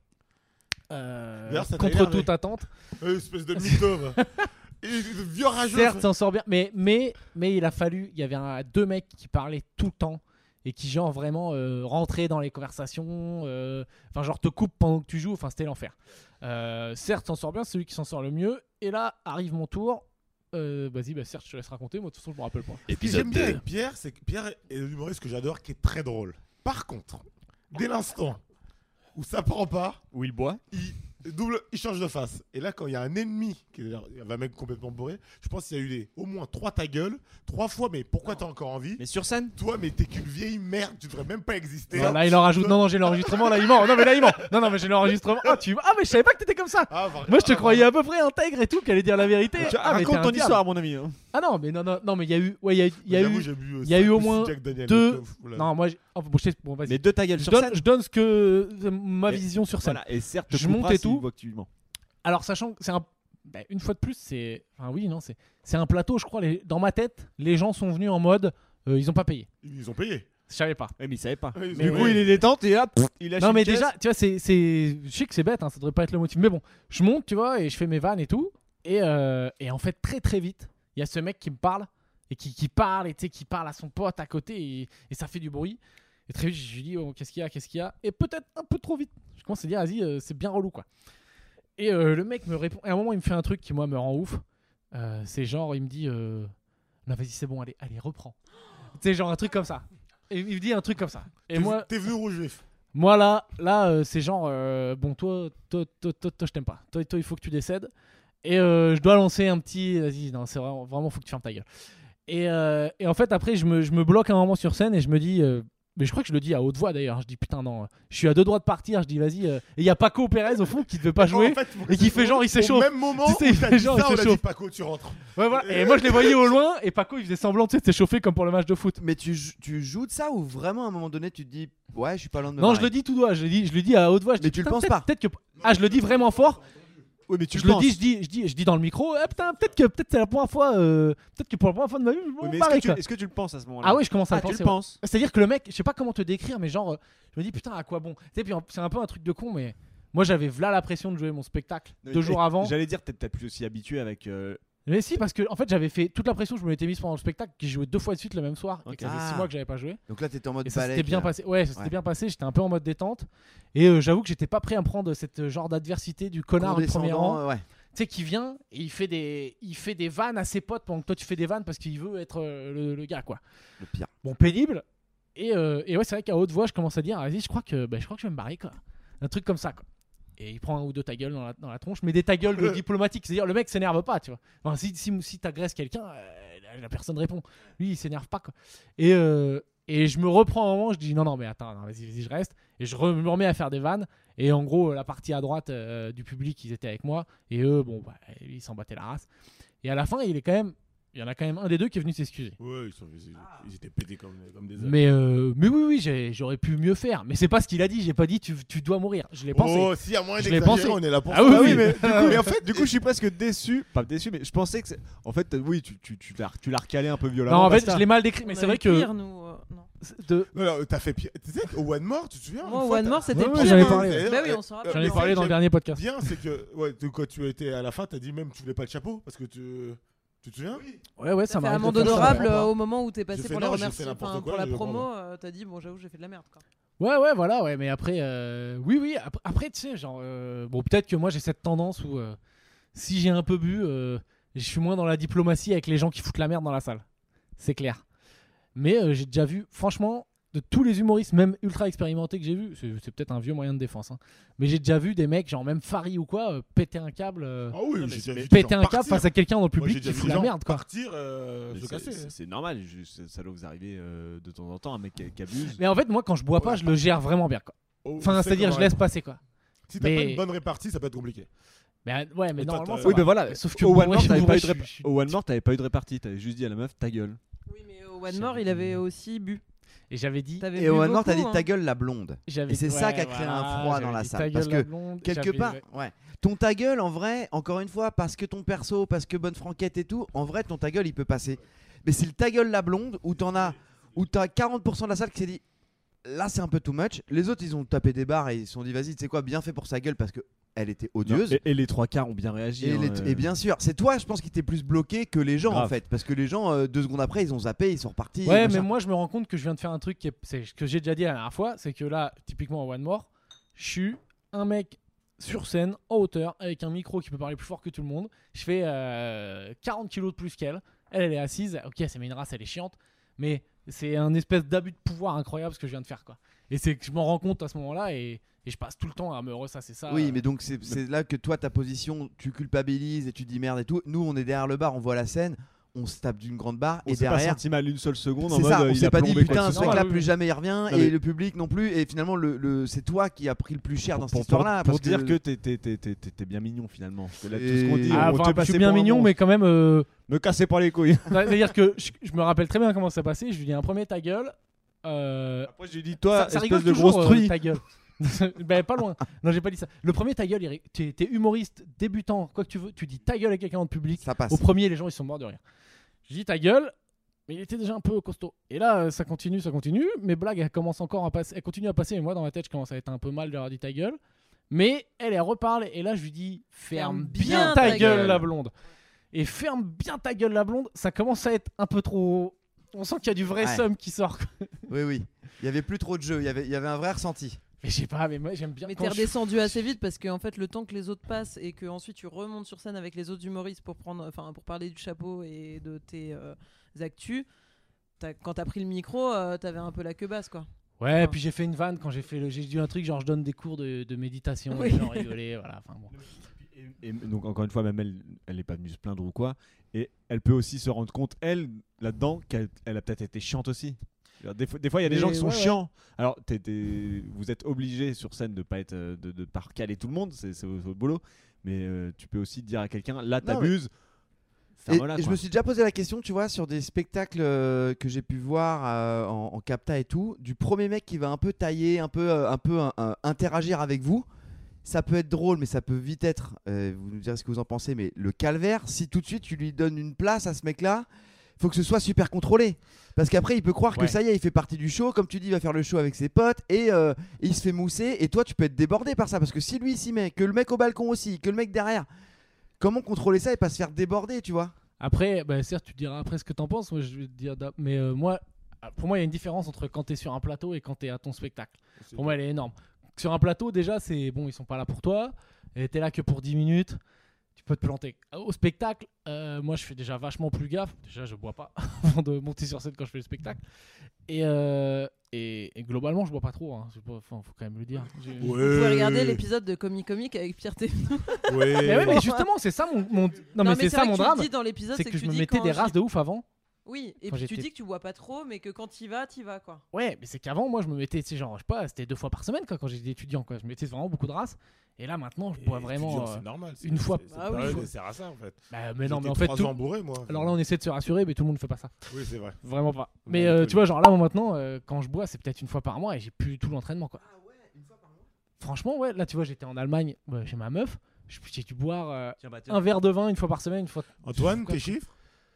Euh,
D'ailleurs, ça t'a
contre
énervé.
toute attente.
Euh, espèce de mythome. Et de vieux rageux.
Certes, s'en sort bien. Mais, mais, mais il a fallu. Il y avait un- deux mecs qui parlaient tout le temps. Et qui, genre, vraiment euh, rentraient dans les conversations. euh, Enfin, genre, te coupent pendant que tu joues. Enfin, c'était l'enfer. Euh, certes, s'en sort bien. C'est celui qui s'en sort le mieux. Et là, arrive mon tour. Euh, Vas-y, bah, certes, je te laisse raconter. Moi, de toute façon, je me rappelle pas.
Et puis j'aime bien avec Pierre, c'est que Pierre est l'humoriste que j'adore, qui est très drôle. Par contre, dès l'instant où ça prend pas,
Où il boit.
il double, il change de face. Et là, quand il y a un ennemi qui est un mec complètement bourré, je pense qu'il y a eu des, au moins trois ta gueule, trois fois. Mais pourquoi t'as encore envie?
Mais sur scène.
Toi, mais t'es qu'une vieille merde, tu devrais même pas exister.
Non, là, il en rajoute. Non, non, j'ai l'enregistrement. Là, il ment. Non, mais là, il ment. Non, non, mais j'ai l'enregistrement. Ah, tu... ah, mais je savais pas que t'étais comme ça.
Ah, vraiment.
Moi, je te
Ah,
croyais à peu près intègre et tout, qu'elle allait dire la vérité.
Tu-
Ah, mais t'es
raconte
un
ton
diable.
histoire, mon ami. hein.
Ah non, mais non, non, non, mais il y a eu, ouais, il y a, il y a
J'avoue,
eu.
j'ai bu, euh,
il y a
cinq
eu
ou
au
six
moins
Jack Daniel,
deux-
donc, euh, voilà.
Non, moi, j'ai- oh, bon, je sais- bon, vas-y.
Mais de ta gueule
Je
sur
donne,
scène.
je donne ce que ma
Mais-
vision sur scène.
Voilà. Et certes,
Je
je
monte
monte
et
et
tout.
tout. Tu mens.
Alors, sachant que c'est un, bah, une fois de plus, c'est, enfin oui, non, c'est, c'est un plateau. Je crois, les... dans ma tête, les gens sont venus en mode, euh, ils ont pas payé.
Ils ont payé.
Je savais pas.
Ouais, mais il savait pas.
Ouais, ils
Mais
ont
Du coup,
payé.
il est détente et là, pff, il lâche
Non,
une
mais
caisse.
déjà, tu vois, c'est, c'est, je sais que c'est bête, hein, ça devrait pas être le motif. Mais bon, je monte, tu vois, et je fais mes vannes et tout. Et, euh, et en fait, très très vite, il y a ce mec qui me parle et qui, qui parle, et tu sais, qui parle à son pote à côté et, et ça fait du bruit. Et très vite, je lui dis, oh, qu'est-ce qu'il y a, qu'est-ce qu'il y a? Et peut-être un peu trop vite. Je commence à dire, vas-y, euh, c'est bien relou, quoi. Et euh, le mec me répond. Et à un moment, il me fait un truc qui, moi, me rend ouf. Euh, c'est genre, il me dit, euh, non, vas-y, c'est bon, allez, allez, reprends. Tu sais, genre un truc comme ça. Et il me dit un truc comme ça. Et
T'es-
moi,
T'es venu rouge vif.
moi là, là euh, c'est genre, euh, bon, toi, toi, toi, toi, toi, je t'aime pas. Toi, toi, il faut que tu décèdes. Et euh, je dois lancer un petit, vas-y, non, c'est vraiment, vraiment, faut que tu fermes ta gueule. Et, euh, et en fait, après, je me, je me bloque un moment sur scène et je me dis. Euh, mais je crois que je le dis à haute voix d'ailleurs. Je dis putain, non, je suis à deux doigts de partir. Je dis vas-y. Euh... Et il y a Paco Pérez au fond qui ne veut pas jouer.
En fait,
et qui fait genre il s'échauffe.
Au même moment,
tu sais, il fait genre il
ça, on a
s'échauffe.
dit Paco, tu rentres.
Ouais, voilà. Et moi je les voyais au loin et Paco il faisait semblant tu sais, de s'échauffer comme pour le match de foot.
Mais tu, tu joues de ça ou vraiment à un moment donné tu te dis ouais je suis pas loin de me
Non,
barrer.
je le dis tout doigt. Je le dis, je le dis à haute voix. Je
Mais
dis,
tu le
putain,
penses
peut-être-
pas.
Peut-être que ah je le dis vraiment fort.
Oui, mais tu
je
le
le
penses.
dis, je dis, je dis, je dis dans le micro. Ah, putain, peut-être que peut-être c'est la première fois. Euh... Peut-être que pour la première fois de ma vie, je vais
Oui,
me
mais est-ce
barrer,
que, tu,
quoi.
est-ce que tu le penses à ce moment-là?
Ah oui, je commence à
Ah,
le
tu
penser.
le
ouais.
penses.
C'est-à-dire que le mec, je sais pas comment te décrire, mais genre, euh, je me dis putain, à quoi bon. Tu sais, puis en- c'est un peu un truc de con, mais moi j'avais v'là la pression de jouer mon spectacle deux
Et-
jours
et-
avant.
J'allais dire, t'es peut-être plus aussi habitué avec. euh,
Mais si, parce que en fait j'avais fait toute la pression que je me l'étais mise pendant le spectacle, qui jouait deux fois de suite le même soir, et
Ok.
que ça fait
Ah.
six mois que j'avais pas joué.
Donc là t'étais en mode
Et ça
balèque,
s'était bien
là.
passé. Ouais, ça s'était
Ouais.
bien passé. J'étais un peu en mode détente. Et euh, j'avoue que j'étais pas prêt à me prendre cette genre d'adversité du connard du premier
Condescendant,
rang.
euh, ouais.
Tu sais, qui vient et il fait des, il fait des vannes à ses potes pendant que toi tu fais des vannes parce qu'il veut être euh, le, le gars, quoi.
Le pire.
Bon, pénible. Et, euh, et ouais, c'est vrai qu'à haute voix, je commence à dire, vas-y, je crois que, bah, je crois que je vais me barrer, quoi. Un truc comme ça, quoi. Et il prend un ou deux ta gueule dans la, dans la tronche, mais des ta gueule de diplomatique. C'est-à-dire, le mec s'énerve pas, tu vois. Enfin, si si, si t'agresses quelqu'un, euh, la, la personne répond. Lui, il s'énerve pas, quoi. Et, euh, et je me reprends un moment, je dis, non, non, mais attends, non, vas-y, vas-y, je reste. Et je re- me remets à faire des vannes. Et en gros, la partie à droite euh, du public, ils étaient avec moi. Et eux, bon, bah, ils s'en battaient la race. Et à la fin, il est quand même. Il y en a quand même un des deux qui est venu s'excuser.
Ouais, ils, sont, ils, ils étaient pétés comme, comme des ânes.
Mais, euh, mais oui, oui, j'ai- j'aurais pu mieux faire. Mais c'est pas ce qu'il a dit. J'ai pas dit tu, tu dois mourir. Je l'ai pensé.
Oh, s'il y a moyen
Je l'ai
d'exagérer,
pensé.
on est là pour
Ah
ça.
oui,
Ah oui,
oui.
mais, du coup, mais en fait, du coup, je suis presque déçu. Pas déçu, mais je pensais que. c'est- En fait, oui, tu, tu, tu l'as tu l'as recalé un peu violemment.
Non, en fait,
basta.
je l'ai mal décrit. Mais
On
c'est
avait
vrai que.
pire, nous, euh, non.
de-
Non, non, t'as fait pire. Tu sais qu'au One More, tu te souviens
Moi,
une
au
fois,
One
t'as-
More, c'était
Ouais, ouais,
pire.
j'en ai
hein.
parlé.
D'ailleurs,
Bah oui,
euh,
on s'en
euh,
rappelle.
J'en ai
mais
parlé
c'est
dans le
que-
dernier podcast.
Bien, c'est que ouais, tu- quand tu étais à la fin, t'as dit même tu voulais pas de chapeau parce que tu. Tu te souviens
Ouais, ouais,
T'as
ça
fait
m'a
amende honorable
ça.
euh, au moment où t'es passé
J'ai
pour
fait
les
non, j'ai fait
remercier,
n'importe
enfin,
quoi,
pour la
je vais
promo,
prendre.
euh, t'as dit bon j'avoue j'ai fait de la merde quoi.
Ouais, ouais, voilà, ouais. Mais après, euh, oui, oui. Après, après, tu sais, genre, euh, bon, peut-être que moi j'ai cette tendance où euh, si j'ai un peu bu, euh, je suis moins dans la diplomatie avec les gens qui foutent la merde dans la salle. C'est clair. Mais euh, j'ai déjà vu, franchement, de tous les humoristes, même ultra expérimentés que j'ai vus, c'est, c'est peut-être un vieux moyen de défense, hein, mais j'ai déjà vu des mecs, genre même Fari ou quoi, euh, péter un câble, euh,
Ah oui,
Non, mais
j'ai déjà
c'est-
vu des
péter
gens
un câble
partir.
face à quelqu'un dans le
Moi,
public
j'ai
qui
déjà vu
fout
des
la
gens
merde, quoi.
partir, euh,
Mais
se
c'est-
casser.
c'est- C'est normal, juste, ça doit vous arriver euh, de temps en temps, un mec qui, qui abuse.
Mais en fait, moi, quand je bois pas, je le gère vraiment bien, quoi.
Oh,
Enfin,
tu sais
c'est-à-dire,
comment
je laisse
répondre.
passer, quoi.
Si t'as
Mais-
pas une bonne répartie, ça peut être compliqué.
Mais, euh, ouais, mais
Et toi,
normalement,
t'as-
ça
Oui,
va.
ben voilà.
Sauf que
au
bourré,
One More,
je
t'avais
bourré,
pas eu
je
de
suis-
rép-
je suis-
au One More, t'avais pas eu de répartie. T'avais juste dit à la meuf ta gueule.
Oui mais au One More il avait aussi bu.
Et j'avais dit.
T'avais
Et
bu
au One More t'as
beaucoup,
dit
hein.
ta gueule la blonde.
J'avais
Et c'est
dit-
ça
ouais,
qui a créé un
voilà,
froid
j'avais
dans la
dit
salle,
ta
parce
gueule, la
que
blonde,
Quelque
j'avais-
part, ouais. Ton ta gueule, en vrai, encore une fois, parce que ton perso, parce que bonne franquette et tout, en vrai, ton ta gueule, il peut passer. Mais c'est le ta gueule la blonde où t'en as, où t'as quarante pour cent de la salle qui s'est dit, là, c'est un peu too much. Les autres, ils ont tapé des barres et ils se sont dit, vas-y, tu sais quoi, bien fait pour sa gueule parce que elle était odieuse.
Non, et, et les trois quarts ont bien réagi.
Et,
hein,
les-
euh.
et bien sûr, c'est toi, je pense, qui t'es plus bloqué que les gens
Grave.
en fait, parce que les gens euh, deux secondes après, ils ont zappé, ils sont repartis.
Ouais,
machin.
mais moi je me rends compte que je viens de faire un truc qui est, c'est ce que j'ai déjà dit la dernière fois, c'est que là, typiquement au One More, je suis un mec sur scène, en hauteur, avec un micro qui peut parler plus fort que tout le monde. Je fais euh, quarante kilos de plus qu'elle. Elle, elle est assise. Ok, c'est une race, elle est chiante, mais c'est un espèce d'abus de pouvoir incroyable ce que je viens de faire, quoi. Et c'est que je m'en rends compte à ce moment-là et, et je passe tout le temps à me ressasser ça.
Oui,
euh,
mais donc c'est c'est là que toi, ta position, tu culpabilises et tu dis merde et tout. Nous, on est derrière le bar, on voit la scène, on se tape d'une grande barre
On
et
s'est pas
derrière.
senti mal une seule seconde en
C'est
mode
ça,
euh,
on
il
s'est
a
pas dit
plombé quoi
putain,
que
ce
ce soit.
mec-là
oui,
plus
oui.
jamais il revient
Non,
et
mais-
le public non plus. Et finalement, le, le- c'est toi qui as pris le plus cher dans cette
Pour-
histoire-là.
Pour,
parce
pour dire que t'es- t'es- t'es t'es- t'es- t'es bien mignon finalement. Parce que là, tout ce
Et-
qu'on dit,
ah,
on
enfin,
te
je
passait
suis bien
pour un
mignon,
monstre.
mais quand même. euh,
Me cassez pas les couilles.
C'est-à-dire que je, je me rappelle très bien comment ça passait. Je lui dis un premier ta gueule. Euh,
Après, j'ai dit toi,
ça, ça
espèce
rigole
de
toujours,
grosse
euh,
truie.
ta gueule. Ben pas loin. Non, j'ai pas dit ça. Le premier ta gueule, il ri- t'es t'es humoriste, débutant, quoi que tu veux, tu dis ta gueule à quelqu'un dans le public.
Ça passe.
Au premier, les gens ils sont morts de rire. Je dis ta gueule, mais il était déjà un peu costaud. Et là, euh, ça continue, ça continue. Mes blagues, elles commencent encore à passer, elles continuent à passer. Et moi, dans ma tête, je commence à être un peu mal de leur avoir dit ta gueule. Mais elle, elle reparle. Et là, je lui dis ferme
Ferme
bien
bien
ta,
ta
gueule,
gueule.
la blonde. Et ferme bien ta gueule, la blonde. Ça commence à être un peu trop. On sent qu'il y a du vrai
Ouais.
seum qui sort, quoi.
Oui, oui. Il y avait plus trop de jeu. Il y avait, il y avait un vrai ressenti.
Mais je sais pas, mais moi j'aime bien.
Mais
quand
t'es
je-
redescendu assez vite parce que en fait le temps que les autres passent et que ensuite tu remontes sur scène avec les autres humoristes pour prendre, enfin pour parler du chapeau et de tes euh, actus. T'as- quand t'as pris le micro, euh, t'avais un peu la queue basse quoi.
Ouais,
Enfin.
puis j'ai fait une vanne quand j'ai fait le. J'ai dit un truc genre je donne des cours de, de méditation
Oui.
et les gens rigolaient, voilà. Enfin bon.
Et, et donc encore une fois, même elle, elle n'est pas venue se plaindre ou quoi. Et elle peut aussi se rendre compte, elle, là-dedans, qu'elle elle a peut-être été chiante aussi. Des fois, des fois, il y a des
Mais
gens qui sont
ouais,
chiants. Ouais. Alors, t'es, t'es, vous êtes obligé sur scène de pas être, de, de pas recaler tout le monde, c'est, c'est votre boulot. Mais euh, tu peux aussi dire à quelqu'un, là, t'abuses.
Et, et je me suis déjà posé la question, tu vois, sur des spectacles euh, que j'ai pu voir euh, en, en capta et tout, du premier mec qui va un peu tailler, un peu, euh, un peu euh, euh, interagir avec vous. Ça peut être drôle, mais ça peut vite être, euh, vous nous direz ce que vous en pensez, mais le calvaire, si tout de suite tu lui donnes une place à ce mec-là, il faut que ce soit super contrôlé. Parce qu'après, il peut croire ouais. que ça y est, il fait partie du show. Comme tu dis, il va faire le show avec ses potes et, euh, et il se fait mousser. Et toi, tu peux être débordé par ça. Parce que si lui s'y met, que le mec au balcon aussi, que le mec derrière, comment contrôler ça et pas se faire déborder, tu vois?
Après, bah, certes, tu diras après ce que t'en penses. Moi, je vais te dire, mais euh, moi, pour moi, il y a une différence entre quand t'es sur un plateau et quand t'es à ton spectacle. C'est pour moi, elle est énorme. Sur un plateau, déjà, c'est bon, ils sont pas là pour toi. Et t'es là que pour dix minutes. Tu peux te planter. Au spectacle, euh, moi, je fais déjà vachement plus gaffe. Déjà, je bois pas avant de monter sur scène quand je fais le spectacle. Et, euh, et, et globalement, je bois pas trop. Hein. Enfin, faut quand même le dire.
Ouais. Vous pouvez regarder l'épisode de Comic Comic avec Pierre Thévenot.
Ouais. Mais, ouais, mais justement, c'est ça mon, mon... Non, non, mais, mais c'est, c'est ça mon drame.
Dans l'épisode,
c'est,
c'est
que,
que
je me mettais des races de ouf avant.
Oui, et puis tu dis que tu bois pas trop, mais que quand t'y vas, t'y vas quoi.
Ouais, mais c'est qu'avant, moi, je me mettais, tu sais, genre, je sais pas, c'était deux fois par semaine quoi, quand j'étais étudiant, quoi. Je mettais vraiment beaucoup de races. Et là, maintenant, je bois vraiment.
C'est normal.
Une
c'est,
fois.
C'est, c'est ah oui. Ça sert à ça en fait.
Bah, mais non, mais en fait. Tout...
bourré, moi.
Alors là, on essaie de se rassurer, mais tout le monde ne fait pas ça.
Oui, c'est vrai.
Vraiment pas. Mais euh, tu vois, genre là, moi, maintenant, euh, quand je bois, c'est peut-être une fois par mois et j'ai plus tout l'entraînement, quoi.
Ah ouais, une fois par mois.
Franchement, ouais. Là, tu vois, j'étais en Allemagne ouais, chez ma meuf. J'ai dû boire euh, tiens, bah, tiens. un verre de vin une fois par semaine, une fois.
Antoine, tes chiffres?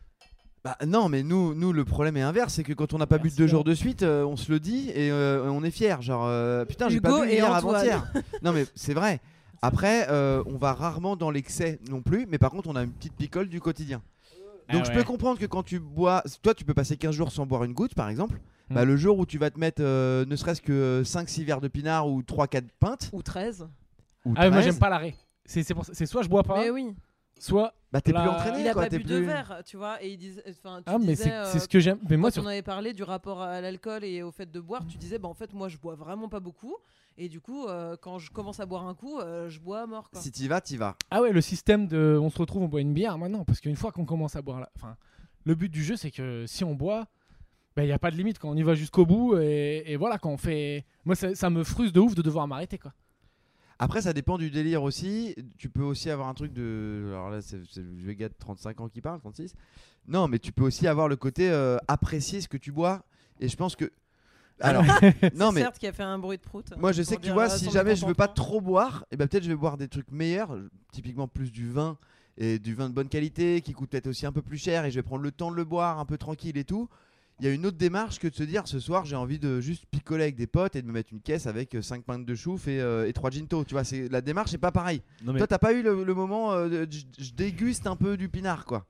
Bah non, mais nous, nous le problème est inverse, c'est que quand on n'a pas bu deux jours de suite, euh, on se le dit et euh, on est fier. Genre euh, putain, j'ai
Hugo
pas bu hier
Antoine.
avant-hier. Non mais c'est vrai. Après, euh, on va rarement dans l'excès non plus, mais par contre, on a une petite picole du quotidien. Donc ah je ouais. peux comprendre que quand tu bois, toi tu peux passer quinze jours sans boire une goutte par exemple. Mmh. Bah, le jour où tu vas te mettre euh, ne serait-ce que cinq six verres de pinard ou trois quatre pintes.
Ou treize.
Ou
ah, moi j'aime pas l'arrêt. C'est, c'est, pour, c'est soit je bois pas.
Mais oui.
Soit
bah t'es
la...
plus entraîné
il a
quoi,
pas
t'es
bu
plus...
deux verres tu vois et il disait enfin tu
ah mais
disais,
c'est,
euh,
c'est ce que j'aime mais moi
quand
sur...
on avait parlé du rapport à l'alcool et au fait de boire tu disais bah en fait moi je bois vraiment pas beaucoup et du coup euh, quand je commence à boire un coup euh, je bois à mort quoi.
Si t'y vas t'y vas.
Ah ouais le système de on se retrouve on boit une bière maintenant parce qu'une fois qu'on commence à boire la... enfin le but du jeu c'est que si on boit bah, y a pas de limite quand on y va jusqu'au bout et, et voilà quand on fait moi ça, ça me frustre de ouf de devoir m'arrêter quoi.
Après, ça dépend du délire aussi. Tu peux aussi avoir un truc de. Alors là, c'est, c'est le gars de trente-cinq ans qui parle, trente-six. Non, mais tu peux aussi avoir le côté euh, apprécier ce que tu bois. Et je pense que. Alors, non, mais.
Certes, qui a fait un bruit de prout.
Moi, je sais que tu vois, si jamais je veux pas trop boire, et ben peut-être je vais boire des trucs meilleurs. Typiquement, plus du vin et du vin de bonne qualité qui coûte peut-être aussi un peu plus cher. Et je vais prendre le temps de le boire un peu tranquille et tout. Il y a une autre démarche que de se dire ce soir j'ai envie de juste picoler avec des potes et de me mettre une caisse avec cinq pintes de chouffe et, euh, et trois ginto. Tu vois, c'est, la démarche n'est pas pareille. Non mais... Toi, t'as pas eu le, le moment euh, de, je, je déguste un peu du pinard quoi.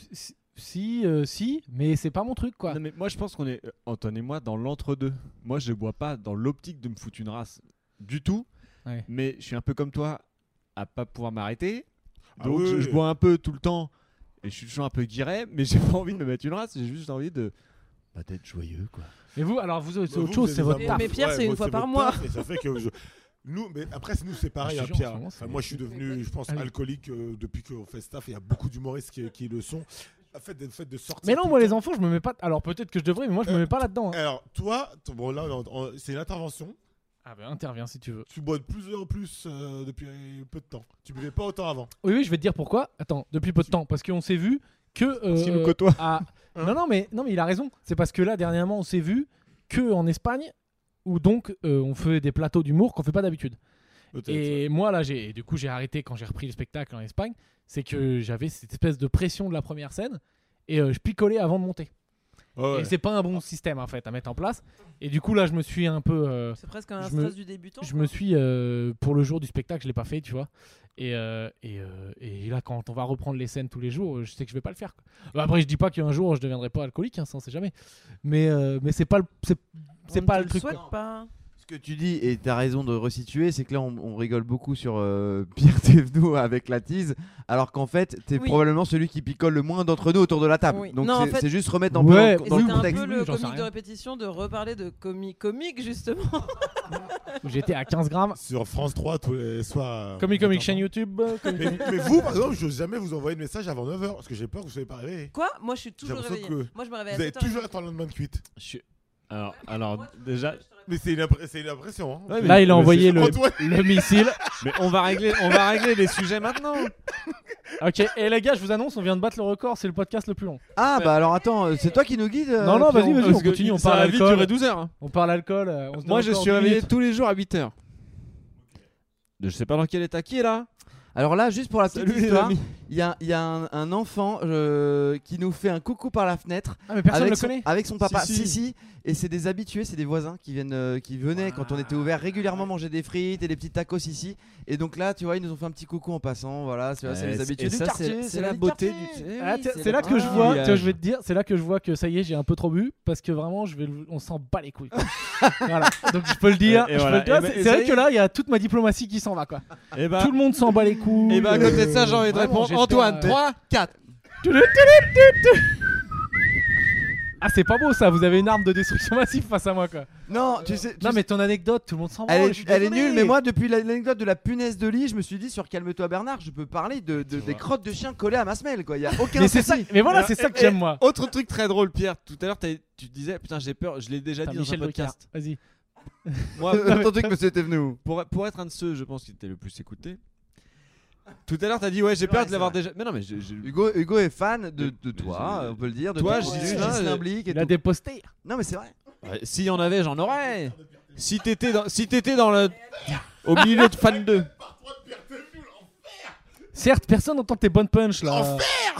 Si, euh, si, mais c'est pas mon truc quoi.
Non, mais moi je pense qu'on est, Antoine et moi, dans l'entre-deux. Moi je bois pas dans l'optique de me foutre une race du tout, ouais. Mais je suis un peu comme toi à pas pouvoir m'arrêter. Donc ah oui, je, oui. je bois un peu tout le temps et je suis toujours un peu guiré, mais j'ai pas envie de me mettre une race, j'ai juste envie de. Pas d'être joyeux quoi.
Mais vous, alors vous, c'est bah, autre vous, chose, c'est votre taf.
Mais Pierre, ouais, c'est une fois par mois.
Et ça fait que je... nous, mais après nous c'est pareil, hein, Pierre. Enfin, moi je suis devenu, je pense, Allez. alcoolique euh, depuis qu'on fait ce taf. Il y a beaucoup d'humoristes qui, qui le sont. Le fait de, fait de sortir.
Mais non, moi les enfants, je me mets pas. Alors peut-être que je devrais, mais moi je
euh,
me mets pas là-dedans. Hein.
Alors toi, bon là, on, on, c'est une intervention.
Ah ben interviens si tu veux.
Tu bois de plus en plus euh, depuis peu de temps. Tu buvais pas autant avant.
Oui, oui, je vais te dire pourquoi. Attends, depuis peu de temps, parce qu'on s'est vu que. Euh,
parce qu'il nous côtoie.
À... Hein non, non, mais, non, mais il a raison. C'est parce que là, dernièrement, on s'est vu qu'en Espagne, où donc euh, on fait des plateaux d'humour qu'on fait pas d'habitude. Peut-être, et ça. Moi, là, j'ai, du coup, j'ai arrêté quand j'ai repris le spectacle en Espagne. C'est que j'avais cette espèce de pression de la première scène et euh, je picolais avant de monter. Oh ouais. Et c'est pas un bon système en fait à mettre en place. Et du coup, là, je me suis un peu. Euh,
c'est presque un stress
me,
du débutant.
Je quoi. me suis, euh, pour le jour du spectacle, je l'ai pas fait, tu vois. Et, euh, et, euh, et là, quand on va reprendre les scènes tous les jours, je sais que je vais pas le faire. Quoi. Après, je dis pas qu'un jour je deviendrai pas alcoolique, hein, ça on sait jamais. Mais, euh, mais c'est pas le, c'est, c'est pas le truc.
Souhaite pas.
Ce que tu dis, et tu as raison de resituer, c'est que là on, on rigole beaucoup sur euh, Pierre Thévenoud avec la tease, alors qu'en fait t'es
Oui.
probablement celui qui picole le moins d'entre nous autour de la table.
Oui.
Donc
Non, en
c'est
fait-
c'est juste remettre dans,
Ouais,
dans,
Et
dans le
c'était un
contexte.
peu le
Oui, j'en sais
comique de
rien.
répétition de reparler de comique comique justement.
J'étais à quinze grammes.
Sur France trois tous les soirs.
Comic Comic chaîne YouTube. euh, Comic
Mais,
Comic-
mais vous, par exemple, je n'ose jamais vous envoyer de message avant neuf heures parce que j'ai peur que vous ne soyez pas réveillé.
Quoi? Moi je suis
J'ai
toujours
l'impression
réveillée.
que
Moi je me réveille
vous
à
allez
sept heures.
toujours attendre le lendemain de cuite.
Je suis- Alors, alors déjà,
Mais c'est une, impré- c'est une impression. Hein.
Ouais, mais-
Là, il a
mais
envoyé
c'est-
le,
Antoine-
le missile.
mais on va régler, on va régler les sujets maintenant.
Ok, et les gars, je vous annonce, on vient de battre le record, c'est le podcast le plus long.
Ah bah alors attends, euh, c'est toi qui nous guide euh,
Non, non, vas-y,
Pierrot
vas-y, on
Parce que
continue, on
ça
parle
va vite
alcool.
durer douze heures. hein.
On parle alcool. euh, on se
Moi,
donne
je
encore
suis
dix
réveillé
minutes.
tous les jours à huit heures. Je sais pas dans quel état qui est là.
Alors là, juste pour la petite
Salut les
histoire,
amis.
il y a, il y a un, un enfant euh, qui nous fait un coucou par la fenêtre
Ah, mais personne
avec,
le
son,
connaît.
avec son papa.
Si,
Si
si.
si, et c'est des habitués, c'est des voisins qui viennent, euh, qui venaient quand on était ouvert régulièrement manger des frites et des petits tacos ici. Et donc là, tu vois, ils nous ont fait un petit coucou en passant. Voilà, c'est c'est
Ouais,
les
c'est-
habitués
et
du
ça,
quartier.
c'est la
vie de
beauté
quartier.
du.
Ah,
oui,
tiens,
c'est
c'est
la-
là que je
Ah.
vois,
village.
tiens, je vais te dire, c'est là que je vois que ça y est, j'ai un peu trop bu parce que vraiment, je vais, le- on s'en bat les couilles. quoi. Voilà, donc je peux le dire.
Et- et
je peux
voilà.
le dire,
Et ben-
c'est
et
c'est
ça
vrai
y
que
est.
là, il y a toute ma diplomatie qui s'en va quoi.
Et bah,
Tout le monde s'en bat les couilles.
et bah à côté de ça, j'ai envie de
Vraiment,
répondre.
j'espère,
Antoine,
euh,
trois, quatre.
Ah, c'est pas beau ça, vous avez une arme de destruction massive face à moi quoi.
Non, tu sais. tu
Non,
sais-
mais ton anecdote, tout le monde s'en
Elle,
branle.
est,
je suis
elle est
désolé.
nulle, mais moi, depuis l'anecdote de la punaise de lit, je me suis dit sur Calme-toi Bernard, je peux parler de, de-
Tu
des
vois.
crottes de chien collées à ma semelle, quoi. Il y a aucun
Mais c'est ça,
souci.
mais voilà,
Alors,
c'est ça
et-
que j'aime moi.
Autre truc très drôle, Pierre. Tout à l'heure, t'as- tu disais, putain, j'ai peur. Je l'ai déjà
Putain,
dit dans
Michel
un podcast.
Drucker, vas-y.
Moi,
Ton truc, monsieur, t'es venu où
pour, pour être un de ceux, je pense, qui était le plus écouté. Tout à l'heure, t'as dit, ouais, j'ai
C'est
peur
vrai,
de l'avoir
c'est
déjà. Mais non, mais je- je-
Hugo, Hugo est fan de, de
Mais
toi,
je-
on peut le dire. De
Toi,
ton
je dis
contenu,
ça,
Ghislain
euh,
Blic et
Il a
tout.
déposté.
Non, mais c'est vrai.
Ouais, s'il y en avait, j'en aurais. Si t'étais dans, si t'étais dans le, au milieu de fan deux.
Certes, personne n'entend tes bonnes punches là.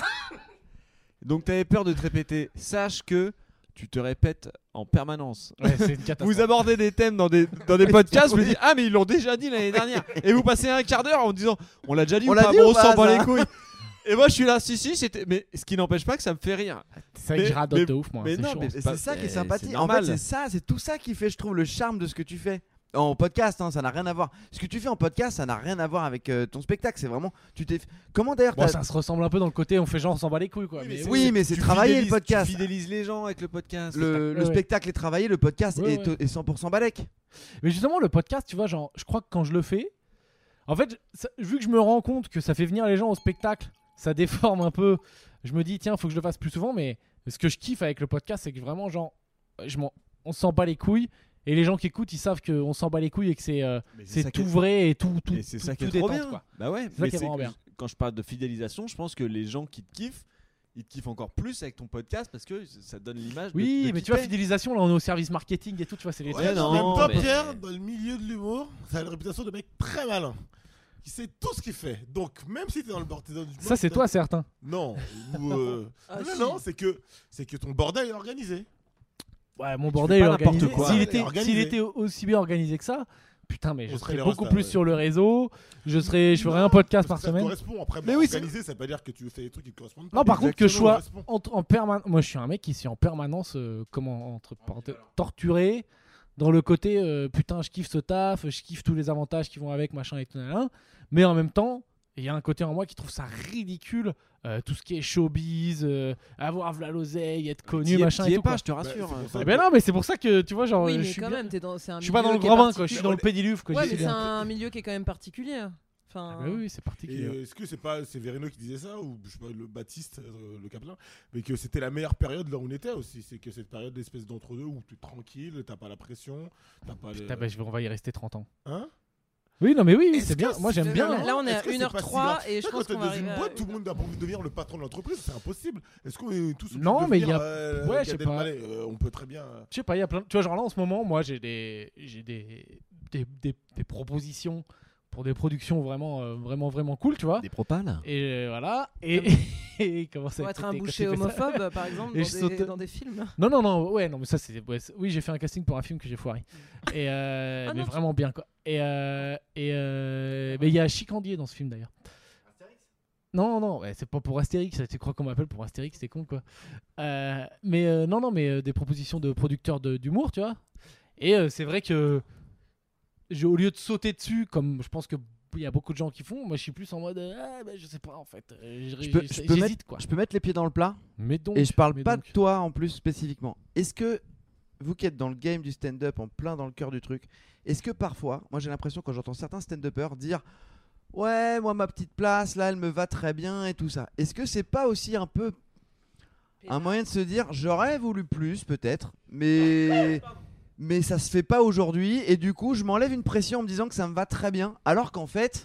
Donc t'avais peur de te répéter. Sache que tu te répètes en permanence.
Ouais, c'est une catastrophe.
Vous abordez des thèmes dans des, dans des podcasts, vous dites ah mais ils l'ont déjà dit l'année dernière. Et vous passez un quart d'heure en disant on l'a déjà dit
On
ou
l'a
pas,
dit
bon,
ou
on
pas,
s'en bat
ça
les couilles. Et moi je suis là, si si, c'était. Mais ce qui n'empêche pas que ça me fait rire.
C'est vrai que
Mais-
je radote
mais-
de ouf moi.
mais
c'est
non,
chiant.
mais-
Et
pas-
c'est ça qui est
c'est-
sympathique.
c'est
En fait,
normal.
c'est ça, c'est tout ça qui fait, je trouve, le charme de ce que tu fais. En podcast, hein, ça n'a rien à voir. Ce que tu fais en podcast, ça n'a rien à voir avec euh, ton spectacle. C'est vraiment, tu t'es. Comment d'ailleurs
Bon,
t'as-
ça se ressemble un peu dans le côté, on fait genre on s'en bat les couilles quoi.
Oui,
mais
mais
oui.
Oui, mais c'est
Tu
travailler le
fidélises-
podcast.
Tu fidélises les gens avec le podcast.
Le, le
Ouais, ouais.
spectacle est travaillé, le podcast
Ouais,
est,
ouais.
est cent pour cent balèque.
Mais justement, le podcast, tu vois, genre, je crois que quand je le fais, en fait, ça- vu que je me rends compte que ça fait venir les gens au spectacle, ça déforme un peu. Je me dis, tiens, faut que je le fasse plus souvent. Mais ce que je kiffe avec le podcast, c'est que vraiment, genre, je m'en- on s'en bat les couilles. Et les gens qui écoutent, ils savent qu'on s'en bat les couilles et que c'est euh,
Mais
c'est
ça
tout
qui est-
vrai et tout, tout,
Et c'est
tout,
ça qui est
tout
trop
détente,
bien.
quoi.
Bah ouais,
C'est ça
mais
qui est
c'est
vraiment
que-
bien.
quand je parle de fidélisation, je pense que les gens qui te kiffent, ils te kiffent encore plus avec ton podcast parce que ça te donne l'image. de-
Oui,
de
mais
qui
tu vois,
t'es.
fidélisation, là, on est au service marketing et tout, tu vois, c'est les
Ouais,
trucs.
non,
même pas
mais-
Pierre, dans le milieu de l'humour, ça a la réputation de mec très malin. Qui sait tout ce qu'il fait. Donc, même si t'es dans le bordel.
Ça, c'est toi, certain.
Non. Ou, euh,
Ah,
non,
si.
non, c'est que, c'est que ton bordel est organisé.
Ouais, mon
Tu
bordel
fais
est
pas n'importe
organisé.
quoi.
S'il
Ouais,
était,
organisé.
s'il était aussi bien organisé que ça, putain, mais je
On
serais
serait les
beaucoup
restas,
plus
ouais.
sur le réseau. Je serais, je ferais un podcast par
Parce que ça te
semaine.
correspond. Après,
Mais
bon,
oui, c'est-
organisé, ça veut pas dire que tu fais des trucs qui te correspondent pas.
Non, par contre, que je sois
Exactement,
en, en permanence. Moi, je suis un mec qui suis en permanence, euh, comment, entre parenthèses, torturé dans le côté euh, putain, je kiffe ce taf, je kiffe tous les avantages qui vont avec, machin et tout. nan, nan. Mais en même temps, il y a un côté en moi qui trouve ça ridicule, euh, tout ce qui est showbiz, euh, avoir v'là l'oseille, être connu,
T'y es-
machin
t'y
et
es
tout.
pas,
quoi.
je te
Bah,
rassure.
c'est pour
hein.
ça
Eh ben non, mais c'est pour ça que tu vois, genre,
Oui,
je
mais
suis
quand
bien-
même, t'es dans, c'est un
je suis pas
milieu
dans le
qui est
grand bain, quoi. Je suis
particulier.
dans le pédiluve, quoi.
Ouais,
j'y
mais
suis
c'est
bien.
un milieu qui est quand même particulier. Enfin,
Ah bah oui, c'est
Et
particulier.
euh, est-ce que c'est pas c'est Verino qui disait ça ou je sais pas le Baptiste euh, le Caplin, mais que c'était la meilleure période là où on était aussi, c'est que cette période d'espèce d'entre-deux où tu es tranquille, t'as pas la pression, t'as pas
Putain,
le...
bah, je vais- on va y rester trente ans.
Hein?
Oui, non, mais oui, oui,
Est-ce
c'est
que
bien. Moi, j'aime
c'est-
bien.
Là,
hein.
là, on est
Est-ce
à
que c'est
une heure
pas si
trois
grave
et je
Tu sais,
pense
quand
qu'on
t'es
va
dans une
arriver à
boîte, tout
une
le monde a pas envie de devenir le patron de l'entreprise, c'est impossible. Est-ce qu'on est tous
Non,
obligés de
mais il y a-
devenir, euh,
ouais, je sais
Gad
pas.
Elmaleh Euh, on peut très bien.
Je sais pas, il y a plein. Tu vois, genre là en ce moment, moi j'ai des, j'ai des, des, des, des propositions pour des productions vraiment, euh, vraiment, vraiment cool, tu vois.
Des propales.
Et euh, voilà. Et, et comment ça
Pour être un
quand tu
boucher
fais ça
homophobe, par exemple,
Et
dans
je
des,
saute-
dans des films.
Non, non, non, ouais, non, mais ça c'est. Ouais, c'est- oui, j'ai fait un casting pour un film que j'ai foiré. Et euh,
Ah
mais
non, tu-
vraiment bien quoi. Et euh, et euh, mais il y a Chicandier dans ce film d'ailleurs. Non, non, ouais, c'est pas pour Astérix, tu crois qu'on m'appelle pour Astérix, c'est con quoi. Euh, mais euh, non, non, mais euh, des propositions de producteurs de- d'humour, tu vois. Et euh, c'est vrai que j'ai, au lieu de sauter dessus, comme je pense que il y a beaucoup de gens qui font, moi je suis plus en mode ah, bah, je sais pas en fait. Euh,
Je peux, je peux mettre,
quoi.
je peux mettre les pieds dans le plat.
Mais donc,
Et je parle
mais
pas
donc.
de toi en plus spécifiquement. Est-ce que vous qui êtes dans le game du stand-up, en plein dans le cœur du truc, est-ce que parfois, moi j'ai l'impression quand j'entends certains stand-uppers dire ouais, moi ma petite place là, elle me va très bien et tout ça. Est-ce que c'est pas aussi un peu un moyen de se dire j'aurais voulu plus peut-être, mais mais ça se fait pas aujourd'hui et du coup je m'enlève une pression en me disant que ça me va très bien, alors qu'en fait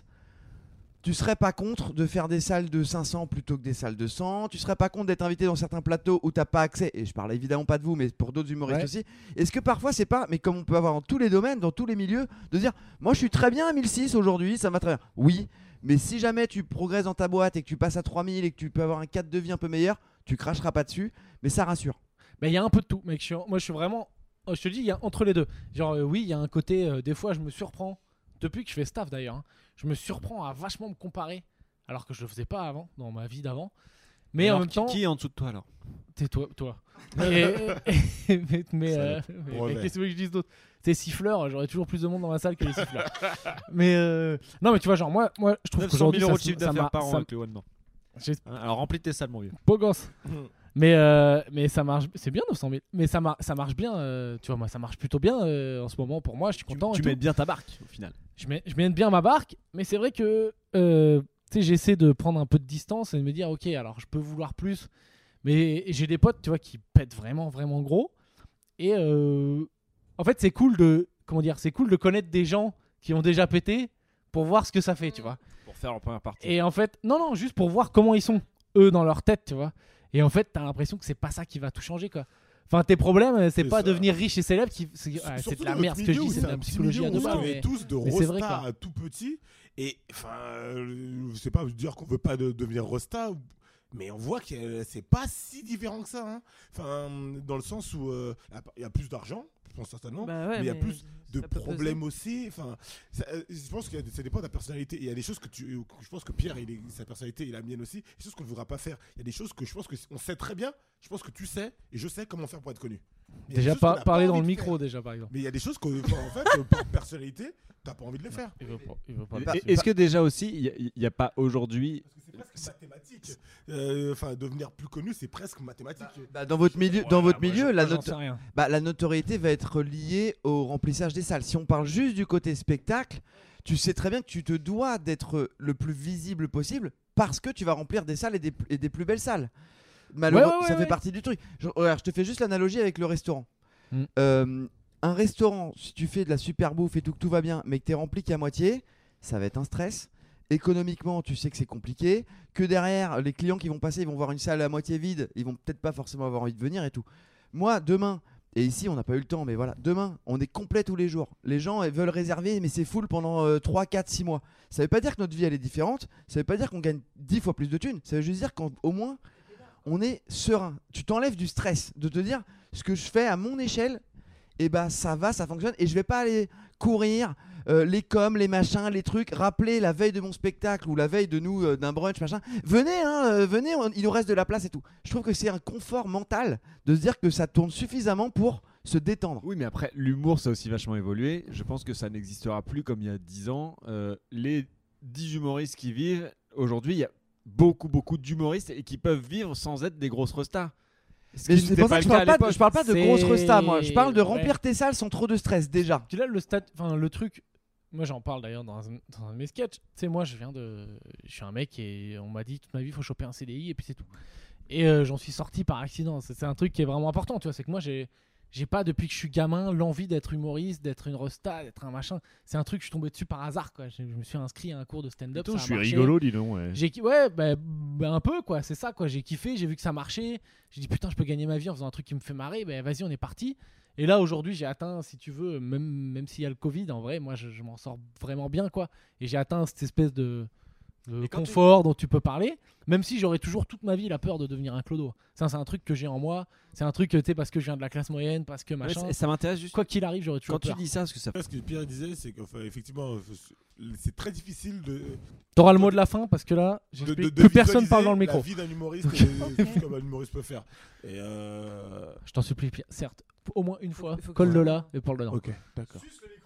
tu serais pas contre de faire des salles de cinq cents plutôt que des salles de cent. Tu serais pas contre d'être invité dans certains plateaux où t'as pas accès. Et je parle évidemment pas de vous, mais pour d'autres humoristes
Ouais.
aussi. Est-ce que parfois c'est pas, mais comme on peut avoir dans tous les domaines, dans tous les milieux, de dire moi je suis très bien à mille six aujourd'hui, ça va très bien. Oui, mais si jamais tu progresses dans ta boîte et que tu passes à trois mille et que tu peux avoir un cadre de vie un peu meilleur, tu cracheras pas dessus, mais ça rassure.
Mais il y a un peu de tout, mec. Je suis, moi, je suis vraiment. oh, Je te dis, il y a entre les deux. Genre, euh, oui, il y a un côté. euh, des fois, je me surprends. Depuis que je fais staff d'ailleurs, hein, je me surprends à vachement me comparer, alors que je le faisais pas avant, dans ma vie d'avant. Mais
Alors,
en même
qui,
temps,
qui est en dessous de toi alors?
t'es toi, toi. Mais, mais, mais, euh, mais-
brevet.
mais qu'est-ce que tu veux que je dise d'autre? T'es siffleur, j'aurais toujours plus de monde dans ma salle que les siffleurs. mais euh, non, mais tu vois, genre moi, moi, je trouve
neuf cent
qu'aujourd'hui,
mille euros
ça,
de chiffre
ça
d'affaires
m'a-
par an
ça-
avec le One Man.
j'ai-
Hein, alors remplis tes salles, mon vieux.
beau gosse. Mais, euh, mais ça marche, c'est bien neuf cent mille. Mais ça, mar- ça marche bien, euh, tu vois, moi ça marche plutôt bien euh, en ce moment pour moi, je suis
Tu,
content.
tu
et tout.
mets bien ta barque au final.
Je, mets, je mène bien ma barque, mais c'est vrai que euh, tu sais, j'essaie de prendre un peu de distance et de me dire, ok, alors je peux vouloir plus, mais j'ai des potes, tu vois, qui pètent vraiment, vraiment gros. Et euh, en fait, c'est cool de, comment dire, c'est cool de connaître des gens qui ont déjà pété pour voir ce que ça fait, tu vois.
Pour faire en première partie.
Et en fait, non, non, juste pour voir comment ils sont, eux, dans leur tête, tu vois. Et en fait, t'as l'impression que c'est pas ça qui va tout changer, quoi. Enfin, tes problèmes, c'est
C'est
pas
ça.
devenir riche et célèbre, qui, c'est, ouais, c'est
Surtout
de la
dans
merde
notre
ce que je
milieu
dis,
où
c'est de
un
la
petit
psychologie
milieu
à
où
deux
on se
balles.
connaît
Mais...
tous de
mais c'est vrai,
Rosta
quoi.
à tout petit. Et enfin, euh, c'est pas dire qu'on veut pas de- devenir Rosta, mais on voit que euh, c'est pas si différent que ça. hein. Enfin, dans le sens où euh, il y a plus d'argent, je pense certainement,
Bah ouais,
mais il y a
mais
plus de
ça peut
problèmes aussi. Enfin, ça, euh, je pense que ça dépend de la personnalité. Il y a des choses que tu, que je pense que Pierre, il est, sa personnalité et la mienne aussi, des choses qu'on ne voudra pas faire. Il y a des choses que je pense que on sait très bien. Je pense que tu sais et je sais comment faire pour être connu. Mais il y a des
Déjà,
choses
pas,
qu'on n'a
parler
pas
dans
envie
le
de
micro,
faire.
déjà, par exemple.
Mais il y a des choses que, enfin, en fait, euh, par personnalité, t'as pas envie de les faire.
Il veut pas, il veut pas.
Et-
Bah,
et- Est-ce que déjà aussi, il n'y a, pas aujourd'hui.
Parce que c'est presque mathématique. Euh, Enfin, devenir plus connu, c'est presque mathématique.
Bah, dans votre milieu, dans votre
Moi,
milieu,
j'en-
la,
moi, j'en
note-
sais rien.
bah, la notoriété va être liée au remplissage des salles. Si on parle juste du côté spectacle, tu sais très bien que tu te dois d'être le plus visible possible parce que tu vas remplir des salles et des, et des plus belles salles. Malheureusement,
Ouais, ouais, ouais,
ça fait
ouais.
partie du truc. Je, regarde, je te fais juste l'analogie avec le restaurant.
Mm.
Euh, un restaurant, si tu fais de la super bouffe et tout, que tout va bien, mais que tu es rempli qu'à moitié, ça va être un stress. Économiquement, tu sais que c'est compliqué. Que derrière, les clients qui vont passer, ils vont voir une salle à moitié vide, ils vont peut-être pas forcément avoir envie de venir et tout. Moi, demain, et ici on n'a pas eu le temps, mais voilà, demain, on est complet tous les jours. Les gens ils veulent réserver, mais c'est full pendant euh, trois, quatre, six mois. Ça veut pas dire que notre vie elle est différente, ça veut pas dire qu'on gagne dix fois plus de thunes, ça veut juste dire qu'au moins on est serein. Tu t'enlèves du stress de te dire ce que je fais à mon échelle, et bah ça va, ça fonctionne, et je vais pas aller courir euh, les coms, les machins, les trucs, rappeler la veille de mon spectacle ou la veille de nous euh, d'un brunch, machin. Venez, hein, euh, venez, on- il nous reste de la place et tout. Je trouve que c'est un confort mental de se dire que ça tourne suffisamment pour se détendre.
Oui, mais après, l'humour, ça a aussi vachement évolué. Je pense que ça n'existera plus comme il y a dix ans. Euh, les dix humoristes qui vivent, aujourd'hui, il y a beaucoup, beaucoup d'humoristes et qui peuvent vivre sans être des grosses restas. Ce
Mais
qui
c'est
n'était
pour ça
pas
que je
le cas
parle
à
pas, de,
l'époque.
je parle pas de
C'est-
grosses restas, moi. Je parle de
Ouais.
remplir tes salles sans trop de stress déjà.
Tu l'as le stat, enfin le truc. Moi j'en parle d'ailleurs dans un, dans un de mes sketchs. Tu sais, moi je viens de. Je suis un mec et on m'a dit toute ma vie il faut choper un C D I et puis c'est tout. Et euh, j'en suis sorti par accident. C'est c'est un truc qui est vraiment important, tu vois. C'est que moi j'ai. J'ai pas depuis que je suis gamin l'envie d'être humoriste, d'être une resta, d'être un machin. C'est un truc que je suis tombé dessus par hasard, quoi. Je, je me suis inscrit à un cours de stand-up.
Putain,
ça a
je suis
marché.
rigolo, dis donc. Ouais.
J'ai ki- ouais, bah, bah, un peu quoi, c'est ça quoi. J'ai kiffé, j'ai vu que ça marchait. J'ai dit putain, je peux gagner ma vie en faisant un truc qui me fait marrer. Ben vas-y, on est parti. Et là aujourd'hui, j'ai atteint, si tu veux, même même s'il y a le Covid, en vrai, moi je, je m'en sors vraiment bien quoi. Et j'ai atteint cette espèce de, de
Et quand
confort dont tu peux parler. Même si j'aurais toujours toute ma vie la peur de devenir un clodo. Ça, c'est un truc que j'ai en moi. C'est un truc, tu sais, parce que je viens de la classe moyenne, parce que
Ouais,
machin.
ça- ça m'intéresse juste.
Quoi qu'il arrive, j'aurais toujours
Quand tu
peur.
dis ça, parce que ça.
Ce que Pierre disait, c'est qu'effectivement, c'est très difficile de,
T'auras le mot de la fin parce que là,
de,
j'explique
de- de
que personne
visualiser
parle dans le micro.
La vie d'un humoriste,
Ok.
et tout ce qu'un humoriste peut faire. Et euh...
Je t'en supplie, Pierre. Certes, au moins une fois,
faut que-
colle-le là et parle dedans.
Ok, d'accord.
Suce le micro.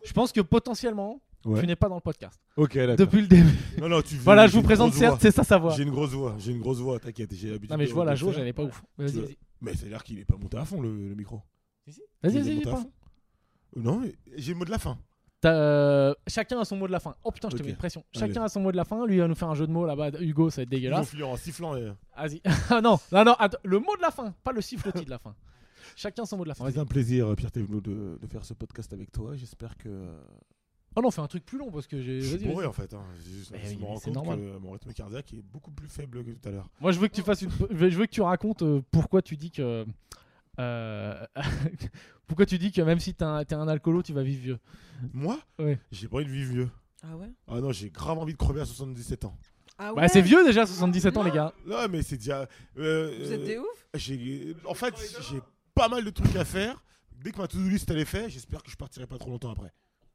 Je pense que potentiellement,
Ouais.
tu n'es pas dans le podcast.
Ok, d'accord.
Depuis le début.
Non, non, tu
Voilà, je
j'ai
vous
une
présente
grosse
certes,
voix.
c'est ça sa voix.
J'ai une grosse voix, j'ai une grosse voix, t'inquiète, j'ai l'habitude.
Non, mais je
de-
vois la
de
jauge,
faire.
elle est pas ouf. Vas-y,
Tu-
vas-y.
Mais c'est à dire qu'il est pas monté à fond le, le micro.
Vas-y,
Il est
vas-y,
monté à
pas.
fond. Non, mais j'ai le mot de la fin.
T'as, euh, Chacun a son mot de la fin. Oh putain, je te
Ok.
mets une pression.
Allez.
Chacun a son mot de la fin. Lui, il va nous faire un jeu de mots là-bas. Hugo, ça va être
Ils vont
dégueulasse.
filer en sifflant. Et...
Vas-y. Ah non, non, non, attends. Le mot de la fin, pas le sifflotis de la fin. Chacun son mot de la fin.
C'est
Vas-y.
un plaisir, Pierre Thévenot, de, de faire ce podcast avec toi. J'espère que.
Oh non, fais un truc plus long parce que j'ai.
Je suis
vas-y,
bourré
vas-y.
en fait. Hein. J'ai juste-
Mais
je
oui,
me
mais
rends
c'est
compte
normal.
que mon rythme cardiaque est beaucoup plus faible que tout à l'heure.
Moi, je veux que tu fasses une. Je veux que tu racontes euh, pourquoi tu dis que. euh, pourquoi tu dis que même si t'es un, t'es un alcoolo, tu vas vivre vieux.
Moi
Ouais.
J'ai pas envie de vivre vieux.
Ah ouais
Ah non, j'ai grave envie de crever à soixante-dix-sept ans.
Ah
Bah, c'est vieux déjà, soixante-dix-sept ans, les gars.
Non, mais c'est déjà. euh,
Vous êtes des ouf
j'ai- En fait, j'ai pas mal de trucs à faire. Dès que ma to-do list elle est faite, j'espère que je partirai pas trop longtemps après.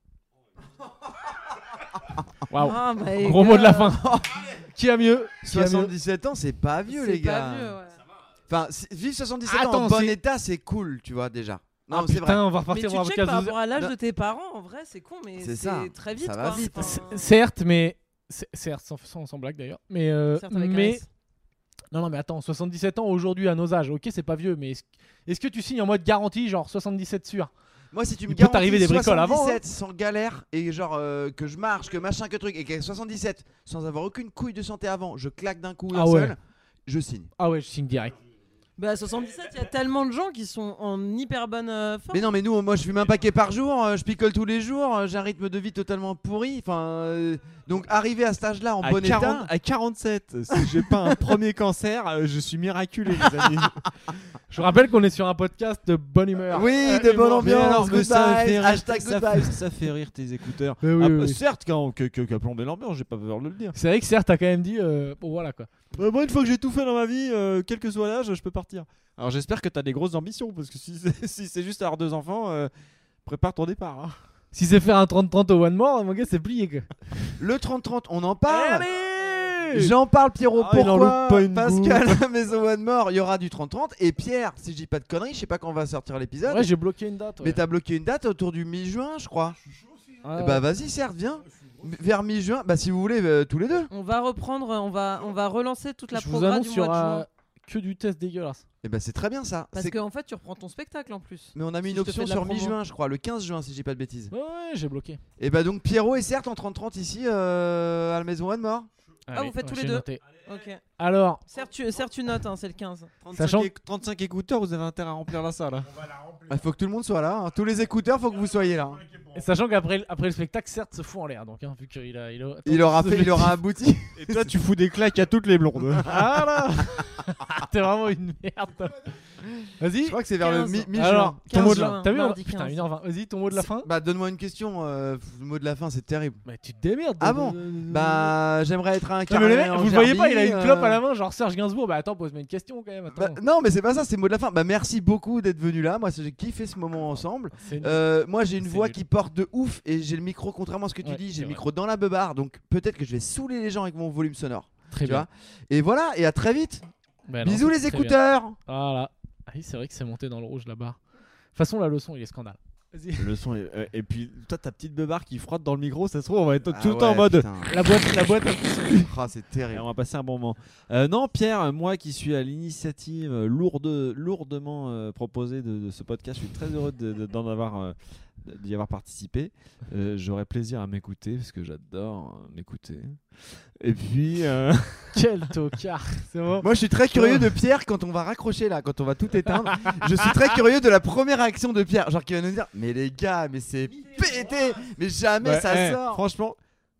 Waouh.
Ah, my
Gros mot de la
God.
fin. Qui a mieux Qui a mieux
soixante-dix-sept ans, c'est pas vieux,
C'est
les
pas
gars.
vieux, ouais.
Enfin, si- vivre soixante-dix-sept ans
Attends,
en bon
c'est-
état, c'est cool, tu vois, déjà. Non,
Ah,
c'est vrai.
putain, on va
Mais
repartir
tu
voir un
checkes
podcast
par
de-
rapport à l'âge
Non.
de tes parents, en vrai, c'est con, mais
C'est
c'est
ça.
très vite,
Ça
quoi.
va vite.
Enfin,
C- Certes, mais. c- Certes, sans, sans, sans blague d'ailleurs. Mais. euh,
certes, avec un
mais...
S.
Non, non, mais attends, soixante-dix-sept ans aujourd'hui à nos âges, ok, c'est pas vieux, mais est-ce, est-ce que tu signes en mode garantie, genre soixante-dix-sept sûr?
Moi, si tu me
Il peut t'arriver
garantis
des bricoles avant, hein.
soixante-dix-sept sans galère et genre euh, que je marche, que machin, que truc, et qu'à soixante-dix-sept sans avoir aucune couille de santé avant, je claque d'un coup
Ah
un
ouais.
seul, je signe.
Ah ouais, je signe direct.
Bah, à soixante-dix-sept, il y a tellement de gens qui sont en hyper bonne euh, forme.
Mais non, mais nous, moi, je fume un paquet par jour, euh, je picole tous les jours, euh, j'ai un rythme de vie totalement pourri. Enfin, euh, donc arriver à cet âge-là en
À,
bon
quarante
état.
à quarante-sept, si j'ai pas un premier cancer, euh, je suis miraculé, les amis.
Je rappelle qu'on est sur un podcast de bonne humeur.
Oui,
Euh,
de bonne
humour.
ambiance.
Mais alors, mais ça
good
fait
vibes,
rire,
hashtag
ça,
good
fait,
vibes.
ça fait rire tes écouteurs.
Mais oui,
Ah,
oui,
bah,
oui.
certes, quand, que, que, qu'a plombé l'ambiance, j'ai pas peur de le dire.
C'est vrai que certes, t'as quand même dit, euh, bon voilà quoi.
Euh, moi, une fois que j'ai tout fait dans ma vie, euh, quel que soit l'âge, je peux partir. Alors j'espère que t'as des grosses ambitions, parce que si c'est, si c'est juste avoir deux enfants, euh, prépare ton départ. Hein.
Si c'est faire un trente trente au one more, mon gars, c'est plié quoi.
Le trente trente, on en parle.
Allez
J'en parle, Pierrot.
Ah, il en
Pourquoi
loupe pas une
Parce
goutte.
qu'à la maison One More, il y aura du trente trente. Et Pierre, si je dis pas de conneries, je sais pas quand on va sortir l'épisode.
Ouais, j'ai bloqué une date. Ouais.
Mais t'as bloqué une date autour du mi-juin, je crois.
Ah,
Eh bah vas-y, certes, viens. Vers mi-juin, bah si vous voulez, euh, tous les deux.
On va reprendre, on va, on va relancer toute la
je vous
programme
annonce
du
qu'il y
mois de
aura
juin.
que du test dégueulasse.
Et bah c'est très bien ça.
Parce
C'est-
qu'en fait, tu reprends ton spectacle en plus.
Mais on a mis
si
une
je te fais
option
de la
sur
promo.
mi-juin, je crois, le quinze juin, si je dis pas de bêtises.
Ouais, ouais, j'ai bloqué.
Et bah donc Pierrot est certes en trente trente ici euh, à la maison One More.
Ah, vous faites tous les
j'ai
deux.
noté.
Ok.
Alors,
Certes, tu, certes, tu notes, hein, c'est le quinze.
Sachant-
trente-cinq, éc- trente-cinq écouteurs, vous avez intérêt à remplir la salle. Hein.
Il faut que tout le monde soit là. hein. Tous les écouteurs, faut que vous soyez là. hein.
sachant qu'après après le spectacle, certes, se fout en l'air, donc hein, vu qu'il a, il a.
Il aura fait, il aura abouti.
Et toi, tu fous des claques à toutes les blondes.
Ah là T'es vraiment une merde. Vas-y.
Je crois que c'est vers le
quinze.
mi- mi-juin.
Alors, ton
quinze
mot de la
juin,
T'as vu on-
mardi
Putain,
quinze.
une heure vingt. Vas-y, ton mot de la fin.
Bah donne-moi une question. euh, le mot de la fin, c'est terrible.
Bah, tu te démerdes.
Ah
de-
bon
de- de-
Bah j'aimerais être un
Non, mais
carré
le mec,
en
vous le voyez pas, il a une
Gerbille,
clope
euh,
à la main, genre Serge Gainsbourg. Bah attends, pose-moi une question quand même.
Bah,
Attends.
non mais c'est pas ça, c'est le mot de la fin. Bah merci beaucoup d'être venu là. Moi j'ai kiffé ce moment ensemble.
C'est nul.
Euh, moi j'ai une
C'est
voix
nul.
qui porte de ouf et j'ai le micro, contrairement à ce que tu
Ouais,
dis,
c'est
j'ai le
vrai.
micro dans la beubare, donc peut-être que je vais saouler les gens avec mon volume sonore.
Très
Tu
bien.
vois. Et voilà, et à très vite.
Bah non,
Bisous
c'est
les
très bien.
écouteurs.
Voilà. Ah oui, c'est vrai que c'est monté dans le rouge là-bas. De toute façon, la leçon, il est scandale. Vas-y.
Le son est- euh, et puis toi, ta petite beubare qui frotte dans le micro, ça se trouve, on va être
Ah
tout le temps en
ouais,
mode.
putain.
La boîte, la boîte.
Ah, c'est
Et
terrible.
on va passer un bon moment. Euh, non, Pierre, euh, moi qui suis à l'initiative euh, lourde, lourdement euh, proposée de, de ce podcast, je suis très heureux de- de- d'en avoir, euh, d'y avoir participé. Euh, J'aurai plaisir à m'écouter parce que j'adore euh, m'écouter. Et puis, euh,
Quel tocard. C'est bon.
Moi je suis très curieux de Pierre quand on va raccrocher là, quand on va tout éteindre. Je suis très curieux de la première réaction de Pierre. Genre qui va nous dire mais les gars, mais c'est pété, mais jamais
ouais,
ça
eh,
sort.
franchement,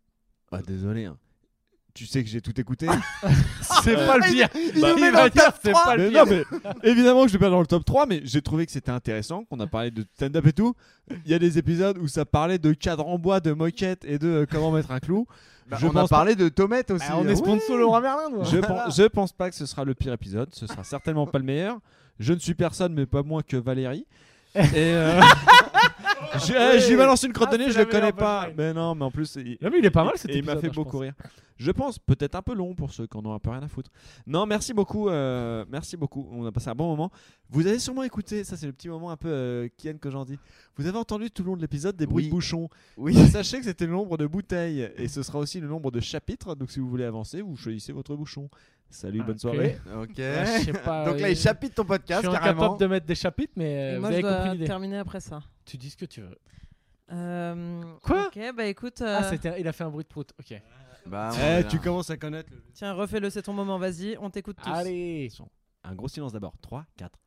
ah, désolé. hein. Tu sais que j'ai tout écouté.
C'est pas le pire.
Il
Bah,
nous met
il
dans
va
le
dire,
top
c'est
trois.
pas le
Mais
pire.
non, mais évidemment que je vais pas dans le top trois, mais j'ai trouvé que c'était intéressant, qu'on a parlé de stand-up et tout. Il y a des épisodes où ça parlait de cadre en bois, de moquette et de euh, comment mettre un clou.
Bah,
Je
on a
pense
parlé de Tomette aussi.
Ah, on
hein.
est sponsor Laurent Merlin, nous.
Je, pense, je pense pas que ce sera le pire épisode, ce sera certainement pas le meilleur. Je ne suis personne, mais pas moins que Valérie. Et, euh, Je, euh, je lui balance une crotte de
Ah,
nez,
c'est
je
la
le connais
meilleure
pas.
punchline.
Mais non, mais en plus, il,
Non, mais il est pas mal
et-
cet
et il m'a
épisode,
fait
hein, je
beaucoup
pense.
rire. Je pense peut-être un peu long pour ceux qui en ont un peu rien à foutre. Non, merci beaucoup, euh, merci beaucoup. On a passé un bon moment. Vous avez sûrement écouté, ça c'est le petit moment un peu euh, Kian que j'en dis. Vous avez entendu tout le long de l'épisode des bruits
Oui.
de bouchons.
Oui.
Sachez que c'était le nombre de bouteilles et ce sera aussi le nombre de chapitres. Donc si vous voulez avancer, vous choisissez votre bouchon. Salut, bonne
Ok.
soirée.
Ok.
Ah, je sais pas,
Donc là,
euh,
il chapitre ton
Je
podcast
suis
carrément.
incapable de mettre des chapitres, mais euh,
Et
vous
moi,
avez
je dois
compris l'idée.
terminer après ça.
Tu dis ce que tu veux.
Euh,
Quoi
Ok, bah écoute. euh,
Ah, c'était, il a fait un bruit de prout. Ok.
Bah, on
Eh,
est là.
tu commences à connaître. Le...
Tiens, refais-le, c'est ton moment, vas-y, on t'écoute tous.
Allez.
Un gros silence d'abord. trois, quatre.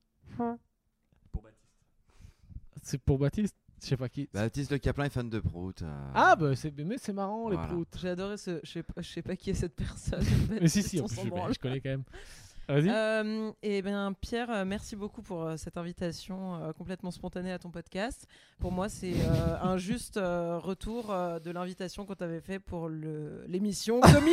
C'est pour Baptiste. Je sais pas qui.
Baptiste Le Caplin est fan de Prout. euh.
Ah bah c'est mais c'est marrant
Voilà.
les proutes.
J'ai adoré ce. Je sais pas, je sais pas qui est cette personne.
Mais si si,
On
en plus,
s'en
je,
branle.
je connais quand même. Vas-y.
Euh, et bien Pierre, euh, merci beaucoup pour euh, cette invitation euh, complètement spontanée à ton podcast. Pour moi, c'est euh, un juste euh, retour euh, de l'invitation qu'on t'avait fait pour le, l'émission Comic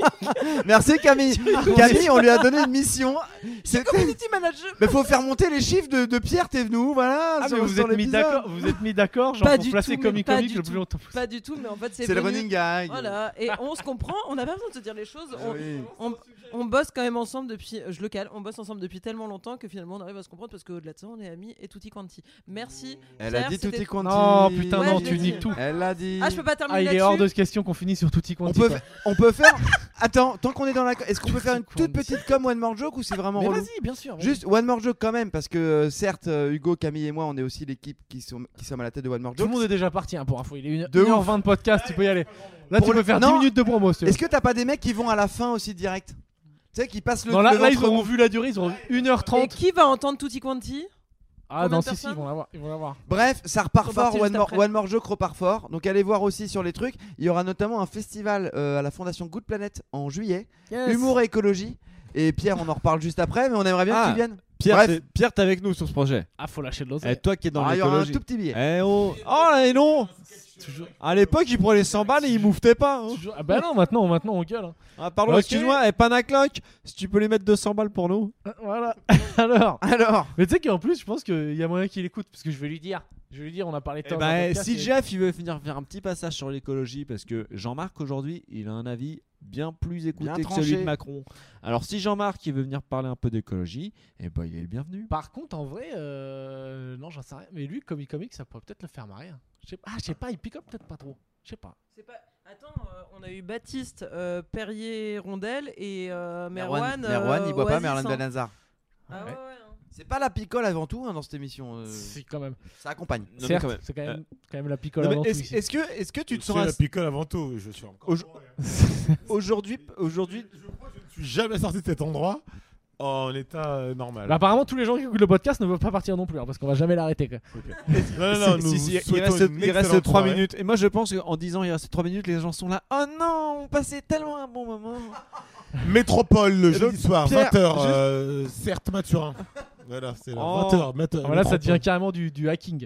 Merci Camille. Camille, on lui a donné une mission. C'était-
Community Manager.
Mais faut faire monter les chiffres de, de Pierre, t'es venu, voilà.
Ah,
sur-
mais vous
sur
êtes mis
l'épisode.
d'accord, vous êtes mis d'accord genre
Pas
pour
du
placer
tout,
Comic
mais pas
Comic
du
le
tout.
plus longtemps.
Pas du tout, mais en fait, c'est
C'est le
venu-
running gag.
Voilà, et on se comprend, on n'a pas besoin de se dire les choses. On,
Oui.
on, on bosse quand même ensemble depuis, je le cale, on bosse ensemble depuis tellement longtemps que finalement on arrive à se comprendre parce qu'au-delà de ça, on est amis et tutti quanti. Merci.
Elle
Pierre,
a dit
c'était-
tutti quanti.
Non, putain,
Ouais,
non,
je
tu
l'ai
nies
dit.
tout.
Elle l'a dit.
Ah, je peux pas terminer
Ah, il est
là-dessus.
hors de ce question qu'on finisse sur Tutti
On
Quanti.
peut,
quoi.
fa- on peut faire. Attends, tant qu'on est dans la. Est-ce qu'on peut faire une
Tutti
toute
quanti.
petite com One More Joke ou c'est vraiment
Mais
relou?
vas-y, bien sûr. vas-y.
Juste One More Joke quand même, parce que euh, certes, euh, Hugo, Camille et moi, on est aussi l'équipe qui, sont, qui sommes à la tête de One More
Tout le
Joke.
monde est déjà parti hein, pour info. Il est une
De
heure
ouf.
vingt de podcast, tu peux y aller. Là,
Pour
tu peux
le-
faire
Non.
dix minutes de promo. si tu veux.
Est-ce que t'as pas des mecs qui vont à la fin aussi direct? Tu sais, qui passent le.
Non, là,
le
là, ils
ventre
auront
rond.
vu la durée, ils auront vu une heure
Et
trente.
qui va entendre Tutti Quanti?
Ah,
Combien
non,
de
si, si, ils
personnes
vont l'avoir. Ils vont l'avoir.
Bref, ça repart
Ils sont
fort,
partis
One
juste
More,
après.
One More Joke repart fort. Donc allez voir aussi sur les trucs. Il y aura notamment un festival euh, à la Fondation Good Planet en juillet. Humour et écologie. Et Pierre, on en reparle juste après, mais on aimerait bien
Ah.
que tu viennes.
Pierre,
Bref.
t'es, Pierre, t'es avec nous sur ce projet.
Ah, faut lâcher de
Et
l'oseille.
toi qui es dans
Ah, il y aura un
l'écologie.
tout petit billet.
Eh oh, oh et non.
Toujours-
À l'époque, il prenait cent balles et il mouftait pas. hein.
toujours- Ah, bah non, maintenant, maintenant on gueule. hein.
Ah, pardon,
Ok.
excuse-moi, et Panacloc, si tu peux les mettre deux cents balles pour nous.
Ah, Voilà. Alors.
Alors,
Mais tu sais qu'en plus, je pense qu'il y a moyen qu'il écoute parce que je vais lui dire. Je vais lui dire, on a parlé de
Eh
toi. dans
ben,
le podcast,
si
et-
Jeff il veut finir faire un petit passage sur l'écologie, parce que Jean-Marc aujourd'hui, il a un avis bien plus écouté
Bien
que
tranché.
celui de Macron. Alors si Jean-Marc il veut venir parler un peu d'écologie, eh ben il est le bienvenu.
Par contre, en vrai, euh... non, j'en sais rien. Mais lui, Comic Comic, ça pourrait peut-être le faire marrer. hein. Je sais pas. Ah, je sais pas, il pick up peut-être pas trop. Je sais pas.
C'est pas... Attends, euh, on a eu Baptiste, euh, Perrier, Rondel et euh,
Merwan,
Merwan.
Merwan, il boit pas
Oasis,
Merlin
hein.
Benazar.
Ah ouais,
Ouais.
ouais, hein.
C'est pas la picole avant tout hein, dans cette émission. euh,
Si, quand même.
ça accompagne.
Non, mais
Certes,
quand même.
c'est quand même,
Euh,
quand même la picole
Non, mais
avant tout
est-ce,
ici.
est-ce que, est-ce que tu te
C'est
sens
la
ass-
picole avant tout, je suis encore.
Aujo- aujourd'hui, aujourd'hui,
Je crois que je ne suis jamais sorti de cet endroit en état euh, normal.
Bah, apparemment, tous les gens qui écoutent le podcast ne veulent pas partir non plus, hein, parce qu'on va jamais l'arrêter. Quoi.
Non, non, non, nous
Si, si, il
souhaitons
reste,
une
il reste
excellente
trois
soirée.
minutes. Et moi je pense qu'en disant il reste trois minutes, les gens sont là. Oh non, on passait tellement un bon moment.
Métropole, le
Et donc,
jeudi soir,
Pierre,
vingt heures, certes Mathurin. Voilà, c'est là,
Oh.
vingt heures. Math-
Alors là, ça devient
Métropole.
carrément du, du hacking.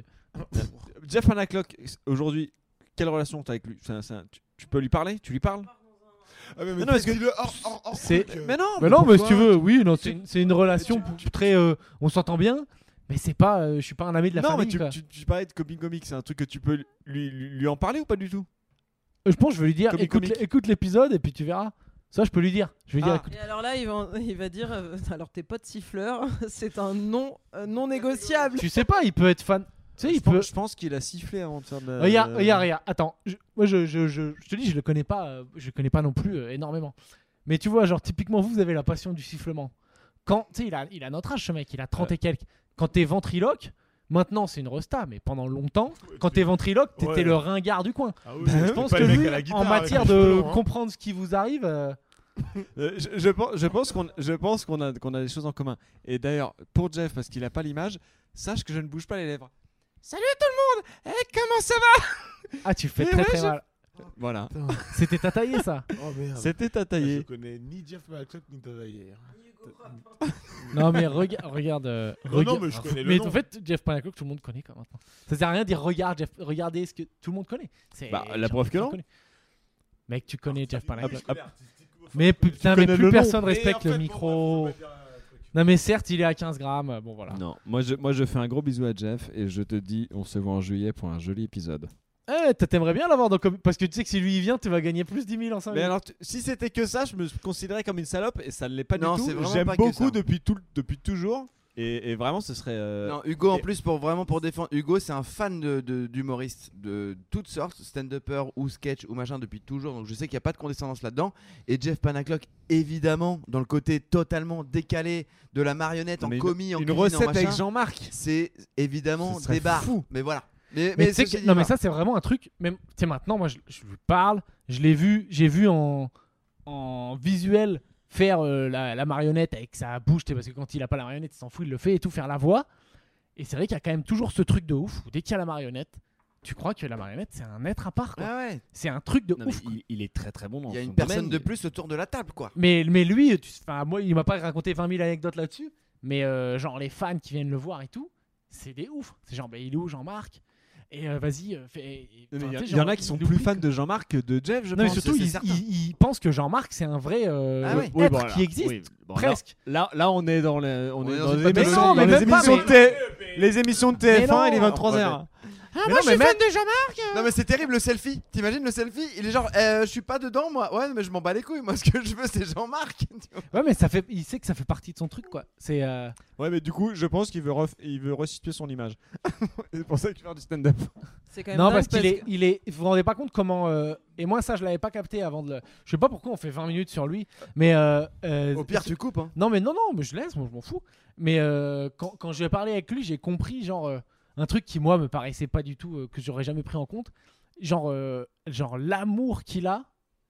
Jeff Panacloc, aujourd'hui, quelle relation t'as avec lui? C'est un- c'est un- tu, tu peux lui parler? Tu lui parles?
Ah, mais, mais
Non, parce que-
dis-le hors- hors- hors
C'est-
truc, euh.
Mais non,
Mais non, mais si
pourquoi
tu veux, oui, non, c'est une, c'est une relation
tu-
p- très. euh, on s'entend bien, mais c'est pas. euh, je suis pas un ami de la
non,
famille.
mais tu,
quoi.
tu, tu parlais de Comic Comic, c'est un truc que tu peux lui, lui, lui en parler ou pas du tout?
Euh, Je pense que je vais lui dire
Comic
écoute,
Comic.
l'é- écoute l'épisode et puis tu verras. Ça, je peux lui dire. Je vais lui dire
Ah.
écoute.
Et alors là, il va, il va dire euh, alors tes potes siffleurs, c'est un non, euh, non négociable.
Tu sais pas, il peut être fan. Tu sais,
je,
il peut.
pense, je pense qu'il a sifflé avant de faire de la...
Regarde, regarde, regarde. Attends, je- moi je, je, je, je te dis, je le connais pas, euh, je le connais pas non plus euh, énormément. Mais tu vois, genre typiquement vous, vous avez la passion du sifflement. Quand, tu sais, il a, il a notre âge ce mec, il a trente et quelques. Quand t'es ventriloque, maintenant c'est une resta, mais pendant longtemps, quand t'es ventriloque, t'étais
Ouais.
le ringard du coin.
Ah oui,
Je
c'est
pense
pas
que
le mec
lui,
à la guitare
en
avec
matière
les cheveux
de
longs, hein.
comprendre ce qui vous arrive, euh,
Euh, je, je pense, je pense qu'on, je pense qu'on a, qu'on a des choses en commun. Et d'ailleurs, pour Jeff, parce qu'il a pas l'image, sache que je ne bouge pas les lèvres. Salut tout le monde. Eh, comment ça va?
ah tu fais
Mais
très
ouais,
très
je-
mal.
Voilà.
C'était ta taillée ça.
Oh merde.
C'était à
Je
tailler.
connais ni Jeff Malcott ni Tadayer.
Non mais rega- regarde. euh,
Non,
rega-
non, mais je connais le
mais
nom.
en fait, Jeff Panacloc, tout le monde connaît quoi maintenant. Ça sert à rien de dire regarde Jeff, regardez ce que tout le monde connaît. C'est-
Bah, la
genre,
preuve que
tout le
non.
monde connaît. Mec, tu connais Jeff Panacloc.
hop.
Mais putain, mais
connais
plus
le nom.
personne
Mais
respecte
en fait,
le
bon,
micro.
bref, on va dire un truc.
Non, mais certes, il est à quinze grammes. Bon, voilà.
Non, moi je, moi je fais un gros bisou à Jeff et je te dis, on se voit en juillet pour un joli épisode.
Eh, t'aimerais bien l'avoir dans com- parce que tu sais que si lui il vient, tu vas gagner plus dix mille en cinq
Mais
minutes.
alors, tu- si c'était que ça, je me considérais comme une salope et ça ne l'est pas
Non,
du
c'est
tout.
vraiment
J'aime
pas que
beaucoup
ça.
depuis, tout, depuis toujours et, et vraiment ce serait. euh,
Non, Hugo en
et-
plus pour vraiment pour défendre Hugo, c'est un fan de, de- d'humoristes de toutes sortes, stand-upper ou sketch ou machin depuis toujours. Donc je sais qu'il n'y a pas de condescendance là-dedans. Et Jeff Panaclock, évidemment, dans le côté totalement décalé de la marionnette
Non,
en
mais
commis, en
une
cuisine, en
recette
machin,
avec Jean-Marc.
c'est évidemment
Ce serait
des barres.
fou.
Mais voilà. Mais,
Mais,
mais
tu sais
ceci
que-
dit,
non, mais
voilà.
ça, c'est vraiment un truc. Même, tu sais, maintenant, moi, je, je lui parle. Je l'ai vu, j'ai vu en, en visuel faire euh, la, la marionnette avec sa bouche, tu sais, parce que quand il a pas la marionnette, il s'en fout, il le fait et tout, faire la voix. Et c'est vrai qu'il y a quand même toujours ce truc de ouf où dès qu'il y a la marionnette, tu crois que la marionnette, c'est un être à part, quoi.
Ah ouais.
C'est un truc de
Non, mais
ouf. quoi.
il, il est très très bon dans
Il y a
son
une personne
domaine.
de plus autour de la table, quoi.
Mais, mais lui, tu, enfin, moi, il m'a pas raconté vingt mille anecdotes là-dessus. Mais euh, genre, les fans qui viennent le voir et tout, c'est des ouf. C'est genre, bah, il est où Jean-Marc? Et euh, vas-y, euh, fais.
Mais
enfin,
Il y, a-
tu sais,
il y en
genre,
a qui sont
il
plus
oublie
fans
que-
de Jean-Marc que de Jeff, je
Non, mais
pense.
surtout,
c'est
ils,
certain.
ils- ils pensent que Jean-Marc, c'est un vrai euh,
Ah ouais.
être
Oui, bon, là,
qui existe.
oui, bon,
presque.
Là, là, on est dans les, on
On
est
est
dans
dans
les
une
émissions,
pathologie.
dans
Mais
les
même pas,
émissions
mais-
de T- les émissions de T F un,
Mais non.
il est vingt-trois heures.
Ah, moi, je suis fan
de Jean-Marc. Non mais c'est terrible le selfie. T'imagines le selfie? Il est genre, euh, je suis pas dedans moi. Ouais mais je m'en bats les couilles. Moi ce que je veux c'est Jean-Marc. Tu vois.
Ouais, mais ça fait, il sait que ça fait partie de son truc, quoi. C'est. euh,
Ouais, mais du coup, je pense qu'il veut, ref- il veut restituer son image. C'est pour ça qu'il veut faire du stand-up.
C'est quand même
Non,
dingue
parce qu'il est,
que-
il est. Vous vous rendez pas compte comment. euh, Et moi, ça, je l'avais pas capté avant de le. Je sais pas pourquoi on fait vingt minutes sur lui, mais. euh, euh,
Au pire tu coupes. Hein.
Non, mais non, non, mais je laisse, moi, je m'en fous. Mais euh, quand, quand j'ai parlé avec lui, j'ai compris, genre, euh, un truc qui, moi, me paraissait pas du tout, euh, que j'aurais jamais pris en compte. Genre, euh, genre l'amour qu'il a.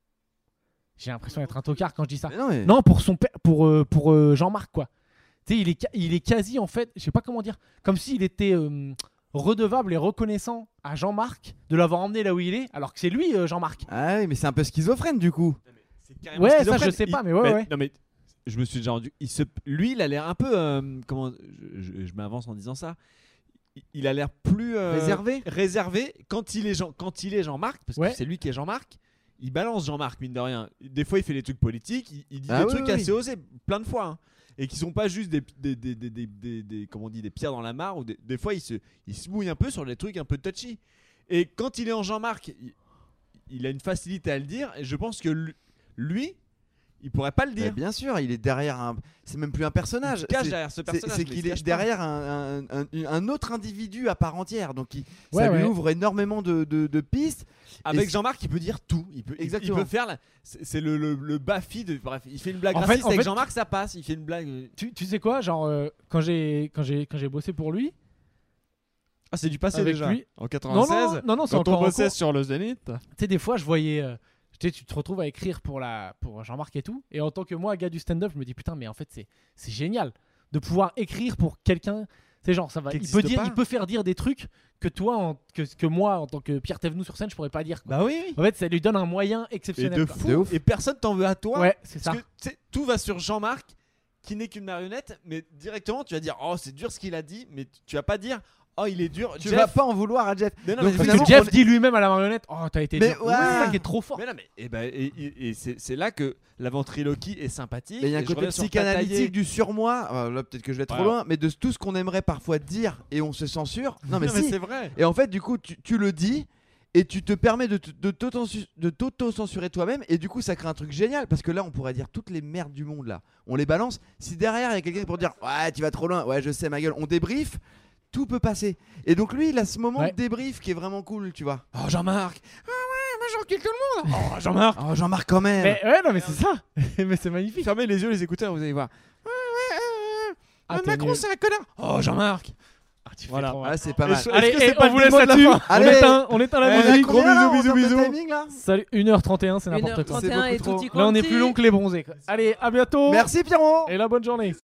J'ai l'impression d'être un tocard quand je dis ça.
Mais non, mais...
Non, pour, son père, pour, euh, pour euh, Jean-Marc, quoi. Tu sais, il est, ca- il est quasi, en fait, je sais pas comment dire, comme s'il était euh, redevable et reconnaissant à Jean-Marc de l'avoir emmené là où il est, alors que c'est lui, euh, Jean-Marc.
Ah oui mais c'est un peu schizophrène du coup.
Ouais, ça, je sais pas, mais ouais,
mais,
ouais.
Non, mais je me suis déjà rendu. Il se... Lui, il a l'air un peu. euh, comment Je, je- je m'avance en disant ça. Il- Il a l'air plus. euh,
Réservé
Réservé quand il est, Jean... quand il est Jean-Marc, parce
Ouais.
que c'est lui qui est Jean-Marc. Il balance Jean-Marc, mine de rien. Des fois, il fait des trucs politiques. Il, il dit
Ah
des
oui,
trucs
oui,
assez
oui.
osés, plein de fois. hein. Et qui sont pas juste des, des, des, des, des, des- des- comment on dit, des pierres dans la mare. Ou des, des fois, il se, il se mouille un peu sur des trucs un peu touchy. Et quand il est en Jean-Marc, il, il a une facilité à le dire. Et je pense que lui, lui il pourrait pas le
Mais
dire.
bien sûr il est derrière un. C'est même plus un personnage.
Il se cache
C'est-
derrière ce
C'est
personnage.
c'est
mais il
qu'il
se
est
cache pas.
derrière un, un- un- un autre individu à part entière. Donc il-
Ouais,
ça lui
ouais.
ouvre énormément de, de- de pistes.
Avec
Et
Jean-Marc, il peut dire tout. Il peut, il-
Exactement.
Il peut faire. la- C'est c'est le, le, le Bafi de. Bref, il fait une blague
En fait-
raciste
en
avec
fait-
Jean-Marc, ça passe. Il fait une blague. euh,
Tu, tu sais quoi, genre, euh, quand j'ai quand j'ai quand j'ai bossé pour lui,
Ah, c'est du passé
Avec
déjà.
lui.
En
non,
quatre-vingt-seize.
non, non, non, c'est
Quand on
encore en
bossait
cours.
sur le Zénith.
Tu sais, des fois, je voyais. euh, tu sais, tu te retrouves à écrire pour, la, pour Jean-Marc et tout. Et en tant que moi, gars du stand-up, je me dis putain, mais en fait, c'est, c'est génial de pouvoir écrire pour quelqu'un. Tu sais, genre, ça va.
Qui
Il peut,
existe
dire,
pas.
il peut faire dire des trucs que toi, en- que, que moi, en tant que Pierre Thévenoud sur scène, je pourrais pas dire. Quoi.
Bah oui, oui.
En fait, ça lui donne un moyen
Et
exceptionnel.
de
quoi.
fou.
De ouf.
Et personne t'en veut à toi.
Ouais, c'est ça.
Parce que tu sais, tout va sur Jean-Marc, qui n'est qu'une marionnette, mais directement tu vas dire oh c'est dur ce qu'il a dit, mais tu vas pas dire oh il est dur.
Tu
Jeff-
vas pas en vouloir à Jeff.
Mais non,
Donc,
mais
Parce
finalement,
que Jeff
on est-
dit lui-même à la marionnette oh, t'as été
Mais
dur.
ouais.
C'est ça qui est trop fort.
Mais non mais et ben et, et- et c'est c'est là que la ventriloquie est sympathique.
Mais il y a un
Et je
côté
reviens sur
psychanalytique
Tataillé.
du surmoi. Euh, là, peut-être que je vais trop
Ouais.
loin, mais de tout ce qu'on aimerait parfois dire et on se censure. Non, mais si.
c'est vrai.
Et en fait, du coup, tu, tu le dis et tu te permets de, t- de t'auto- de t'auto-censurer toi-même. Et du coup, ça crée un truc génial parce que là, on pourrait dire toutes les merdes du monde là. On les balance. Si derrière, il y a quelqu'un pour dire ouais, tu vas trop loin. Ouais, je sais, ma gueule. On débrief. Tout peut passer. Et donc, lui, il a ce moment
Ouais.
de débrief qui est vraiment cool, tu vois.
Oh Jean-Marc.
Ah ouais, moi j'encule tout le monde.
Oh Jean-Marc.
Oh, Jean-Marc, quand même.
Mais ouais, non, mais c'est ça. Mais c'est magnifique.
Fermez les yeux les écouteurs, vous allez voir.
Ah, t'es
Macron
nul.
c'est un connard. Oh Jean-Marc.
Ah, tu fais
Voilà.
trop mal.
Ah, c'est pas mal.
Est-ce-
Allez,
est-ce que
et
c'est pas
on
le
vous laisse
démo de la
là-dessus.
fin
On
Allez.
éteint, on éteint la
Eh,
musique.
gros
combien, là,
bisous,
en termes de
bisous, bisous.
timing, là
Salut, une heure trente et un, c'est
une
n'importe
heure
quoi.
trente et un
C'est
et
beaucoup
tutti
Là, on est
quanti.
plus long que les bronzés. quoi. Allez, à bientôt.
Merci, Pierrot.
Et la bonne journée.